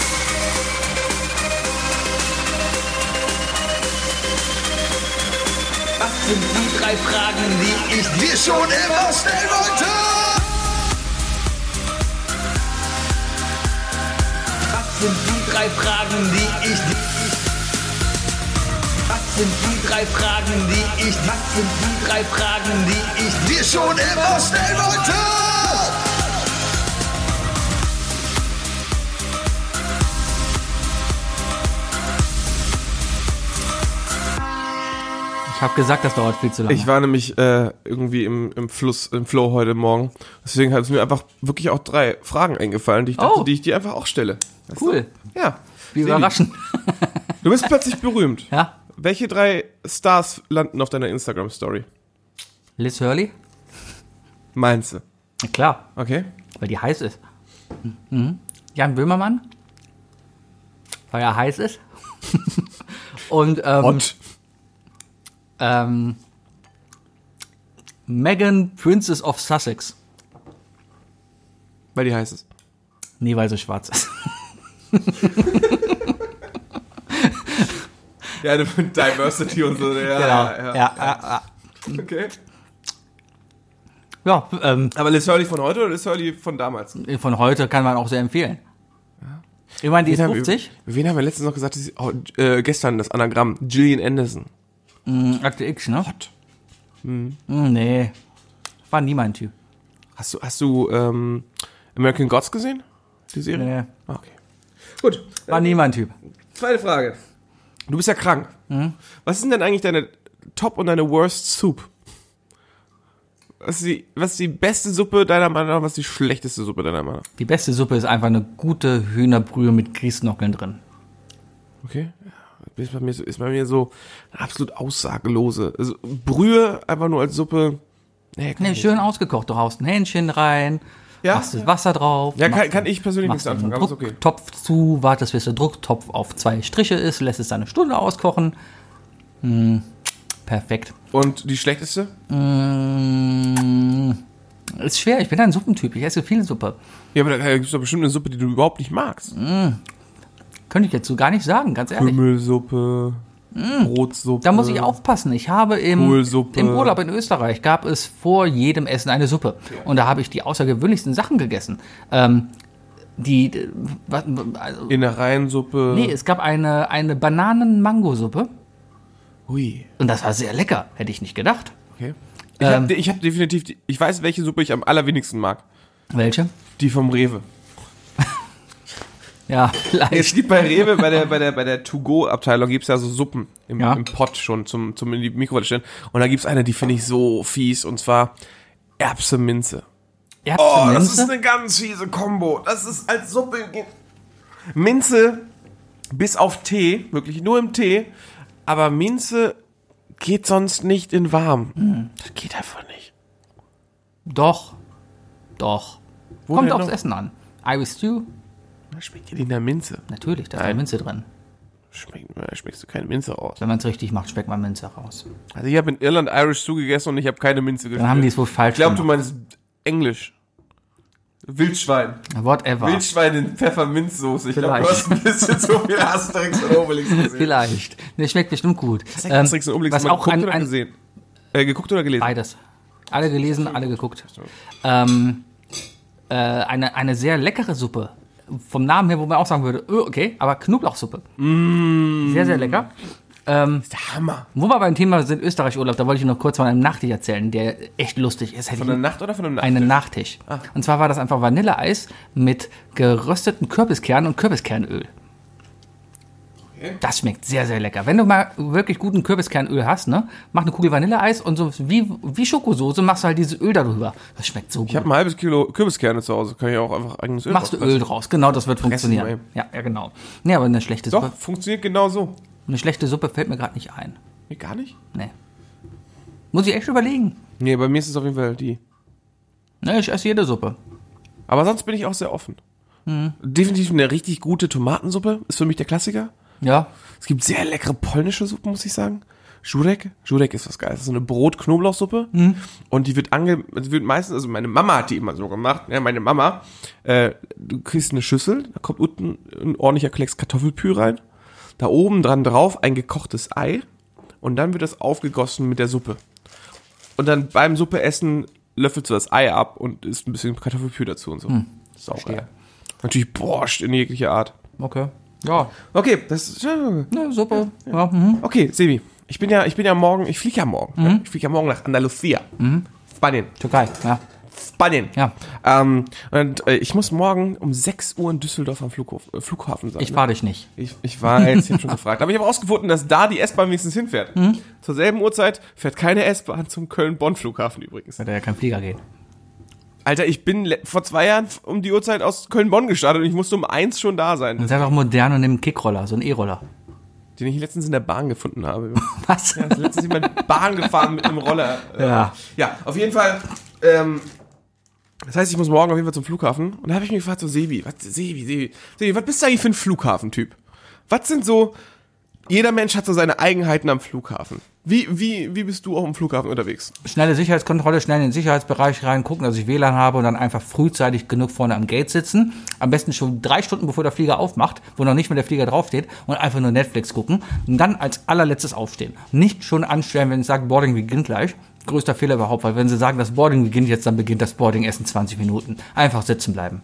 Was sind die drei Fragen, die ich dir schon immer stellen wollte? Was sind die drei Fragen, die ich Was sind die drei Fragen, die ich Was sind die drei Fragen, die ich dir schon immer stellen wollte? Ich habe gesagt, das dauert viel zu lange. Ich war nämlich äh, irgendwie im, im Fluss, im Flow heute Morgen. Deswegen hat es mir einfach wirklich auch drei Fragen eingefallen, die ich dachte, Oh. die ich dir einfach auch stelle. Weißt Cool. Du? Ja. Wie Sebi, überraschend. Du bist plötzlich berühmt. Ja. Welche drei Stars landen auf deiner Instagram-Story? Liz Hurley? Meinst du? Na klar, Okay. weil die heiß ist. Mhm. Jan Böhmermann? Weil er heiß ist. Und ähm, ähm, Meghan, Princess of Sussex. Weil die heißt es. Nee, weil sie schwarz ist. Ja, mit Diversity und so. Ja, Genau. ja, Ja, ja, ja. Okay. ja ähm, Aber Liz Hurley von heute oder Liz Hurley von damals? von heute kann man auch sehr empfehlen. Ich meine, die ist Wen haben- fünfzig. Wen haben wir letztens noch gesagt, dass sie, oh, äh, gestern das Anagramm, Gillian Anderson. Mhm, Akte X, ne? Hot. Mhm, nee. War nie mein Typ. Hast du, hast du ähm, American Gods gesehen? Die Serie? Nee. Okay. Gut. War nie mein Typ. Zweite Frage. Du bist ja krank. Was sind denn eigentlich deine Top und deine Worst Soup? Was ist, die, was ist die beste Suppe deiner Meinung nach? Was ist die schlechteste Suppe deiner Meinung nach? Die beste Suppe ist einfach eine gute Hühnerbrühe mit Grießknockeln drin. Okay. Ist bei mir so, ist bei mir so eine absolut aussagelose. Also Brühe einfach nur als Suppe. Nee, kann Nee, ich schön ausgekocht. Du haust ein Hähnchen rein, Ja? machst das Wasser drauf. Ja, kann, machst kann den- ich persönlich machst nichts den anfangen, aber ist okay. Drucktopf zu, wartest, bis der Drucktopf auf zwei Striche ist, lässt es dann eine Stunde auskochen. Hm, perfekt. Und die schlechteste? Mm, ist schwer, ich bin ein Suppentyp, ich esse viel Suppe. Ja, aber da gibt es doch bestimmt eine Suppe, die du überhaupt nicht magst. Könnte ich jetzt so gar nicht sagen, ganz ehrlich. Kümmelsuppe, Brotsuppe. Da muss ich aufpassen. Ich habe im, Kohlsuppe. im Urlaub in Österreich gab es vor jedem Essen eine Suppe. Und da habe ich die außergewöhnlichsten Sachen gegessen. Ähm, die, äh, was, also, Innereiensuppe. nee, es gab eine, eine Bananen-Mango-Suppe. Ui. Und das war sehr lecker. Hätte ich nicht gedacht. Okay. Ich Ähm. habe hab definitiv, die, ich weiß, welche Suppe ich am allerwenigsten mag. Welche? Die vom Rewe. Ja, Es vielleicht. gibt bei Rewe, bei der, bei der, bei der To-Go-Abteilung gibt's ja so Suppen im, Ja. im Pott schon zum, zum in die Mikrowelle stellen. Und da gibt's eine, die finde ich so fies, und zwar Erbse-Minze. Oh, das ist Erbsenminze? eine ganz fiese Kombo. Das ist als Suppe. Minze bis auf Tee, wirklich nur im Tee, aber Minze geht sonst nicht in warm. Das geht einfach nicht. Doch. Doch. Wo Kommt denn aufs noch? Essen an. Irish Stew? Da schmeckt dir in der Minze. Natürlich, da ist Nein. ja Minze drin. Schmeckt, da schmeckst du keine Minze raus. Wenn man es richtig macht, schmeckt man Minze raus. Also ich habe in Irland Irish Stew gegessen und ich habe keine Minze gegessen. Dann haben die es wohl falsch Ich glaube, du gemacht. meinst Englisch. Wildschwein. Whatever. Wildschwein in Pfefferminzsoße. Ich glaube, du Vielleicht. hast ein bisschen zu viel Asterix und Obelix gesehen. Vielleicht. Ne, schmeckt bestimmt gut. Ähm, Asterix und Obelix was mal auch geguckt ein, oder ein gesehen? Äh, geguckt oder gelesen? Beides. Alle gelesen, alle geguckt. Ähm, äh, eine, eine sehr leckere Suppe. Vom Namen her, wo man auch sagen würde, öh, okay, aber Knoblauchsuppe. Mm. Sehr, sehr lecker. Ähm, Der Hammer. wo wir beim Thema sind, Österreich-Urlaub, da wollte ich noch kurz von einem Nachtisch erzählen, der echt lustig ist. Hätte Von ich der Nacht oder von einem Nacht? einen Nachtisch. Und zwar war das einfach Vanilleeis mit gerösteten Kürbiskernen und Kürbiskernöl. Okay. Das schmeckt sehr, sehr lecker. Wenn du mal wirklich guten Kürbiskernöl hast, ne, mach eine Kugel Vanilleeis und so wie, wie Schokosoße machst du halt dieses Öl darüber. Das schmeckt so gut. Ich habe ein halbes Kilo Kürbiskerne zu Hause. Kann ich auch einfach eigenes Öl Machst du draufpressen. Öl draus, genau, das wird Pressen funktionieren. Ja, ja, genau. Nee, aber eine schlechte Doch, Suppe, funktioniert genau so. eine schlechte Suppe fällt mir gerade nicht ein. Nee, gar nicht? Nee. Muss ich echt überlegen. Nee, bei mir ist es auf jeden Fall die. Ne, ich esse jede Suppe. Aber sonst bin ich auch sehr offen. Mhm. Definitiv eine richtig gute Tomatensuppe ist für mich der Klassiker. Ja. Es gibt sehr leckere polnische Suppen, muss ich sagen. Jurek. Jurek ist was Geiles. Das ist so eine Brot-Knoblauchsuppe. Mhm. Und die wird ange, die wird meistens, also meine Mama hat die immer so gemacht. Ja, meine Mama, äh, du kriegst eine Schüssel, da kommt unten ein ordentlicher Klecks Kartoffelpü rein. Da oben dran drauf ein gekochtes Ei. Und dann wird das aufgegossen mit der Suppe. Und dann beim Suppeessen löffelst du das Ei ab und isst ein bisschen Kartoffelpü dazu und so. Hm. Das ist auch geil. Natürlich Borscht in jeglicher Art. Okay. Ja. Okay, das ist, Ne, Suppe. Ja. Mhm. okay, Sebi. Ich bin ja, ich bin ja morgen, ich fliege ja morgen. Mhm. Ich fliege ja morgen nach Andalusia. Spanien. Türkei. Ja. Spanien. Ja. Ähm, und äh, ich muss morgen um sechs Uhr in Düsseldorf am Flughof, äh, Flughafen sein. Ich ne? fahre dich nicht. Ich, ich war jetzt, ich hab schon gefragt. Aber ich habe rausgefunden, dass da die S-Bahn wenigstens hinfährt. Mhm. Zur selben Uhrzeit fährt keine S-Bahn zum Köln-Bonn-Flughafen übrigens. Wird ja kein Flieger gehen. Alter, ich bin le- vor zwei Jahren um die Uhrzeit aus Köln-Bonn gestartet und ich musste um eins schon da sein. Und sei doch modern und nimm einen Kickroller, so einen E-Roller. Den ich letztens in der Bahn gefunden habe. Was? Ja, letztens jemand Bahn gefahren mit einem Roller. Äh, Ja. Ja, auf jeden Fall. Ähm, das heißt, ich muss morgen auf jeden Fall zum Flughafen. Und da habe ich mich gefragt, so Sebi, was, Sebi, Sebi, Sebi, was bist du eigentlich für ein Flughafentyp? Was sind so, jeder Mensch hat so seine Eigenheiten am Flughafen. Wie, wie, wie bist du auch im Flughafen unterwegs? Schnelle Sicherheitskontrolle, schnell in den Sicherheitsbereich reingucken, dass ich W L A N habe und dann einfach frühzeitig genug vorne am Gate sitzen. Am besten schon drei Stunden, bevor der Flieger aufmacht, wo noch nicht mehr der Flieger draufsteht und einfach nur Netflix gucken und dann als allerletztes aufstehen. Nicht schon anstellen, wenn es sagt, Boarding beginnt gleich. Größter Fehler überhaupt, weil wenn sie sagen, das Boarding beginnt jetzt, dann beginnt das Boarding erst in zwanzig Minuten. Einfach sitzen bleiben.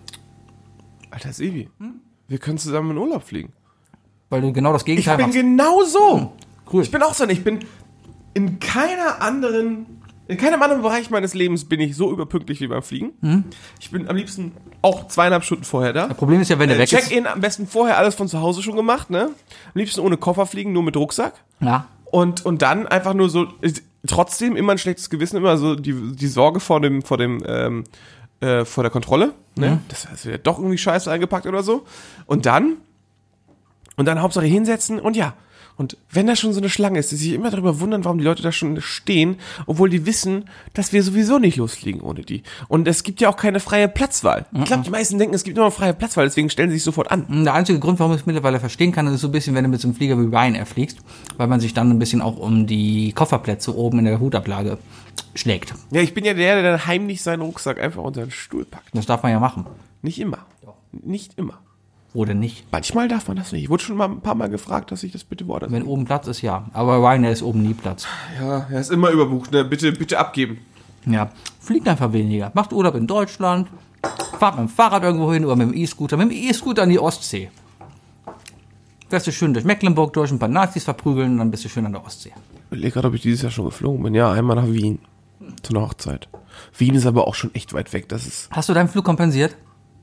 Alter Sebi, wir können zusammen in Urlaub fliegen. Weil du genau das Ich Gegenteil bin machst. genau so. Cool. Ich bin auch so, ich bin in keiner anderen, in keinem anderen Bereich meines Lebens bin ich so überpünktlich wie beim Fliegen. Mhm. Ich bin am liebsten auch zweieinhalb Stunden vorher da. Das Problem ist ja, wenn der Äh, weg ist. Check-in am besten vorher alles von zu Hause schon gemacht, ne? Am liebsten ohne Koffer fliegen, nur mit Rucksack. Ja. Und, und dann einfach nur so, äh, trotzdem immer ein schlechtes Gewissen, immer so die, die Sorge vor dem, vor dem, ähm, äh, vor der Kontrolle, ne? Mhm. Das ist ja doch irgendwie scheiße eingepackt oder so. Und dann, und dann Hauptsache hinsetzen und ja. Und wenn da schon so eine Schlange ist, die sich immer darüber wundern, warum die Leute da schon stehen, obwohl die wissen, dass wir sowieso nicht losfliegen ohne die. Und es gibt ja auch keine freie Platzwahl. Ich glaube, die meisten denken, es gibt nur eine freie Platzwahl, deswegen stellen sie sich sofort an. Der einzige Grund, warum ich es mittlerweile verstehen kann, ist so ein bisschen, wenn du mit so einem Flieger wie Ryanair fliegst, weil man sich dann ein bisschen auch um die Kofferplätze oben in der Hutablage schlägt. Ja, ich bin ja der, der dann heimlich seinen Rucksack einfach unter den Stuhl packt. Das darf man ja machen. Nicht immer. Nicht immer. Wo denn nicht? Manchmal darf man das nicht. Ich wurde schon mal ein paar Mal gefragt, dass ich das bitte woanders. Wenn oben Platz ist, ja. Aber Ryanair ist oben nie Platz. Ja, er ist immer überbucht, ne? Bitte, bitte abgeben. Ja, fliegt einfach weniger. Macht Urlaub in Deutschland, fahrt mit dem Fahrrad irgendwo hin oder mit dem E-Scooter. Mit dem E-Scooter an die Ostsee. Fährst du schön durch Mecklenburg durch, ein paar Nazis verprügeln und dann bist du schön an der Ostsee. Ich überlege gerade, ob ich dieses Jahr schon geflogen bin. Ja, einmal nach Wien. Zu einer Hochzeit. Wien ist aber auch schon echt weit weg. Das ist. Hast du deinen Flug kompensiert?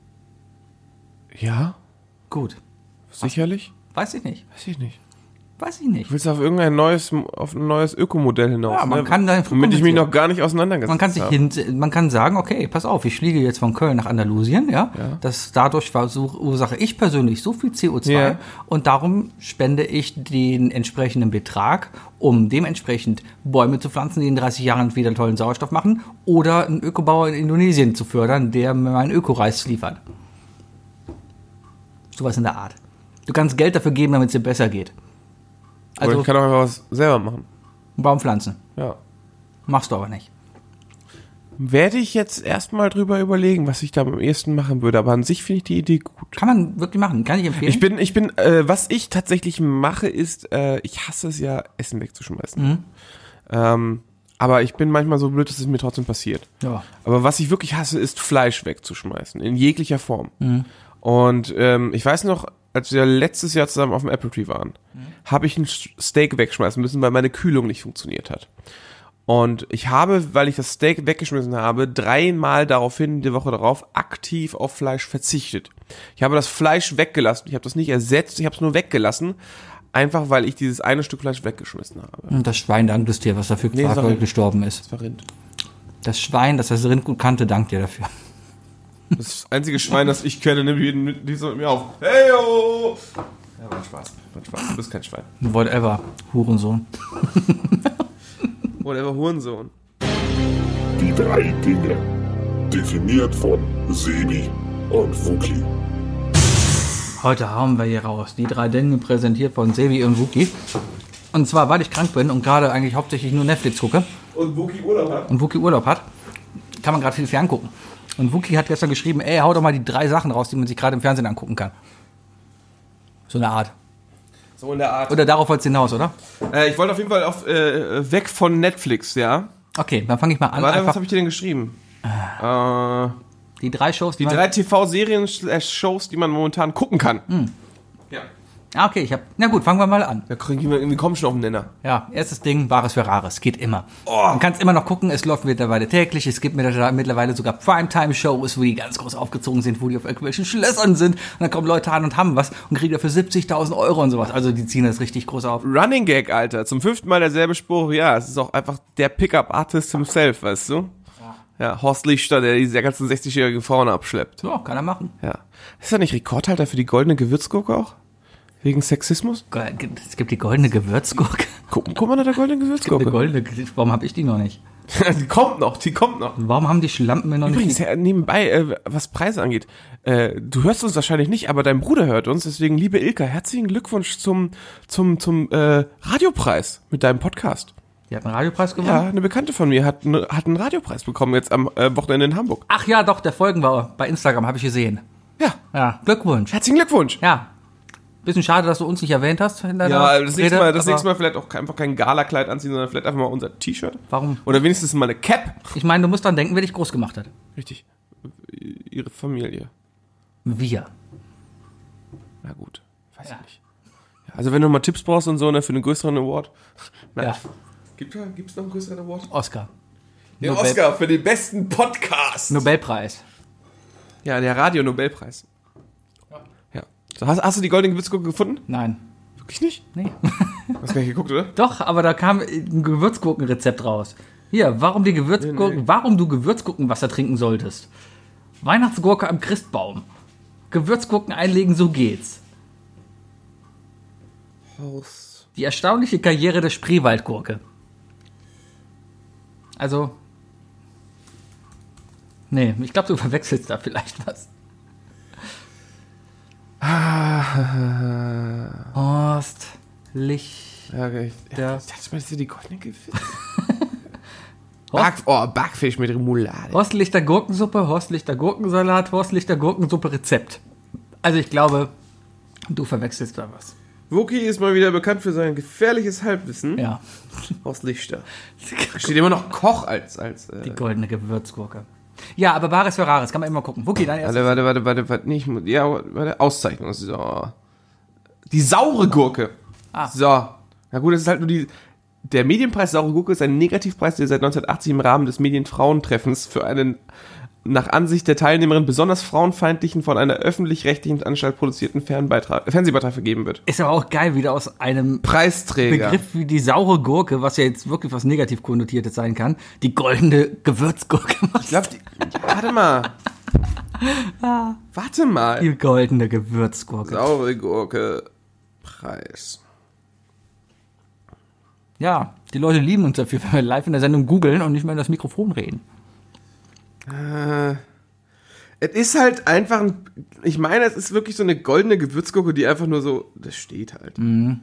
Ja, Gut. sicherlich. Weiß ich nicht. Weiß ich nicht. Weiß ich nicht. Du willst auf irgendein neues, auf ein neues Ökomodell hinaus. Ja, man ne? kann deinen Flug Womit ich mich kompensieren. noch gar nicht auseinandergesetzt Man kann sich habe. hin, man kann sagen, okay, pass auf, ich fliege jetzt von Köln nach Andalusien, ja. Ja. Das dadurch verursache ich persönlich so viel C O zwei Ja. und darum spende ich den entsprechenden Betrag, um dementsprechend Bäume zu pflanzen, die in dreißig Jahren wieder tollen Sauerstoff machen, oder einen Ökobauer in Indonesien zu fördern, der mir meinen Ökoreis liefert. Sowas in der Art. Du kannst Geld dafür geben, damit es dir besser geht. Also Also ich kann auch einfach was selber machen. Baum pflanzen. Ja. Machst du aber nicht. Werde ich jetzt erstmal drüber überlegen, was ich da am ehesten machen würde. Aber an sich finde ich die Idee gut. Kann man wirklich machen, kann ich empfehlen. Ich bin, ich bin, äh, was ich tatsächlich mache, ist, äh, ich hasse es ja, Essen wegzuschmeißen. Mhm. Ähm, aber ich bin manchmal so blöd, dass es mir trotzdem passiert. Ja. Aber was ich wirklich hasse, ist Fleisch wegzuschmeißen. In jeglicher Form. Mhm. Und ähm, ich weiß noch, als wir letztes Jahr zusammen auf dem Apple Tree waren, mhm. habe ich ein Steak wegschmeißen müssen, weil meine Kühlung nicht funktioniert hat. Und ich habe, weil ich das Steak weggeschmissen habe, dreimal daraufhin, die Woche darauf, aktiv auf Fleisch verzichtet. Ich habe das Fleisch weggelassen. Ich habe das nicht ersetzt, ich habe es nur weggelassen. Einfach, weil ich dieses eine Stück Fleisch weggeschmissen habe. Und das Schwein dankt es dir, was dafür Nee, das war Rind. gestorben ist. Das war Rind. Das Schwein, das das Rind gut kannte, dankt dir dafür. Das einzige Schwein, das ich kenne, nimmt jeden mit, die so mit mir auf. Hey, yo! Ja, war ein Spaß. War ein Spaß. Du bist kein Schwein. Whatever, Hurensohn. Whatever, Hurensohn. Die drei Dinge. Definiert von Sebi und Wookie. Heute hauen wir hier raus. Die drei Dinge präsentiert von Sebi und Wookie. Und zwar, weil ich krank bin und gerade eigentlich hauptsächlich nur Netflix gucke. Und Wookie Urlaub hat. Und Wookie Urlaub hat, kann man gerade viel ferngucken. Und Wookie hat gestern geschrieben, ey, hau doch mal die drei Sachen raus, die man sich gerade im Fernsehen angucken kann. So eine Art. So in der Art. Oder darauf wollt's hinaus, oder? Äh, ich wollte auf jeden Fall auf, äh, weg von Netflix, ja. Okay, dann fange ich mal an. Warte, was Einfach habe ich dir denn geschrieben? Äh, die drei Shows, die, die man... drei T V-Serien-Shows, die man momentan gucken kann. Ja. Ah, okay, ich hab... Na gut, fangen wir mal an. Da kriegen wir, wir kommen schon auf den Nenner. Ja, erstes Ding, Wahres für Rares. Geht immer. Man kann es immer noch gucken, es läuft mittlerweile täglich. Es gibt mittlerweile sogar Primetime-Shows, wo die ganz groß aufgezogen sind, wo die auf irgendwelchen Schlössern sind. Und dann kommen Leute an und haben was und kriegen dafür siebzigtausend Euro und sowas. Also die ziehen das richtig groß auf. Running Gag, Alter. Zum fünften Mal derselbe Spruch. Ja, es ist auch einfach der Pickup-Artist himself, weißt du? Ja, Horst Lichter, der diese ganzen sechzigjährigen Frauen abschleppt. Ja, kann er machen. Ja. Ist er nicht Rekordhalter für die goldene Gewürzgurke auch? Wegen Sexismus? Es gibt die goldene Gewürzgurke. Guck, guck mal nach der goldenen Gewürzgurke. Eine goldene, warum habe ich die noch nicht? Die kommt noch, die kommt noch. Warum haben die Schlampen mir noch Übrigens, nicht? ja, nebenbei, äh, was Preise angeht, äh, du hörst uns wahrscheinlich nicht, aber dein Bruder hört uns, deswegen, liebe Ilka, herzlichen Glückwunsch zum, zum, zum äh, Radiopreis mit deinem Podcast. Die hat einen Radiopreis gewonnen? Ja, eine Bekannte von mir hat, ne, hat einen Radiopreis bekommen jetzt am äh, Wochenende in Hamburg. Ach ja, doch, der Folgen war bei Instagram, habe ich gesehen. Ja, Ja, Glückwunsch. herzlichen Glückwunsch. Ja. Bisschen schade, dass du uns nicht erwähnt hast in deiner Ja, das nächste Rede, Mal, das aber nächste Mal vielleicht auch einfach kein Galakleid anziehen, sondern vielleicht einfach mal unser T-Shirt. Warum? Oder wenigstens mal eine Cap. Ich meine, du musst dran denken, wer dich groß gemacht hat. Richtig. Ihre Familie. Wir. Na gut, weiß Ja. ich nicht. Ja, also wenn du mal Tipps brauchst und so, ne, für einen größeren Award. Na, Ja. Gibt es noch einen größeren Award? Oscar. Der Nobel- Oscar für den besten Podcast. Nobelpreis. Ja, der Radio-Nobelpreis. Ja. So, hast, hast du die goldene Gewürzgurke gefunden? Nein. Wirklich nicht? Nee. Hast gar nicht geguckt, oder? Doch, aber da kam ein Gewürzgurkenrezept raus. Hier, warum die Gewürzgurken, Nee, nee. warum du Gewürzgurkenwasser trinken solltest. Weihnachtsgurke am Christbaum. Gewürzgurken einlegen, so geht's. Haus. Die erstaunliche Karriere der Spreewaldgurke. Also. Nee, ich glaube, du verwechselst da vielleicht was. Horst Licht. Ja, okay. Der- Ich dachte mal, das ist die goldene Gewürze. Back, oh, Backfisch mit Remoulade. Horstlichter Gurkensuppe, Horstlichter Gurkensalat, Horstlichter Gurkensuppe Rezept. Also ich glaube, Du verwechselst da was. Wookie ist mal wieder bekannt für sein gefährliches Halbwissen. Ja. Aus Lichter. Da steht immer noch Koch als... als äh Die goldene Gewürzgurke. Ja, aber Bares für Rares, kann man immer gucken. Wookie, dein erstes. Warte, warte, warte, warte, warte, nicht... Ja, warte, Auszeichnung. So. Die saure Gurke. Ah. So. Na gut, das ist halt nur die... Der Medienpreis Saure Gurke ist ein Negativpreis, der seit neunzehnhundertachtzig im Rahmen des Medienfrauentreffens für einen nach Ansicht der Teilnehmerin besonders frauenfeindlichen, von einer öffentlich-rechtlichen Anstalt produzierten Fernbeitrag, Fernsehbeitrag vergeben wird. Ist aber auch geil, wieder aus einem Preisträger. Begriff wie die saure Gurke, was ja jetzt wirklich was negativ konnotiertes sein kann, die goldene Gewürzgurke macht. Ich glaub, die, warte mal. Warte mal. Die goldene Gewürzgurke. Saure Gurke Preis. Ja, die Leute lieben uns dafür, wenn wir live in der Sendung googeln und nicht mehr in das Mikrofon reden. Äh, es ist halt einfach ein, ich meine, es ist wirklich so eine goldene Gewürzgurke, die einfach nur so, das steht halt. Mhm.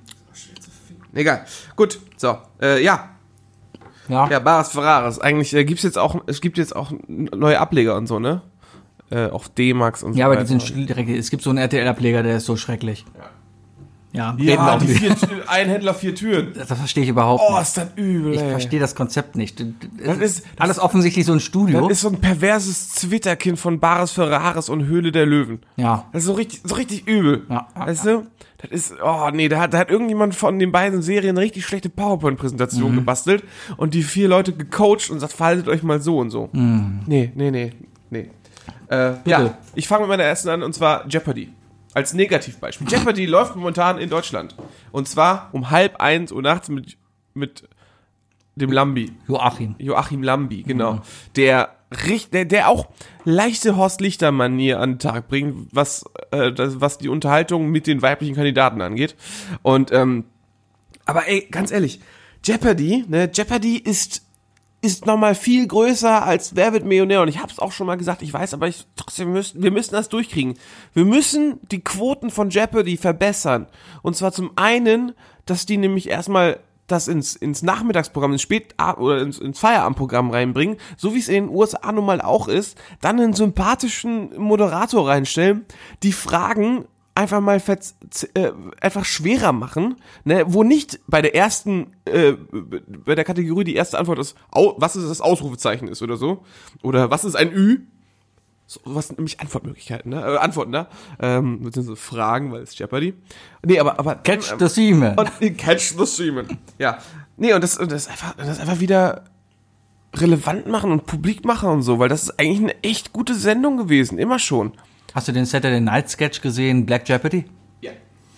Egal. Gut, so, äh, ja. Ja. Ja, Bares Ferraris. Eigentlich äh, gibt's jetzt auch, es gibt jetzt auch neue Ableger und so, ne? Äh, auf D-Max und so. Ja, aber weiter. die sind schrecklich. Es gibt so einen R T L-Ableger, der ist so schrecklich. Ja. Ja, reden wir Ja, auch die nicht. vier, ein Händler, vier Türen. Das verstehe ich überhaupt Oh, nicht. ist das übel, Ich ey. verstehe das Konzept nicht. Das Das ist- alles offensichtlich so ein Studio. Das ist so ein perverses Zwitterkind von Bares Ferraris und Höhle der Löwen. Ja. Das ist so richtig, so richtig übel. Ja, ja, Weißt du? Das ist, oh nee, da hat, da hat irgendjemand von den beiden Serien eine richtig schlechte PowerPoint-Präsentation Mhm. gebastelt und die vier Leute gecoacht und sagt, verhaltet euch mal so und so. Mhm. Nee, nee, nee, nee. Äh, ja, ich fange mit meiner ersten an und zwar Jeopardy. Als Negativbeispiel. Jeopardy läuft momentan in Deutschland. Und zwar um halb eins Uhr nachts mit, mit dem Lambi. Joachim. Joachim Lambi, genau. Der, richt- der, der auch leichte Horst Lichter-Manier an den Tag bringt, was, äh, das, was die Unterhaltung mit den weiblichen Kandidaten angeht. Und, ähm, aber ey, ganz ehrlich, Jeopardy, ne, Jeopardy ist, ist nochmal viel größer als Wer wird Millionär? Und ich hab's auch schon mal gesagt, ich weiß, aber ich, trotzdem, wir müssen, wir müssen das durchkriegen. Wir müssen die Quoten von Jeopardy verbessern. Und zwar zum einen, dass die nämlich erstmal das ins, ins Nachmittagsprogramm, ins Spät- oder ins, ins Feierabendprogramm reinbringen, so wie es in den U S A nun mal auch ist, dann einen sympathischen Moderator reinstellen, die Fragen einfach mal verz- z- äh, einfach schwerer machen, ne, wo nicht bei der ersten, äh, bei der Kategorie die erste Antwort ist, au, was ist das Ausrufezeichen ist oder so, oder was ist ein Ü, so, was sind nämlich Antwortmöglichkeiten, ne, äh, Antworten da, ähm, beziehungsweise Fragen, weil es Jeopardy, nee, aber, aber, Catch the Seaman. und Catch the Seaman, ja, nee, und das, und das einfach, das einfach wieder relevant machen und publik machen und so, weil das ist eigentlich eine echt gute Sendung gewesen, immer schon. Hast du den Saturday Night Sketch gesehen, Black Jeopardy? Ja.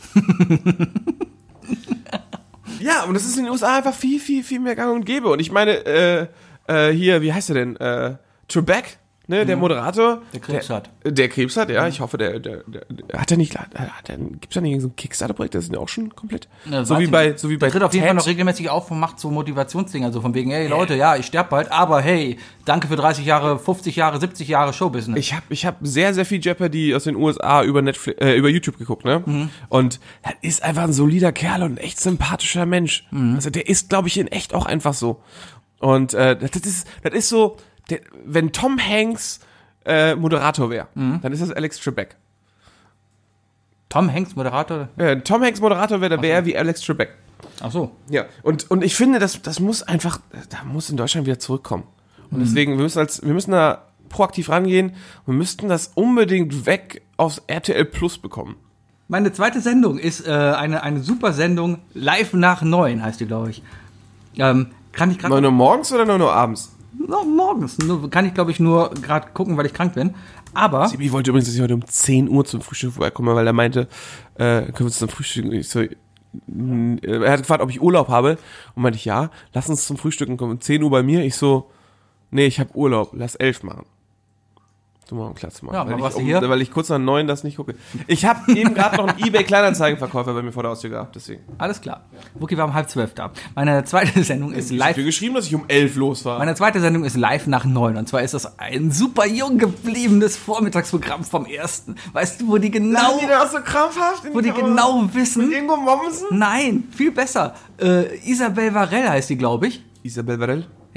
Ja, und das ist in den U S A einfach viel, viel, viel mehr gang und gäbe. Und ich meine, äh, äh, hier, wie heißt er denn? Äh, Trebek, ne, der Moderator. Der Krebs der, hat. Der Krebs hat, ja. Ich hoffe, der, der, der, der hat er nicht, hat er, gibt's da nicht so ein Kickstarter-Projekt? Das ist ja auch schon komplett. Ja, so weiß wie ich bei, nicht. so wie der bei tritt auf jeden Fall Ted. noch regelmäßig auf und macht so Motivationsdinger, so von wegen, hey Leute, ja, ich sterbe bald, aber hey, danke für dreißig Jahre, fünfzig Jahre, siebzig Jahre Showbusiness. Ich habe ich hab sehr, sehr viel Jeopardy aus den U S A über Netflix, äh, über YouTube geguckt, ne? Mhm. Und er ist einfach ein solider Kerl und ein echt sympathischer Mensch. Mhm. Also der ist, glaube ich, in echt auch einfach so. Und äh, das ist, das ist so, der, wenn Tom Hanks äh, Moderator wäre, Mhm. dann ist das Alex Trebek. Tom Hanks, Moderator? Äh, Tom Hanks Moderator wäre, da wäre er wie Alex Trebek. Ach so. Ja, und, und ich finde, das, das muss einfach, da muss in Deutschland wieder zurückkommen. Und deswegen, wir müssen als, wir müssen da proaktiv rangehen und müssten das unbedingt weg aufs R T L Plus bekommen. Meine zweite Sendung ist äh, eine, eine super Sendung, live nach neun heißt die, glaube ich. Ähm, kann ich gerade neun Uhr morgens oder neun Uhr abends? no, morgens, nur, kann ich glaube ich nur gerade gucken, weil ich krank bin. Aber Sibi wollte übrigens, dass ich heute um zehn Uhr zum Frühstück vorbeikomme, weil er meinte, äh, können wir uns zum Frühstück, ich so, mh, er hat gefragt, ob ich Urlaub habe und meinte ich, ja, lass uns zum Frühstücken kommen, um zehn Uhr bei mir. Ich so, nee, ich habe Urlaub, lass elf machen. So mal um klar zu machen, Ja, weil, mal was ich, um, hier. weil ich kurz nach neun das nicht gucke. Ich habe eben gerade noch einen eBay-Kleinanzeigenverkäufer bei mir vor der Haustür gehabt, deswegen. alles klar. Wookie war um halb zwölf da. Meine zweite Sendung ist Ich live. habe geschrieben, dass ich um elf los war. Meine zweite Sendung ist live nach neun. Und zwar ist das ein super jung gebliebenes Vormittagsprogramm vom ersten. Weißt du, wo die genau, die da so krampfhaft in wo die Kamera- genau wissen. Ingo Mommsen? Nein, viel besser. Äh, Isabel Varell heißt die, glaube ich. Isabel Varell? Ja?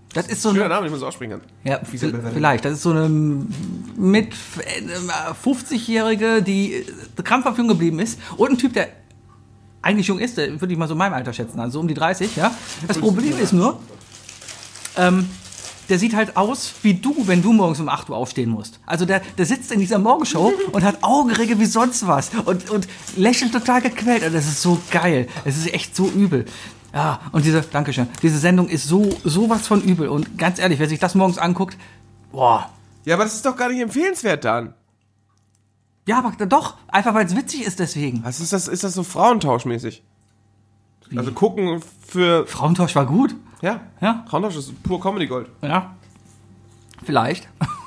Das ist so Schöner eine, Name, den man so aussprechen kann. ja, vielleicht. Das ist so eine mit fünfzigjährige, die krampfhaft jung geblieben ist. Und ein Typ, der eigentlich jung ist, der würde ich mal so in meinem Alter schätzen, also um die dreißig, ja. Das Problem ist nur, ähm, der sieht halt aus wie du, wenn du morgens um acht Uhr aufstehen musst. Also der, der sitzt in dieser Morgenshow und hat Augenringe wie sonst was und, und lächelt total gequält. Und das ist so geil. Es ist echt so übel. Ja, und diese, Dankeschön, diese Sendung ist so, sowas von übel. Und ganz ehrlich, wer sich das morgens anguckt, boah. Ja, aber das ist doch gar nicht empfehlenswert dann. Ja, aber doch, einfach weil es witzig ist deswegen. Was ist das, ist das so frauentauschmäßig? Wie? Also gucken für, Frauentausch war gut. ja, Ja. Frauentausch ist pur Comedy Gold. Ja, vielleicht.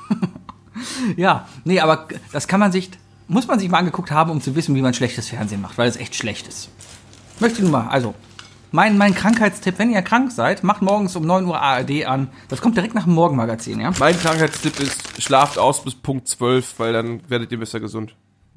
Ja, nee, aber das kann man sich, muss man sich mal angeguckt haben, um zu wissen, wie man schlechtes Fernsehen macht, weil es echt schlecht ist. Möchte ich nur mal, also, mein, mein Krankheitstipp, wenn ihr krank seid, macht morgens um neun Uhr A R D an. Das kommt direkt nach dem Morgenmagazin, ja? Mein Krankheitstipp ist, schlaft aus bis Punkt zwölf, weil dann werdet ihr besser gesund.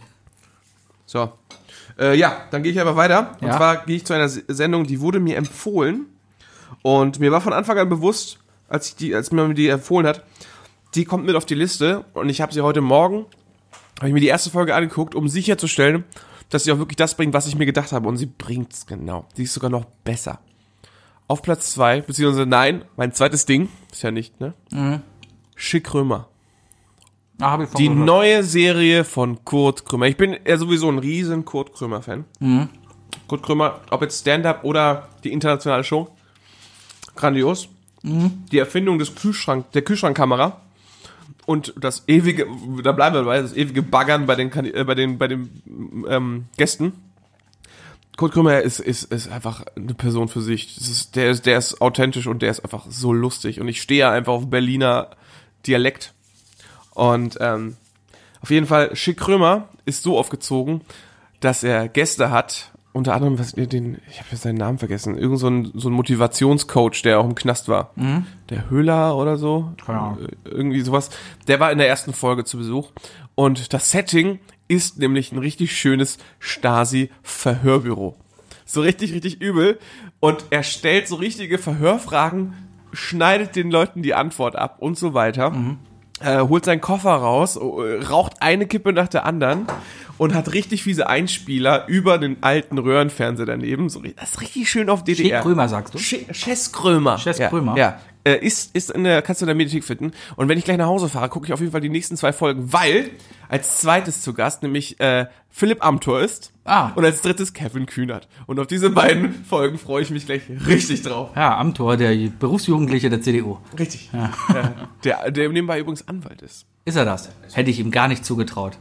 So. Äh, ja, dann gehe ich aber weiter. Und Ja. zwar gehe ich zu einer S- Sendung, die wurde mir empfohlen. Und mir war von Anfang an bewusst, als, ich die, als mir die empfohlen hat, die kommt mit auf die Liste. Und ich habe sie heute Morgen, habe ich mir die erste Folge angeguckt, um sicherzustellen, dass sie auch wirklich das bringt, was ich mir gedacht habe. Und sie bringt's genau. Sie ist sogar noch besser. Auf Platz zwei, beziehungsweise nein, mein zweites Ding, ist ja nicht, ne? Mhm. Schick Römer. Ah, hab ich von Die gehört. neue Serie von Kurt Krömer. Ich bin ja sowieso ein riesen Kurt Krömer-Fan. Mhm. Kurt Krömer, ob jetzt Stand-Up oder die internationale Show. Grandios. Mhm. Die Erfindung des Kühlschrank, der Kühlschrankkamera. Und das ewige, da bleiben wir dabei, das ewige Baggern bei den, Kandi- äh, bei den, bei den ähm, Gästen. Kurt Krömer ist, ist, ist einfach eine Person für sich. Das ist, der, ist, der ist authentisch und der ist einfach so lustig. Und ich stehe ja einfach auf Berliner Dialekt. Und ähm, auf jeden Fall, Schick Krömer ist so aufgezogen, dass er Gäste hat, unter anderem, was den, ich habe jetzt seinen Namen vergessen, irgend so ein, so ein Motivationscoach, der auch im Knast war. Mhm. Der Höhler oder so. Ja. Irgendwie sowas. Der war in der ersten Folge zu Besuch. Und das Setting ist nämlich ein richtig schönes Stasi-Verhörbüro. So richtig, richtig übel. Und er stellt so richtige Verhörfragen, schneidet den Leuten die Antwort ab und so weiter. Mhm. Äh, holt seinen Koffer raus, äh, raucht eine Kippe nach der anderen und hat richtig fiese Einspieler über den alten Röhrenfernseher daneben. So, das ist richtig schön auf D D R. Schick Krömer, sagst du? Sch- Chess Krömer. Chess ja, Krömer. Ja. Äh, ist, ist in der, kannst du in der Mediathek finden. Und wenn ich gleich nach Hause fahre, gucke ich auf jeden Fall die nächsten zwei Folgen, weil als zweites zu Gast nämlich äh, Philipp Amthor ist. Ah. Und als drittes Kevin Kühnert. Und auf diese beiden Folgen freue ich mich gleich richtig drauf. Ja, Amthor, der Berufsjugendliche der C D U. Richtig. Ja. Der, der nebenbei übrigens Anwalt ist. Ist er das? Hätte ich ihm gar nicht zugetraut.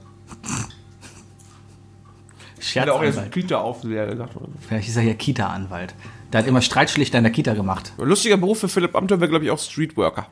Hat er auch jetzt Scherzanwalt. Kita-Aufseher gesagt. Vielleicht ist er ja Kita-Anwalt. Der hat immer Streitschlichter in der Kita gemacht. Ein lustiger Beruf für Philipp Amthor wäre, glaube ich, auch Streetworker.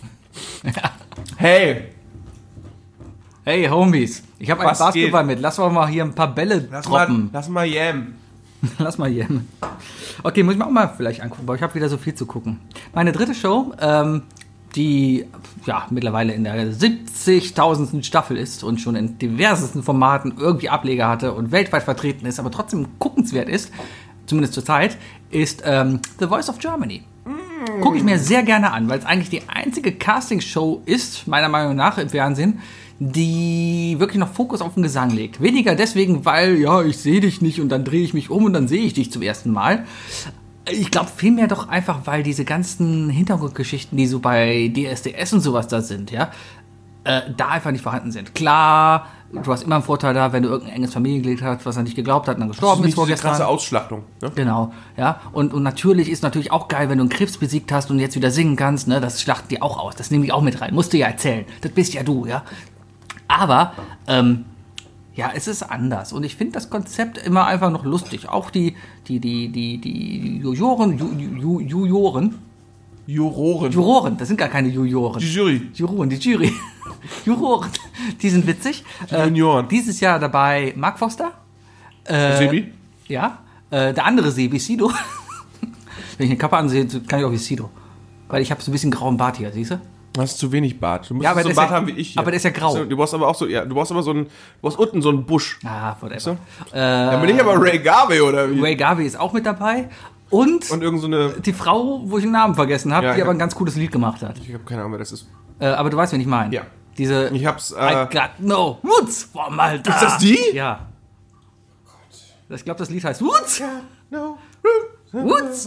Hey! Hey, Homies, ich habe ein Was Basketball geht? mit. Lass mal hier ein paar Bälle Lass mal, droppen. lass mal jam. Lass mal hier. Okay, muss ich mir auch mal vielleicht angucken, weil ich habe wieder so viel zu gucken. Meine dritte Show, ähm, die ja mittlerweile in der siebzigtausendsten Staffel ist und schon in diversesten Formaten irgendwie Ableger hatte und weltweit vertreten ist, aber trotzdem guckenswert ist, zumindest zur Zeit, ist ähm, The Voice of Germany. Gucke ich mir sehr gerne an, weil es eigentlich die einzige Castingshow ist, meiner Meinung nach im Fernsehen, die wirklich noch Fokus auf den Gesang legt. Weniger deswegen, weil, ja, ich sehe dich nicht und dann drehe ich mich um und dann sehe ich dich zum ersten Mal. Ich glaube vielmehr doch einfach, weil diese ganzen Hintergrundgeschichten, die so bei D S D S und sowas da sind, ja, äh, da einfach nicht vorhanden sind. Klar, du hast immer einen Vorteil da, wenn du irgendein enges Familienglied hast, was er nicht geglaubt hat und dann gestorben ist Nicht diese vorgestern. krasse Ausschlachtung. Ne? Genau, ja. Und, und natürlich ist natürlich auch geil, wenn du einen Krebs besiegt hast und jetzt wieder singen kannst, ne? Das schlachten die auch aus. Das nehme ich auch mit rein. Musst du ja erzählen. Das bist ja du, ja. Aber, ähm, ja, es ist anders. Und ich finde das Konzept immer einfach noch lustig. Auch die, die, die, die, die Juroren, Ju, Ju, Ju, Juroren, Juroren. Juroren, das sind gar keine Juroren. Die Jury. Juroren, die Jury. Juroren, die sind witzig. Die Junioren. Äh, dieses Jahr dabei Mark Foster. Äh, Sebi? Ja. Äh, der andere Sebi, Sido. Wenn ich eine Kappe ansehe, kann ich auch wie Sido. Weil ich habe so ein bisschen grauen Bart hier, siehst du? Du hast zu wenig Bart. Du musst Ja, aber so einen der ist Bart ja- haben wie ich hier. aber der ist ja grau. Du brauchst aber auch so, ja, du brauchst aber so einen, du brauchst unten so einen Busch. Ah, whatever. So? Dann bin ich aber Ray Garvey oder wie? Ray Garvey ist auch mit dabei. Und, Und irgend so eine, die Frau, wo ich den Namen vergessen habe, Ja, die ja. aber ein ganz cooles Lied gemacht hat. ich habe keine Ahnung, wer das ist. Äh, aber du weißt, wen ich meine. Ja. Diese Ich hab's, I äh, got no roots from Malta. Ist das die? Ja. Ich glaube, das Lied heißt Woods. No. Woods.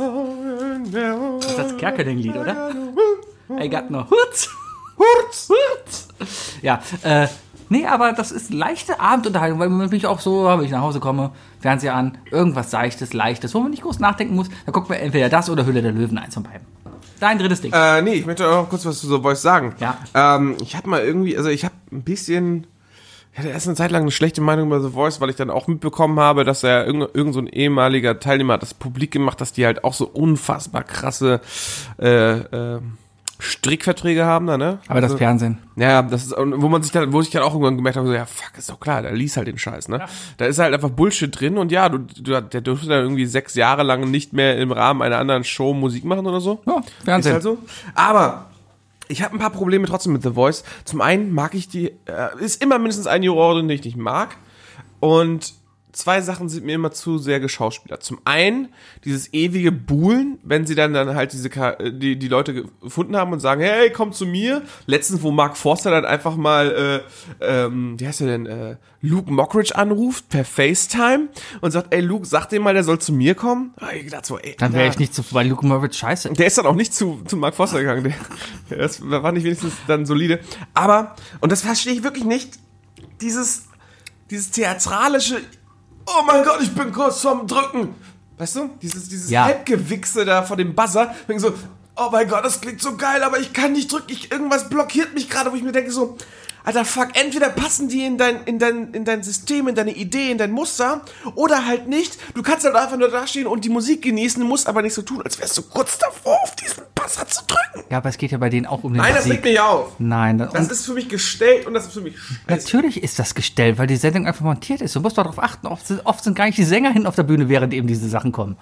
Das ist das Kerkeling-Lied, oder? I got no Hoods. Hurz. Hoods. Ja, äh, nee, aber das ist leichte Abendunterhaltung, weil man mich auch so, wenn ich nach Hause komme, Fernseher an, irgendwas Seichtes, Leichtes, wo man nicht groß nachdenken muss, dann gucken wir entweder das oder Höhle der Löwen, eins von beiden. Dein drittes Ding. Äh, nee, ich möchte auch noch kurz was zu The Voice sagen. Ja. Ähm, ich habe mal irgendwie, also ich habe ein bisschen, ich hatte erst eine Zeit lang eine schlechte Meinung über The Voice, weil ich dann auch mitbekommen habe, dass er irgend, irgend so ein ehemaliger Teilnehmer hat das publik gemacht, dass die halt auch so unfassbar krasse äh, äh, Strickverträge haben da, ne? aber das Also, Fernsehen. ja, das ist, wo man sich dann, wo ich dann auch irgendwann gemerkt habe, so, ja, fuck, ist doch klar, da liest halt den Scheiß, ne? Ja. Da ist halt einfach Bullshit drin und ja, du, du, der durfte dann irgendwie sechs Jahre lang nicht mehr im Rahmen einer anderen Show Musik machen oder so. Ja, Fernsehen. Ist halt so. Aber ich habe ein paar Probleme trotzdem mit The Voice. Zum einen mag ich die, äh, ist immer mindestens ein Juror, den ich nicht mag. Und zwei Sachen sind mir immer zu sehr geschauspielert. Zum einen dieses ewige Buhlen, wenn sie dann, dann halt diese die, die Leute gefunden haben und sagen, hey, komm zu mir. Letztens, wo Mark Forster dann einfach mal, äh, ähm, wie heißt er denn, äh, Luke Mockridge anruft per FaceTime und sagt, ey Luke, sag dem mal, der soll zu mir kommen. Da hab ich gedacht so, ey, Dann wäre na. ich nicht zu, weil Luke Moritz scheiße. Der ist dann auch nicht zu, zu Mark Forster gegangen. Der, das war nicht wenigstens dann solide. Aber, und das verstehe ich wirklich nicht, dieses, dieses theatralische, oh mein Gott, ich bin kurz vorm Drücken. Weißt du? Dieses, dieses Ja. Halbgewichse da vor dem Buzzer. Ich denke so, oh mein Gott, das klingt so geil, aber ich kann nicht drücken. Ich, irgendwas blockiert mich gerade, wo ich mir denke so, Alter, fuck, entweder passen die in dein, in dein, in dein System, in deine Idee, in dein Muster, oder halt nicht. Du kannst halt einfach nur da stehen und die Musik genießen, du musst aber nicht so tun, als wärst du kurz davor, auf diesen Buzzer zu drücken. Ja, aber es geht ja bei denen auch um den Nein, das Musik. regt mich auf. Nein, Das und ist für mich gestellt und das ist für mich scheiße. natürlich ist das gestellt, weil die Sendung einfach montiert ist. Du musst doch darauf achten. Oft sind, oft sind gar nicht die Sänger hinten auf der Bühne, während eben diese Sachen kommen.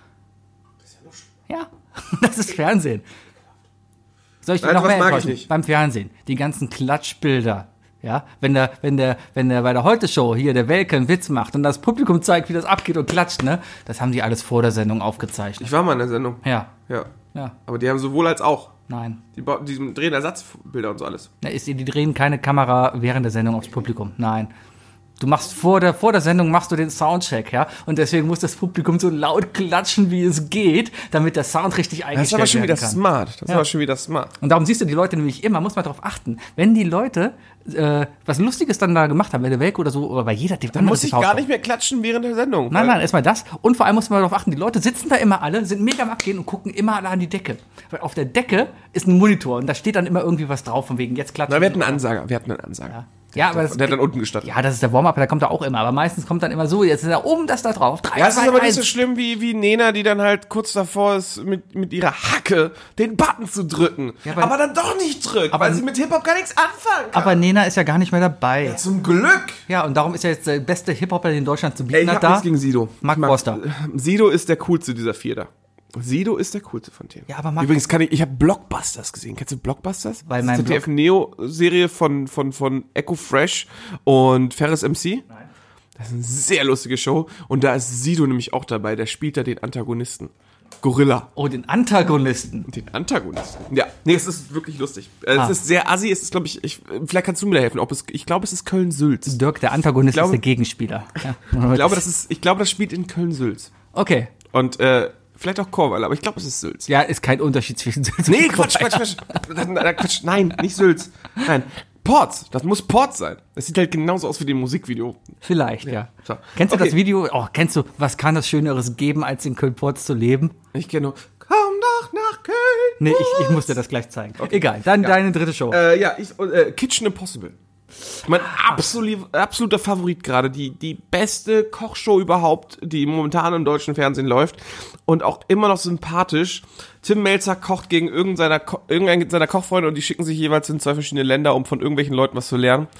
Ja, das ist Fernsehen. Soll ich dir Nein, noch sowas mehr mag ich enttäuschen? nicht. Beim Fernsehen, die ganzen Klatschbilder. Ja, wenn der, wenn der, wenn der bei der Heute-Show hier der Welke einen Witz macht und das Publikum zeigt, wie das abgeht und klatscht, ne? Das haben die alles vor der Sendung aufgezeichnet. Ich war mal in der Sendung. Ja, Ja. ja, Aber die haben sowohl als auch. nein. Die, ba- die drehen Ersatzbilder und so alles. Da ist, die drehen keine Kamera während der Sendung aufs Publikum. Nein. Du machst vor der, vor der Sendung machst du den Soundcheck, ja? Und deswegen muss das Publikum so laut klatschen, wie es geht, damit der Sound richtig Das ist eingestellt aber schon wieder werden kann. smart. Das ist Ja. aber schon wieder smart. Und darum siehst du die Leute nämlich immer, muss man darauf achten. Wenn die Leute äh, was Lustiges dann da gemacht haben, bei der Welke oder so, oder bei jeder die Dann muss ich gar nicht mehr klatschen während der Sendung. Nein, weil- nein, erstmal das. Und vor allem muss man darauf achten, die Leute sitzen da immer alle, sind mega am Abgehen und gucken immer alle an die Decke. Weil auf der Decke ist ein Monitor und da steht dann immer irgendwie was drauf, von wegen jetzt klatschen. Na, wir hatten einen Ansager. Wir hatten einen Ansager. Ja, aber das, Der hat dann unten gestanden. ja, das ist der Warm-Up, der kommt da auch immer. Aber meistens kommt dann immer so, jetzt ist da oben das da drauf. Drei, Ja, es ist zwei, aber nicht eins. so schlimm wie, wie Nena, die dann halt kurz davor ist, mit, mit ihrer Hacke den Button zu drücken. Ja, aber- aber, dann doch nicht drückt, aber- weil sie mit Hip-Hop gar nichts anfangen kann. Aber Nena ist ja gar nicht mehr dabei. Ja, zum Glück. Ja, und darum ist er jetzt der beste Hip-Hopper, den Deutschland zu Ey, bieten ich hat hab da. nichts gegen Sido. Mark Ich mag- Forster. Sido ist der coolste dieser vier da. Sido ist der coolste von denen. Ja, aber Mark- Übrigens kann ich, ich habe Blockbusters gesehen. Kennst du Blockbusters? Weil das mein ist die Z D F Neo-Serie von, von, von Echo Fresh und Ferris M C. Nein. Das ist eine sehr lustige Show. Und da ist Sido nämlich auch dabei. Der spielt da den Antagonisten. Gorilla. Oh, den Antagonisten. Den Antagonisten. Ja, nee, es ist wirklich lustig. Äh, Ah. Es ist sehr assi. Es ist, glaube ich, ich, vielleicht kannst du mir da helfen. Ob es, ich glaube, es ist Köln-Sülz. Dirk, der Antagonist, Ich glaube- ist der Gegenspieler. Ja. Ich glaube, das ist, ich glaube, das spielt in Köln-Sülz. Okay. Und, äh, vielleicht auch Korwall, aber ich glaube, es ist Sülz. Ja, ist kein Unterschied zwischen Sülz Nee, und Quatsch, Korweiler. Quatsch, Quatsch. Na, na, Quatsch. Nein, nicht Sülz. Nein. Ports. Das muss Ports sein. Das sieht halt genauso aus wie dem Musikvideo. Vielleicht, ja. So. Kennst du Okay. das Video? Oh, kennst du, was kann es Schöneres geben, als in Köln-Porz zu leben? Ich kenne nur, komm doch nach Köln. Nee, ich, ich muss dir das gleich zeigen. Egal, dann deine dritte Show. Äh, ja, ich, äh, Kitchen Impossible. Mein absolut, absoluter Favorit gerade. Die, die beste Kochshow überhaupt, die momentan im deutschen Fernsehen läuft. Und auch immer noch sympathisch. Tim Melzer kocht gegen irgendeiner, Ko- irgendeinen seiner Kochfreunde und die schicken sich jeweils in zwei verschiedene Länder, um von irgendwelchen Leuten was zu lernen.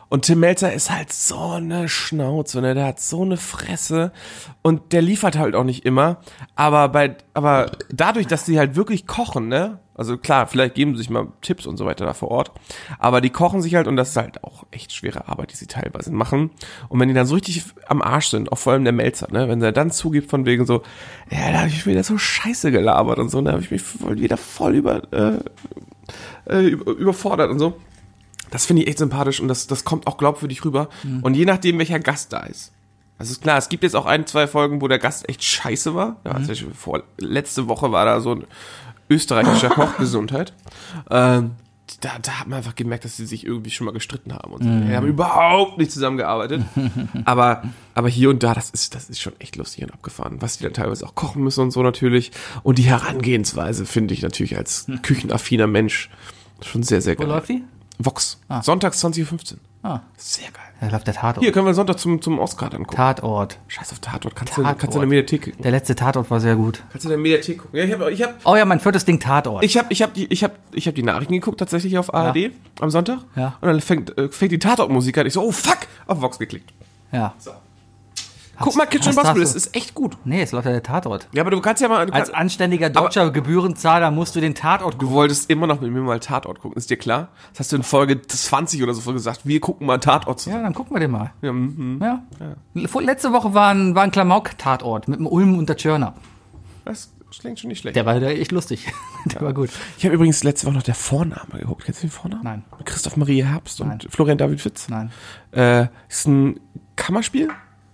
Und Tim Melzer ist halt so eine Schnauze, ne? Der hat so eine Fresse und der liefert halt auch nicht immer. Aber bei, aber dadurch, dass die halt wirklich kochen, ne? Also klar, vielleicht geben sie sich mal Tipps und so weiter da vor Ort. Aber die kochen sich halt und das ist halt auch echt schwere Arbeit, die sie teilweise machen. Und wenn die dann so richtig am Arsch sind, auch vor allem der Melzer, ne? Wenn er dann zugibt von wegen so, ja, da habe ich wieder so scheiße gelabert und so, da habe ich mich voll, wieder voll über, äh, äh, über, überfordert und so. Das finde ich echt sympathisch und das, das kommt auch glaubwürdig rüber. Mhm. Und je nachdem, welcher Gast da ist. Also ist klar, es gibt jetzt auch ein, zwei Folgen, wo der Gast echt scheiße war. Ja, mhm. also vor, letzte Woche war da so ein österreichischer Koch, Gesundheit. Ähm, da, da hat man einfach gemerkt, dass sie sich irgendwie schon mal gestritten haben. Und so. Mhm. Die haben überhaupt nicht zusammengearbeitet. aber, aber hier und da, das ist, das ist schon echt lustig und abgefahren. Was die dann teilweise auch kochen müssen und so natürlich. Und die Herangehensweise finde ich natürlich als küchenaffiner Mensch schon sehr, sehr geil. Wo läuft die? Vox. Ah. Sonntags zwanzig Uhr fünfzehn. Ah. Sehr geil. Da läuft der Tatort. Hier können wir Sonntag zum, zum Oscar dann gucken. Tatort. Scheiß auf Tatort. Kannst, Tatort. Du, kannst du in der Mediathek gucken. Der letzte Tatort war sehr gut. Kannst du in der Mediathek gucken. Ja, ich hab, ich hab, Oh ja, mein viertes Ding Tatort. ich hab, ich hab die, ich hab, ich hab die Nachrichten geguckt, tatsächlich auf A R D Ja. am Sonntag. Ja. Und dann fängt, äh, fängt die Tatort-Musik an. Ich so, oh fuck, auf Vox geklickt. ja. So. Guck mal, Kitchen hast- Impossible, hast das du- ist echt gut. Nee, es läuft ja der Tatort. Ja, aber du kannst ja mal, du, Als kannst, anständiger deutscher Gebührenzahler musst du den Tatort du gucken. wolltest immer noch mit mir mal Tatort gucken, ist dir klar? Das hast du in Folge zwanzig oder so gesagt, wir gucken mal Tatort Ja, zusammen. dann gucken wir den mal. Ja, mhm. Ja. Vor- Letzte Woche war ein, war ein Klamauk-Tatort mit dem Ulm und der Tschörner. Das klingt schon nicht schlecht. Der war der echt lustig. Der war gut. Ich habe übrigens letzte Woche noch der Vorname geguckt. Kennst du den Vornamen? Nein. Mit Christoph Maria Herbst und Nein. Florian David Fitz. Nein. Äh, ist ein Kammerspiel,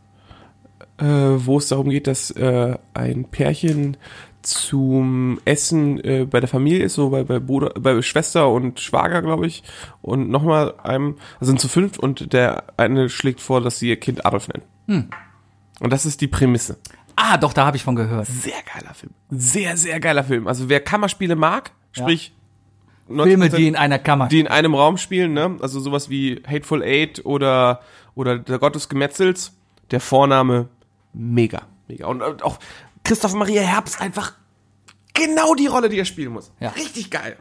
äh, wo es darum geht, dass äh, ein Pärchen zum Essen äh, bei der Familie ist, so bei, bei, Bruder, bei Schwester und Schwager, glaube ich. Und nochmal einem, also sind zu fünf und der eine schlägt vor, dass sie ihr Kind Adolf nennen. Hm. Und das ist die Prämisse. Ah, doch, da habe ich von gehört. Sehr geiler Film. Sehr, sehr geiler Film. Also wer Kammerspiele mag, sprich Filme, neunzig Prozent die in einer Kammer. die in einem Raum spielen, ne? Also sowas wie Hateful Eight oder, oder Der Gott des Gemetzels. Der Vorname, mega, mega. Und äh, auch Christoph Maria Herbst einfach genau die Rolle, die er spielen muss. Ja. Richtig geil.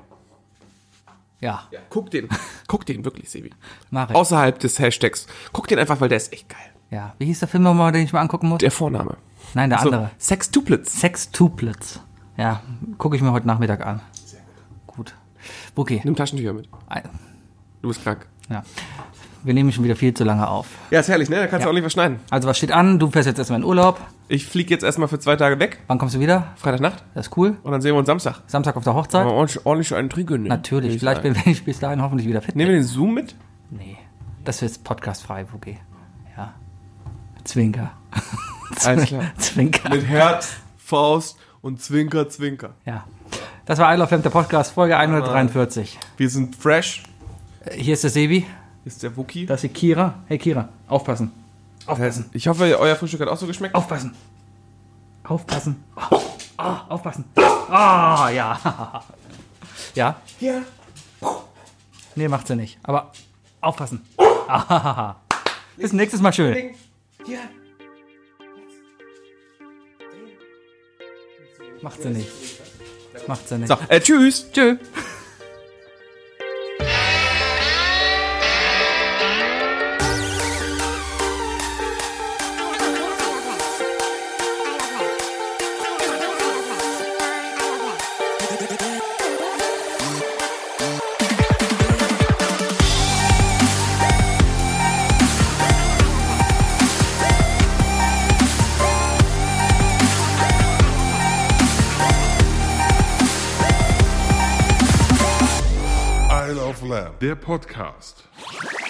Ja, Ja, guck den, guck den wirklich, Sebi. mach ich. Außerhalb des Hashtags. Guck den einfach, weil der ist echt geil. Ja. Wie hieß der Film nochmal, den ich mal angucken muss? Der Vorname. Nein, der So, andere. Sextuplets. Sextuplets. Ja, gucke ich mir heute Nachmittag an. Sehr gut. Gut. Okay. Nimm Taschentücher mit. Ein- Du bist krank. Ja. Wir nehmen schon wieder viel zu lange auf. Ja, ist herrlich, ne? Da kannst Ja. du auch nicht was schneiden. Also was steht an? Du fährst jetzt erstmal in Urlaub. Ich fliege jetzt erstmal für zwei Tage weg. Wann kommst du wieder? Freitagnacht. Das ist cool. Und dann sehen wir uns Samstag. Samstag auf der Hochzeit. Aber ordentlich, ordentlich einen trinken. Ne? Natürlich. Würde ich Vielleicht sagen. bin ich bis dahin hoffentlich wieder fit. Nehmen wir den Zoom mit? Nee. Das ist podcastfrei, Wookie. Ja. Zwinker. Alles klar. Zwinker. Mit Herz, Faust und Zwinker, Zwinker. Ja. Das war I Love Lamp, der Podcast, Folge hundertdreiundvierzig. Wir sind fresh. Äh, Hier ist der Sebi. Hier ist der Wookie. Das ist die Kira. Hey Kira, aufpassen. Aufpassen. Ich hoffe, euer Frühstück hat auch so geschmeckt. Aufpassen. Aufpassen. Oh, oh, aufpassen. Ah, ja. Ja? Ja. Nee, macht sie nicht. Aber aufpassen. Ah, bis nächstes Mal schön. Ja. Macht sie nicht. Macht sie nicht. So, äh, tschüss. Tschö. Isle of Lamb, der Podcast.